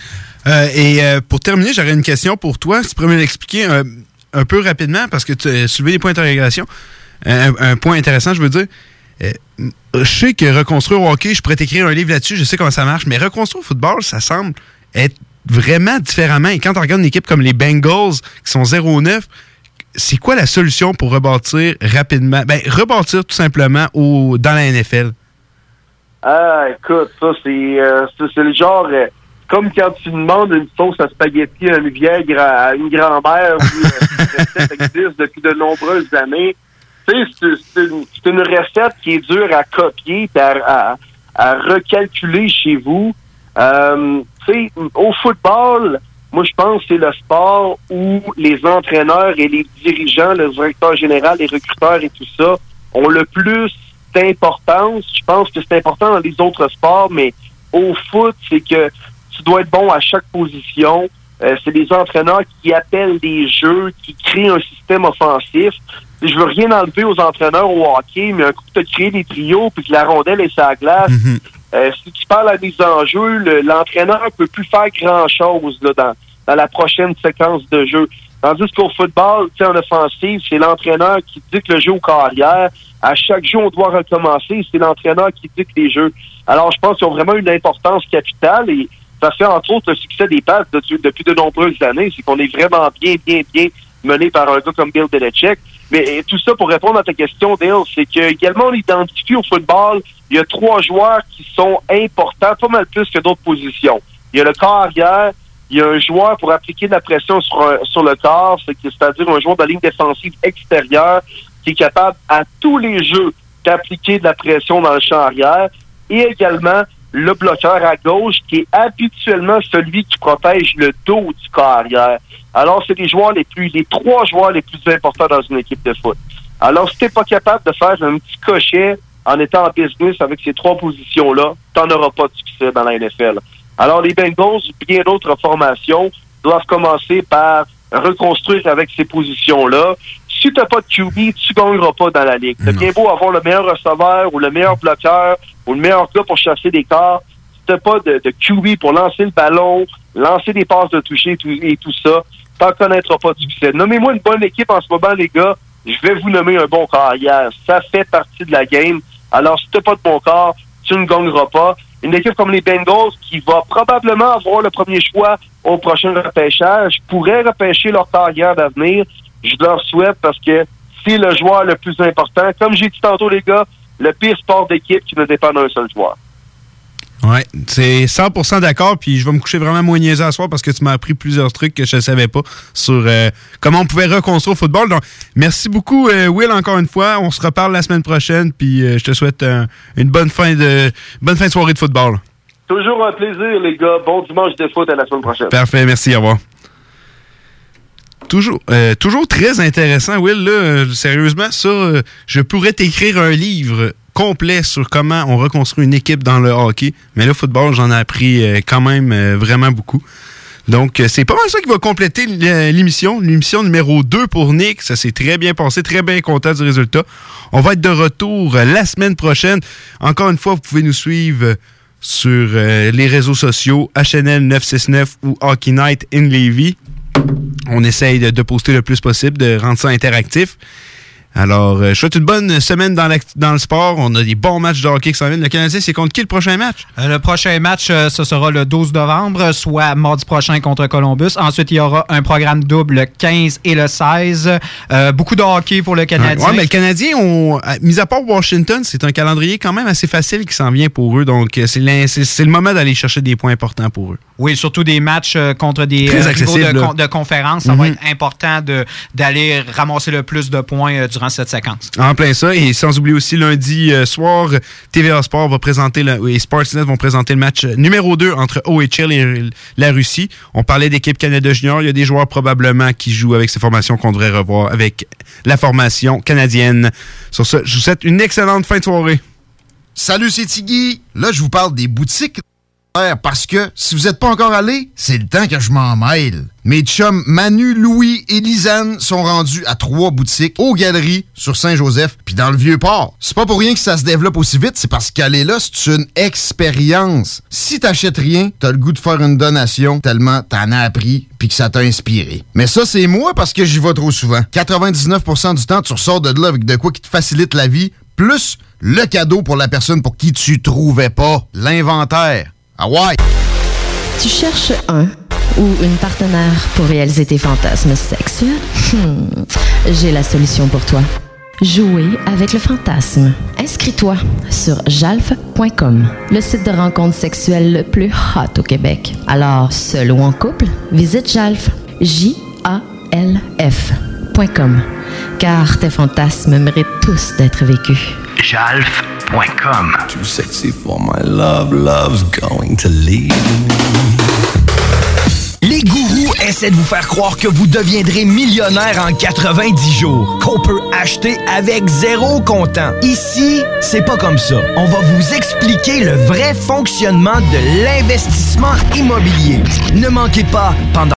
Pour terminer, j'aurais une question pour toi. Si tu pourrais me l'expliquer un peu rapidement, parce que tu as soulevé des points d'interrogation. Un point intéressant, je veux dire. Je sais que reconstruire au hockey, je pourrais t'écrire un livre là-dessus, je sais comment ça marche, mais reconstruire au football, ça semble être vraiment différemment. Et quand on regarde une équipe comme les Bengals, qui sont 0-9, c'est quoi la solution pour rebâtir rapidement? Ben, rebâtir tout simplement dans la NFL. Ah, écoute, ça, c'est le genre... comme quand tu demandes une sauce à spaghetti à une grand-mère où cette recette existe depuis de nombreuses années. Tu sais, c'est une recette qui est dure à copier et à recalculer chez vous. Tu sais, au football, moi, je pense que c'est le sport où les entraîneurs et les dirigeants, le directeur général, les recruteurs et tout ça, ont le plus d'importance. Je pense que c'est important dans les autres sports, mais au foot, c'est que tu dois être bon à chaque position. C'est des entraîneurs qui appellent des jeux, qui créent un système offensif. Je veux rien enlever aux entraîneurs au hockey, mais un coup, tu as créé des trios puis que la rondelle est sur la glace. Si tu parles à mise en jeu, l'entraîneur peut plus faire grand-chose là, dans la prochaine séquence de jeu. Tandis qu'au football, tu sais, en offensive, c'est l'entraîneur qui dicte le jeu aux carrières. À chaque jeu, on doit recommencer. C'est l'entraîneur qui dicte les jeux. Alors, je pense qu'ils ont vraiment une importance capitale et ça fait entre autres le succès des Pats depuis de nombreuses années. C'est qu'on est vraiment bien mené par un gars comme Bill Belichick. Mais tout ça pour répondre à ta question, Dale, c'est qu'également on identifie au football, il y a 3 joueurs qui sont importants, pas mal plus que d'autres positions. Il y a le corps arrière, il y a un joueur pour appliquer de la pression sur le corps, c'est-à-dire un joueur de ligne défensive extérieure qui est capable à tous les jeux d'appliquer de la pression dans le champ arrière, et également le bloqueur à gauche qui est habituellement celui qui protège le dos du corps arrière. Alors, c'est les 3 joueurs les plus importants dans une équipe de foot. Alors, si t'es pas capable de faire un petit cochet en étant en business avec ces 3 positions-là, t'en auras pas de succès dans la NFL. Alors, les Bengals, bien d'autres formations, doivent commencer par reconstruire avec ces positions-là. Si t'as pas de QB, tu gagneras pas dans la ligue. T'as bien beau avoir le meilleur receveur ou le meilleur bloqueur ou le meilleur gars pour chasser des corps. Si t'as pas de QB pour lancer le ballon, lancer des passes de toucher et tout ça, t'en connaîtras pas de succès. Nommez-moi une bonne équipe en ce moment, les gars. Je vais vous nommer un bon carrière. Ça fait partie de la game. Alors, si t'as pas de bon corps, tu ne gagneras pas. Une équipe comme les Bengals, qui va probablement avoir le premier choix au prochain repêchage, pourrait repêcher leur carrière d'avenir. Je leur souhaite parce que c'est le joueur le plus important. Comme j'ai dit tantôt, les gars, le pire sport d'équipe qui ne dépend d'un seul joueur. Ouais, c'est 100% d'accord, puis je vais me coucher vraiment moins niaiseux à soir parce que tu m'as appris plusieurs trucs que je ne savais pas sur comment on pouvait reconstruire le football. Donc, merci beaucoup, Will, encore une fois. On se reparle la semaine prochaine, puis je te souhaite une bonne fin de soirée de football. Toujours un plaisir, les gars. Bon dimanche de foot à la semaine prochaine. Parfait, merci, au revoir. Toujours très intéressant, Will. Là, sérieusement, ça, je pourrais t'écrire un livre complet sur comment on reconstruit une équipe dans le hockey. Mais le football, j'en ai appris quand même vraiment beaucoup. Donc, c'est pas mal ça qui va compléter l'émission. L'émission numéro 2 pour Nick. Ça s'est très bien passé, très bien content du résultat. On va être de retour la semaine prochaine. Encore une fois, vous pouvez nous suivre sur les réseaux sociaux, HNL 969 ou Hockey Night in Lévis. On essaye de poster le plus possible, de rendre ça interactif. Alors, je souhaite une bonne semaine dans le sport. On a des bons matchs de hockey qui s'en viennent. Le Canadien, c'est contre qui le prochain match? Le prochain match, ce sera le 12 novembre, soit mardi prochain contre Columbus. Ensuite, il y aura un programme double le 15 et le 16. Beaucoup de hockey pour le Canadien. Oui, mais le Canadien, mis à part Washington, c'est un calendrier quand même assez facile qui s'en vient pour eux. Donc, c'est le moment d'aller chercher des points importants pour eux. Oui, surtout des matchs contre des rivaux de conférence. Ça va être important d'aller ramasser le plus de points durant cette séquence. En plein ça. Et sans oublier aussi, lundi soir, TVA Sport va présenter et Sportsnet vont présenter le match numéro 2 entre OHL et la Russie. On parlait d'équipe Canada Junior. Il y a des joueurs probablement qui jouent avec ces formations qu'on devrait revoir avec la formation canadienne. Sur ce, je vous souhaite une excellente fin de soirée. Salut, c'est Tiggy. Là, je vous parle des boutiques parce que si vous n'êtes pas encore allé, c'est le temps que je m'en mêle. Mes chums Manu, Louis et Lisanne sont rendus à 3 boutiques aux Galeries sur Saint-Joseph puis dans le Vieux-Port. C'est pas pour rien que ça se développe aussi vite, c'est parce qu'aller là, c'est une expérience. Si t'achètes rien, t'as le goût de faire une donation tellement t'en as appris puis que ça t'a inspiré. Mais ça, c'est moi parce que j'y vais trop souvent. 99% du temps, tu ressors de là avec de quoi qui te facilite la vie, plus le cadeau pour la personne pour qui tu trouvais pas l'inventaire. Ah ouais! Tu cherches un ou une partenaire pour réaliser tes fantasmes sexuels? J'ai la solution pour toi. Jouer avec le fantasme. Inscris-toi sur jalf.com, le site de rencontre sexuelle le plus hot au Québec. Alors, seul ou en couple, visite Jalf, JALF.com, car tes fantasmes méritent tous d'être vécus. Jalf.com. Too sexy for my love, love's going to leave me. Les gourous essaient de vous faire croire que vous deviendrez millionnaire en 90 jours, qu'on peut acheter avec 0 comptant. Ici, c'est pas comme ça. On va vous expliquer le vrai fonctionnement de l'investissement immobilier. Ne manquez pas pendant